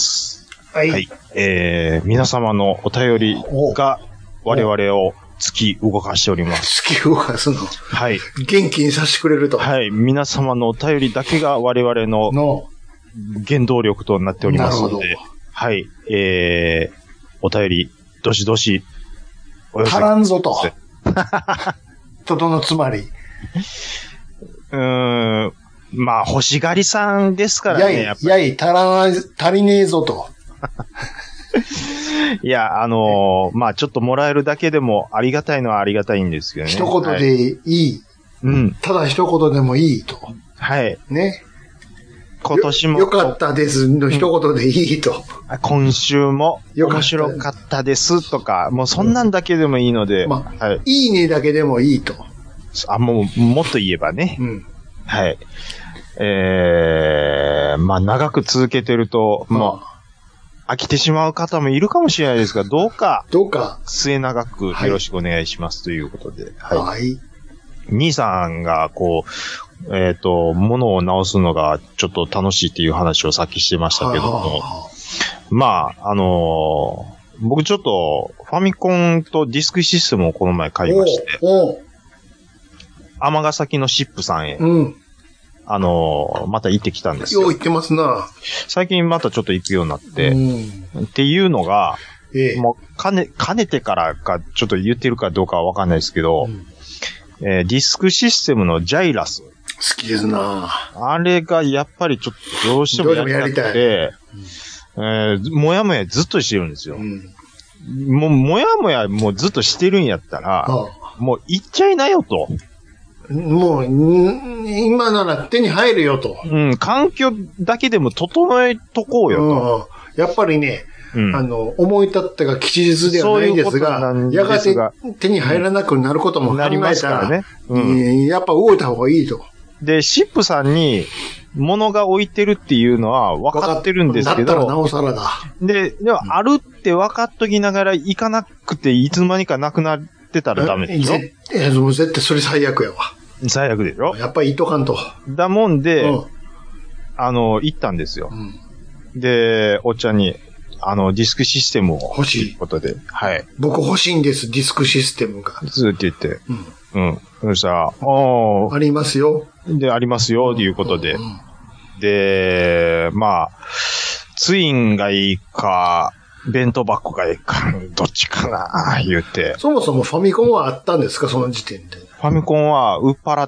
はい。 はい。えー、皆様のお便りが、我々を、突き動かしております。 突き動かすの。 はい。 元気にさせてくれると。 はい。皆様のお便りだけが我々の原動力となっておりますので。はい。えー、お便り、どしどし、 お寄せ。足らんぞと。とどのつまり。 うーん。まあ、欲しがりさんですからね。 やい、やい、足らない、足りねえぞと。 いや、あのー、まあちょっともらえるだけでもありがたいのはありがたいんですけどね。 一言でいい。はい、 うん。 ただ一言でもいいと。 はい。 ね。 今年も。 よ、よかったですの一言でいいと。 うん、今週も面白かったですとか、もうそんなんだけでもいいので。 まあ、 はい。 いいねだけでもいいと。 あ、もう、もっと言えばね。 うん。 はい。えー、まあ長く続けてると、まあ、もう、飽きてしまう方もいるかもしれないですが、どうか、 どうか、 末永くよろしくお願いしますということで。 はい。はい。 兄さんが、こう、えっと、物を直すのがちょっと楽しいっていう話をさっきしてましたけども、まあ、あのー、僕ちょっと、ファミコンとディスクシステムをこの前買いまして、尼崎のシップさんへ。 うん。 あのー、また行ってきたんですよ。 よう行ってますな。 最近またちょっと行くようになって、 うん、 っていうのが、 ええ、 もう、かね、かねてからか、ちょっと言ってるかどうかはわかんないですけど、うん、えー、ディスクシステムのジャイラス。好きですな。 あれがやっぱりちょっとどうしてもやりたくて、うん、えー、もやもやずっとしてるんですよ。うん、もう、もやもやもうずっとしてるんやったら、ああもう行っちゃいなよと。 もう、今なら手に入るよと。 うん、環境だけでも整えとこうよと。 うん、やっぱりね、うん、あの、思い立ったが吉日ではないですが、ううやがて手に入らなくなることも考えたら、なりますからね、うん、やっぱ動いた方がいいと。 で、シップさんに物が置いてるっていうのは分かってるんですけど。 だったらなおさらだ。 で、でもあるって分かっときながら行かなくていつの間にかなくなる。ってたらダメでしょ？ え、もう絶対それ最悪やわ。 最悪でしょ？ やっぱり言っとかんと。 だもんで、うん、あの、行ったんですよ。うん、で、おっちゃんに、あの、ディスクシステムを。 欲しい。 ということで。はい。 僕欲しいんです、ディスクシステムが。 ずーって言って。うん。うん。そしたら、おー。ありますよ。 で、ありますよ、ということで。うんうんうん、で、まあ、ツインがいいか、弁当箱がいいか、どっちかな、言うて。 そもそもファミコンはあったんですか、その時点で。 ファミコンは売っ払っち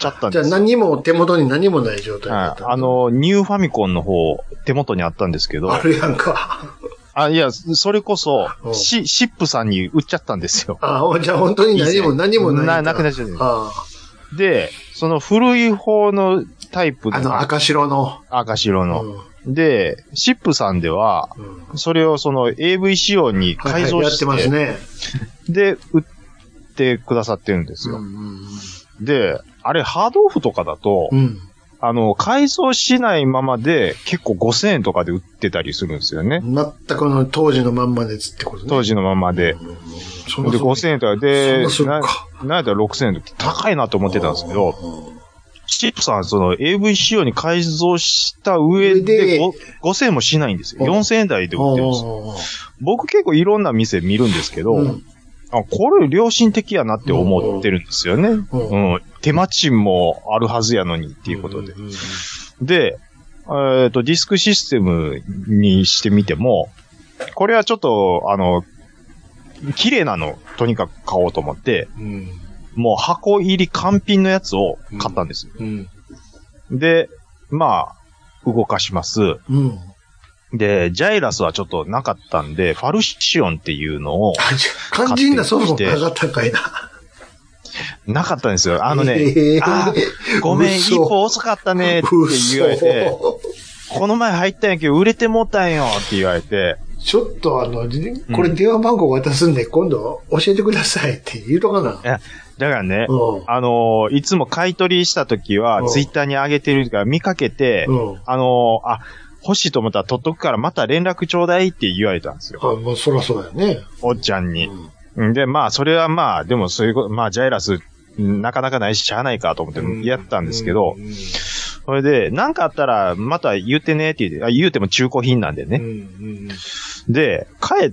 ちゃったんですよ。 じゃあ何も、手元に何もない状態だった。 はい。あの、ニューファミコンの方、手元にあったんですけど。 あるやんか。 あ、いや、それこそ、シ、シップさんに売っちゃったんですよ。 ああ、じゃあ本当に何も何もない。 な、なくなっちゃった。 ああで、その古い方のタイプあの赤白の。 赤白の。うん、で、シップさんでは、うん、それをその エーブイ 仕様に改造して、 はいはい、やってますね。で、売ってくださってるんですよ。うんうんうん、で、あれハードオフとかだと、うん、あの、改造しないままで結構ごせんえんとかで売ってたりするんですよね。 全くの当時のまんまでってことね。 当時のまんまで。うん、で、ごせんえんとかで、な、なんやったらろくせんえんって高いなと思ってたんですけど、シップさん、その エーブイ 仕様に改造した上でごせんえんもしないんですよ。よんせんえん台で売ってるんですよ。僕結構いろんな店見るんですけど、うん、あ、これ良心的やなって思ってるんですよね。うんうん、手間賃もあるはずやのにっていうことで。で、えっと、ディスクシステムにしてみても、これはちょっと、あの、綺麗なの、とにかく買おうと思って、うん、もう箱入り完品のやつを買ったんですよ。うんうん、で、まあ、動かします。うん、で、ジャイラスはちょっとなかったんで、ファルシオンっていうのを買ってきて。 肝心なソフトなかったんかいな。 なかったんですよ。あのね、えー、あごめん、一歩遅かったねって言われて、この前入ったんやけど売れてもったんよって言われて、 ちょっとあの、これ電話番号渡すんで、今度教えてくださいって言うとかな。いや、 だからね、うん、あのー、いつも買い取りしたときは、ツイッターに上げてるから見かけて、うん、あのー、あ、欲しいと思ったら取っとくからまた連絡ちょうだいって言われたんですよ。 あ、もうそらそうだよね。 おっちゃんに。うん、で、まあ、それはまあ、でもそういうこと、まあ、ジャイラス、なかなかないし、しゃあないかと思ってやったんですけど、うんうん、それで、なんかあったら、また言ってねって言って、あ、言うても中古品なんでね。うんうん、で、帰って、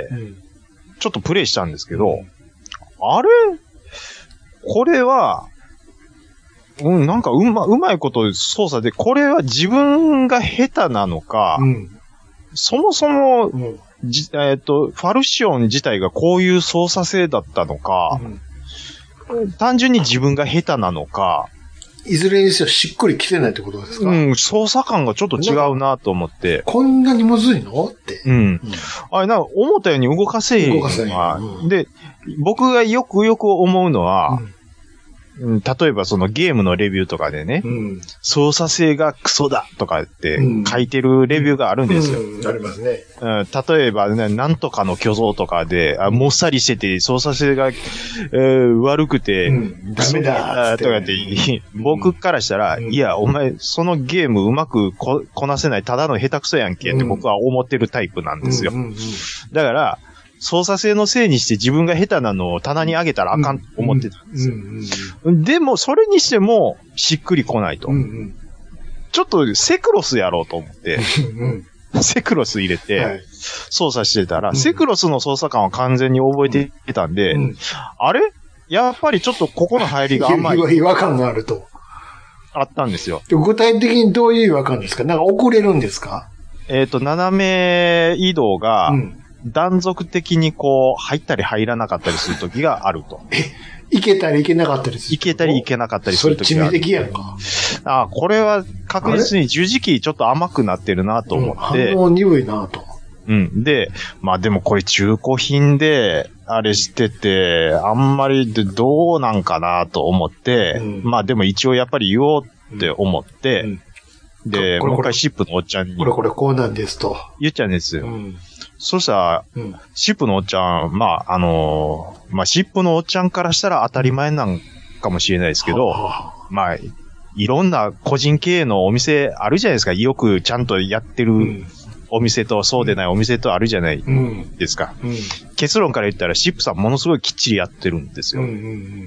ちょっとプレイしたんですけど、うん、あれこれは、うん、なんかうま、うまいこと操作で、これは自分が下手なのか、うん、そもそも、うんじえっと、ファルシオン自体がこういう操作性だったのか、うん、単純に自分が下手なのか、 いずれにせよしっくりきてないってことですか？ うん、操作感がちょっと違うなと思って。 こんなにむずいのって。 うん。うん、あれ、なんか思ったように動かせへん。動かせへん。うん、で、僕がよくよく思うのは、うんうん、例えばそのゲームのレビューとかでね、うん、操作性がクソだとかって書いてるレビューがあるんですよ。 うんうん、ありますね。 うん、例えばね、なんとかの巨像とかで、あもっさりしてて操作性が、えー、悪くて、うん、 ダメだとかって、僕からしたら、うん、いや、お前、そのゲームうまく こ, こなせないただの下手くそやんけって僕は思ってるタイプなんですよ。うんうんうん、だから、操作性のせいにして自分が下手なのを棚に上げたらあかんと思ってたんですよ。でも、それにしてもしっくりこないと。うんうん、ちょっとセクロスやろうと思って、セクロス入れて操作してたら、はい、セクロスの操作感は完全に覚えていたんで、うんうん、あれやっぱりちょっとここの入りがあんまり。 違和感があると。 あったんですよ。 具体的にどういう違和感ですか？なんか遅れるんですか？ えっと、斜め移動が、うん断続的にこう、入ったり入らなかったりするときがあると。 え、いけたりいけなかったりする？ いけたりいけなかったりするときがある。 それ致命的やんか。 ああ、これは確実に十字キーちょっと甘くなってるなと思って。 うん、反応鈍いなと。 うん。で、まあでもこれ中古品で、あれしてて、あんまりどうなんかなと思って、うん、まあでも一応やっぱり言おうって思って、うんうん、で、もう一回シップのおっちゃんに。 これこれこうなんですと。 言っちゃうんですよ。うんそしたら、うん、シップのおっちゃん、まあ、あのー、まあ、シップのおっちゃんからしたら当たり前なんかもしれないですけど、まあ、いろんな個人経営のお店あるじゃないですか。よくちゃんとやってるお店とそうでないお店とあるじゃないですか。うんうん、結論から言ったらシップさんものすごいきっちりやってるんですよ。うんうんうん、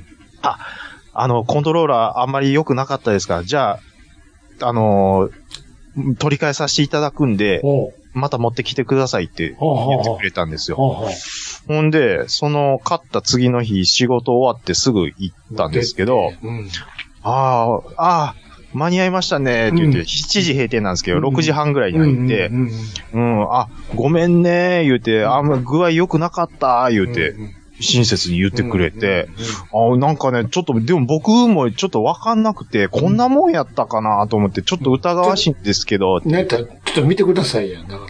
あ、あの、コントローラーあんまり良くなかったですから、じゃあ、あのー、取り替えさせていただくんで、また持ってきてくださいって言ってくれたんですよ。ほうほうほうほんで、その買った次の日仕事終わってすぐ行ったんですけど、うん、ああ、ああ、間に合いましたねって言って、うん、しちじ閉店なんですけど、うん、ろくじはんぐらいに入って、うん、うん、あ、ごめんね言うて、あんま具合良くなかった言うて、うんうん、 親切に言ってくれて、あなんかね、ちょっと、でも僕もちょっとわかんなくて、こんなもんやったかなと思って、ちょっと疑わしいんですけど。 ね、ちょっと見てくださいや、だから。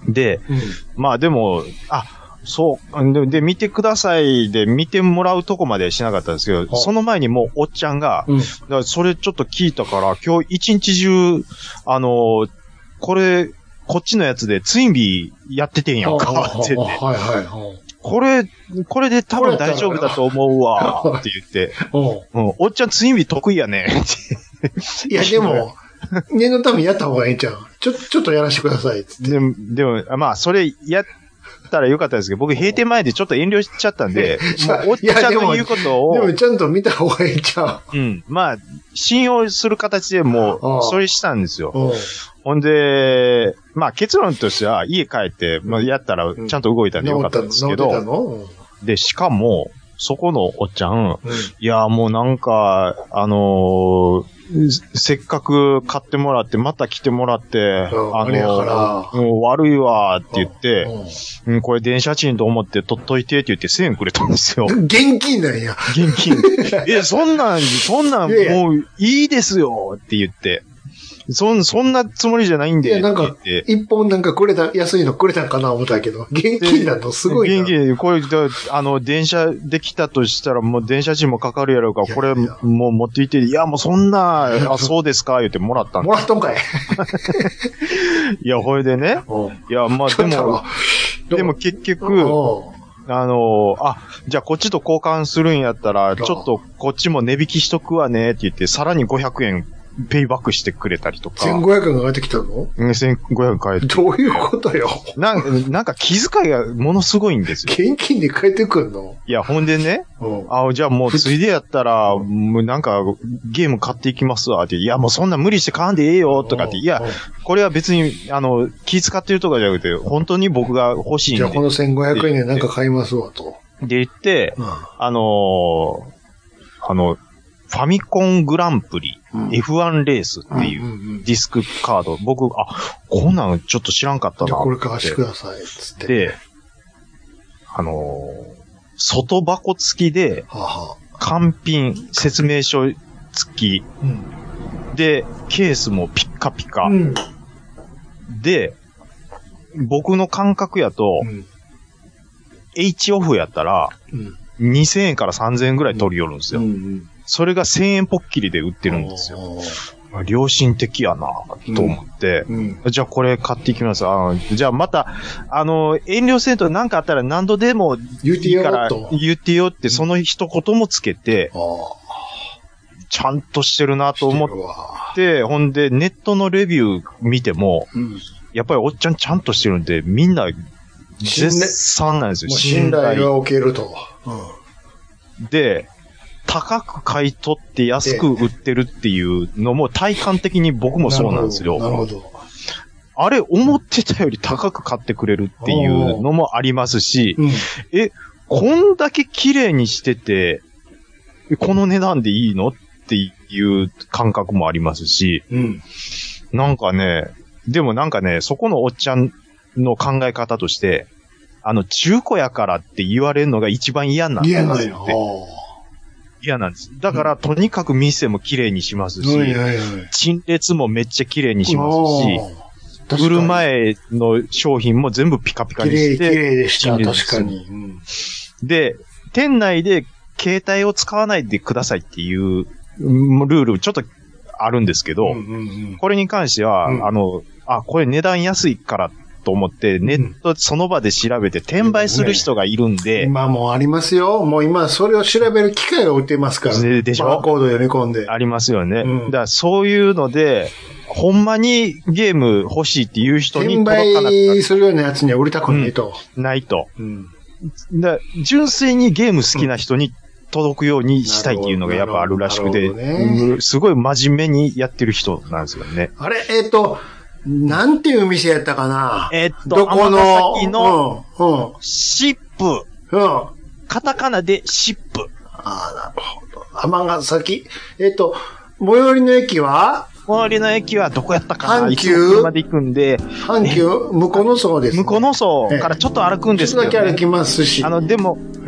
で、うん、まあでも、あ、そうで、で、見てくださいで、見てもらうとこまでしなかったんですけど、その前にもうおっちゃんが、うん、だからそれちょっと聞いたから、今日一日中、あの、これ、こっちのやつでツインビーやっててんやんか、って言って。はいはいはい。これ、これで多分大丈夫だと思うわ、って言って。うん。おっちゃんツインビー得意やね、って。 いや、でも、念のためやった方がいいんちゃう？ちょ、ちょっとやらせてください、つって。 でも、でも、まあ、それやったらよかったですけど、僕閉店前でちょっと遠慮しちゃったんで、もうおっちゃんの言うことを。 でも、でもちゃんと見た方がいいんちゃう？うん。まあ、信用する形でもう、それしたんですよ。ほんで、まあ結論としては家帰って、まあやったらちゃんと動いたんでよかったんですけど、で、しかも、そこのおっちゃん、うん、いや、もうなんか、あのー、せっかく買ってもらって、また来てもらって、うん、あのー、もう悪いわって言って、うんうん、これ電車賃と思って取っといてって言ってせんえんくれたんですよ。 現金なんや。 現金。え、そんなん、そんなんもういいですよって言って。そん、そんなつもりじゃないんで。いや、 なんか、一本なんかくれた、安いのくれたんかな思ったけど、現金だとすごいな。 現金、これ、あの、電車できたとしたら、もう電車賃もかかるやろうから、これ、もう持っていて、いや、もうそんな、あ、そうですか、言ってもらったんもらったんかい。 いや、ほいでね。いや、まあ、でも、でも結局、あの、あ、じゃあこっちと交換するんやったら、ちょっとこっちも値引きしとくわね、って言って、さらにごひゃくえん、ペイバックしてくれたりとか。 せんごひゃくえんが返ってきたの？ うん、せんごひゃくえん返って。 どういうことよ。 なん、なんか気遣いがものすごいんですよ。 現金で返ってくんの？ いや、ほんでね。うん、あ、じゃあもうついでやったら、もうなんかゲーム買っていきますわって。いや、もうそんな無理して買わんでええよとかって。いや、これは別に、あの、気遣ってるとかじゃなくて、本当に僕が欲しいんで。 じゃあこのせんごひゃくえんでなんか買いますわと。 で言って、うん、あのー、あの、ファミコングランプリ、うん、エフワン レースっていうディスクカード、僕、あ、こんなんちょっと知らんかったなって。 これ貸してください、つって。 で、あのー、外箱付きで、完品説明書付き、うん、で、ケースもピッカピカ。うん、で、僕の感覚やと、うん、H オフやったら、うん、にせんえんからさんぜんえんぐらい取り寄るんですよ。うんうん、それがせんえんぽっきりで売ってるんですよ。良心的やなと思って、うんうん、じゃあこれ買っていきます。あじゃあまた、あの、遠慮せんと何かあったら何度でもいいから言ってよってその一言もつけて、うん、ちゃんとしてるなと思って、ほんでネットのレビュー見ても、うん、やっぱりおっちゃんちゃんとしてるんで、みんな絶賛なんですよ。 信頼が置けると。 うん、で、高く買い取って安く売ってるっていうのも体感的に僕もそうなんですよ。なるほど。あれ、思ってたより高く買ってくれるっていうのもありますし、うん、え、こんだけ綺麗にしてて、この値段でいいのっていう感覚もありますし、うん、なんかね、でもなんかね、そこのおっちゃんの考え方として、あの、中古やからって言われるのが一番嫌なんですよ。嫌なんよ。嫌なんです。だから、とにかく店も綺麗にしますし、陳列もめっちゃ綺麗にしますし、売る前の商品も全部ピカピカにして、 綺麗でした、確かに、うん。 で、店内で携帯を使わないでくださいっていうルールちょっとあるんですけど、うんうんうん、これに関しては、うん、あの、あ、これ値段安いからと思って、ネットその場で調べて転売する人がいるんで。 今もありますよ。もう今それを調べる機会が売ってますから。 でしょ？ バーコード読み込んで。 ありますよね。うん、だからそういうので、ほんまにゲーム欲しいっていう人に届かなかった。 転売するようなやつには売りたくないと。 うん、ないと。うん、だ純粋にゲーム好きな人に届くようにしたいっていうのがやっぱあるらしくて、ね、すごい真面目にやってる人なんですよね。 あれ、えっと、なんていう店やったかなえっと、どこの、尼崎の、うん、シップ。うん。カタカナでシップ。 ああ、なるほど。尼崎。えっと、最寄りの駅は最寄りの駅はどこやったかな阪急まで行くんで。 阪急向こうの層です、ね。 向こうの層からちょっと歩くんですけど、ね。 ちょっとだけ歩きますし。 あの、でも、はい、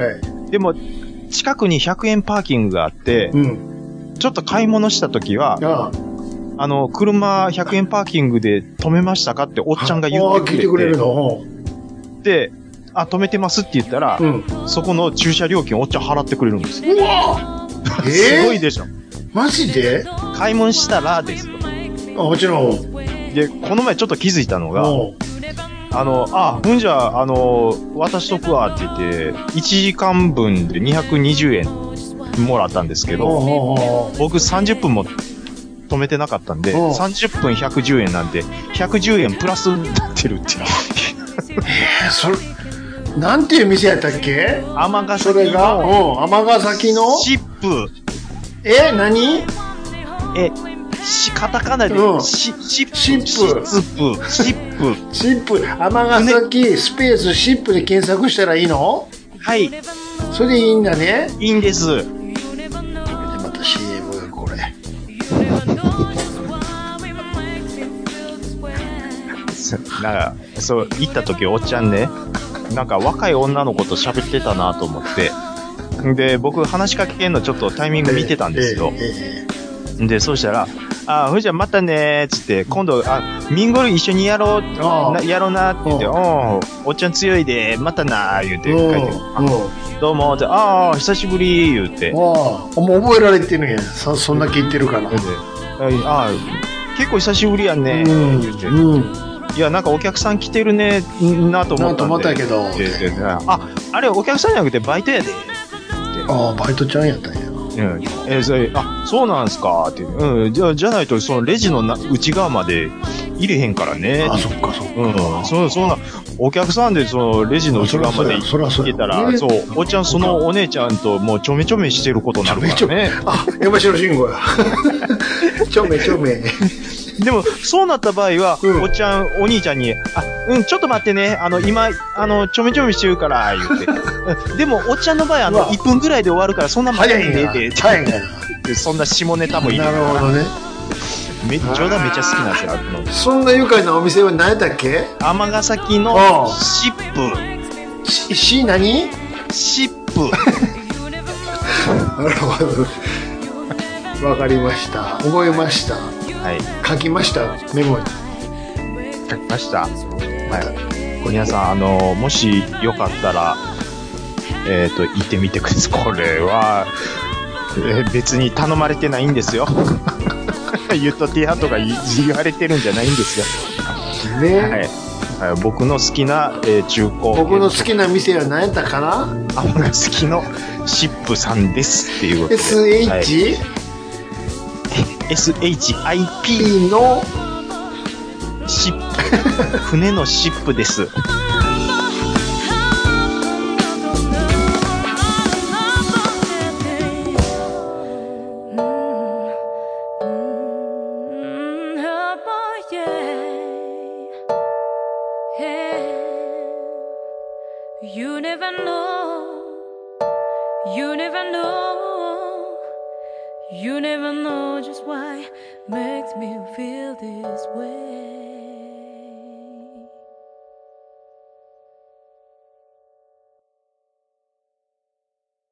でも、近くにひゃくえんパーキングがあって、うん、ちょっと買い物した時は、あああの、車ひゃくえんパーキングで止めましたかっておっちゃんが言ってくれて。聞いてくれるので、あ、止めてますって言ったら、うん、そこの駐車料金おっちゃん払ってくれるんですよ。うわえー、すごいでしょ。 マジで買い物したらですよ。 あ、もちろん。 で、この前ちょっと気づいたのが、あの、あ、ほんじゃ、あの、渡しとくわって言って、いちじかんぶんでにひゃくにじゅうえんもらったんですけど、僕さんじゅっぷんも止めてなかったんで、さんじゅっぷんひゃくじゅうえんなんで、ひゃくじゅうえんプラスになってるっていう。 えー、それ、なんていう店やったっけ？ 尼崎の。 それが、うん、尼崎のシップ。 え、何？ え、し、カタカナで、うん、し、シップ。 シップ。 シップ。シップ。 シップ。尼崎スペースシップで検索したらいいの？ はい。 それでいいんだね？ いいんです。これでまた シーエム がこれ。 なんか、そう、行った時おっちゃんね、なんか若い女の子と喋ってたなと思って、で、僕話しかけんのちょっとタイミング見てたんですよ。えええ、で、そうしたら、あ、ほいじゃまたねーつって、今度、あ、ミンゴル一緒にやろう、なやろうなって言って、おおおっちゃん強いで、またなー言うて書いて、どうもって、ああ、久しぶり言うて。ああ、 もう覚えられてるんや。そ、そんだけ言ってるから。ああ、結構久しぶりやんね、言うて。うんいや、なんかお客さん来てるね、なと思ったんで。なと思ったけど。 あ、あれお客さんじゃなくてバイトやで。 ああ、バイトちゃんやったんや。 うん。えー、それ、あ、そうなんすかって。うん。じゃ、じゃないと、そのレジのな内側まで入れへんからね。 あ、そっかそっか。 うん。そ、そんな、お客さんでそのレジの内側まで行けたら、そう、おっちゃんそのお姉ちゃんともうちょめちょめしてることになるからね。ちょめちょめ。 あ、山城慎吾や。ちょめちょめ。 でも、そうなった場合は、うん、おっちゃん、お兄ちゃんに、あ、うん、ちょっと待ってね、あの、今、あの、ちょめちょめしてるから、言って。でも、おっちゃんの場合、あの、いっぷんぐらいで終わるから、そんな待てんで、って。 早いね。 そんな下ネタもいる。 なるほどね。 めっちゃ、冗談めっちゃ好きなんですよ、あの。そんな愉快なお店は何やったっけ？ 尼崎の、シップ。し、し、何？ シップ。 なるほど。わかりました。覚えました。 はい、 書きましたメモに書きました。はい。皆さんあのもしよかったらえっ、ー、と行ってみてください。これは、えー、別に頼まれてないんですよ。言っとってやとか言われてるんじゃないんですよ。 ね。 はい。はい、僕の好きな、えー、中古。 僕の好きな店は何やったかな？ あ、僕が好きのシップさんですっていうことで。 エスエイチ？はいエスエイチアイピー のシップ。船のシップです。 You never know, you never know, you never know just why makes me feel this way.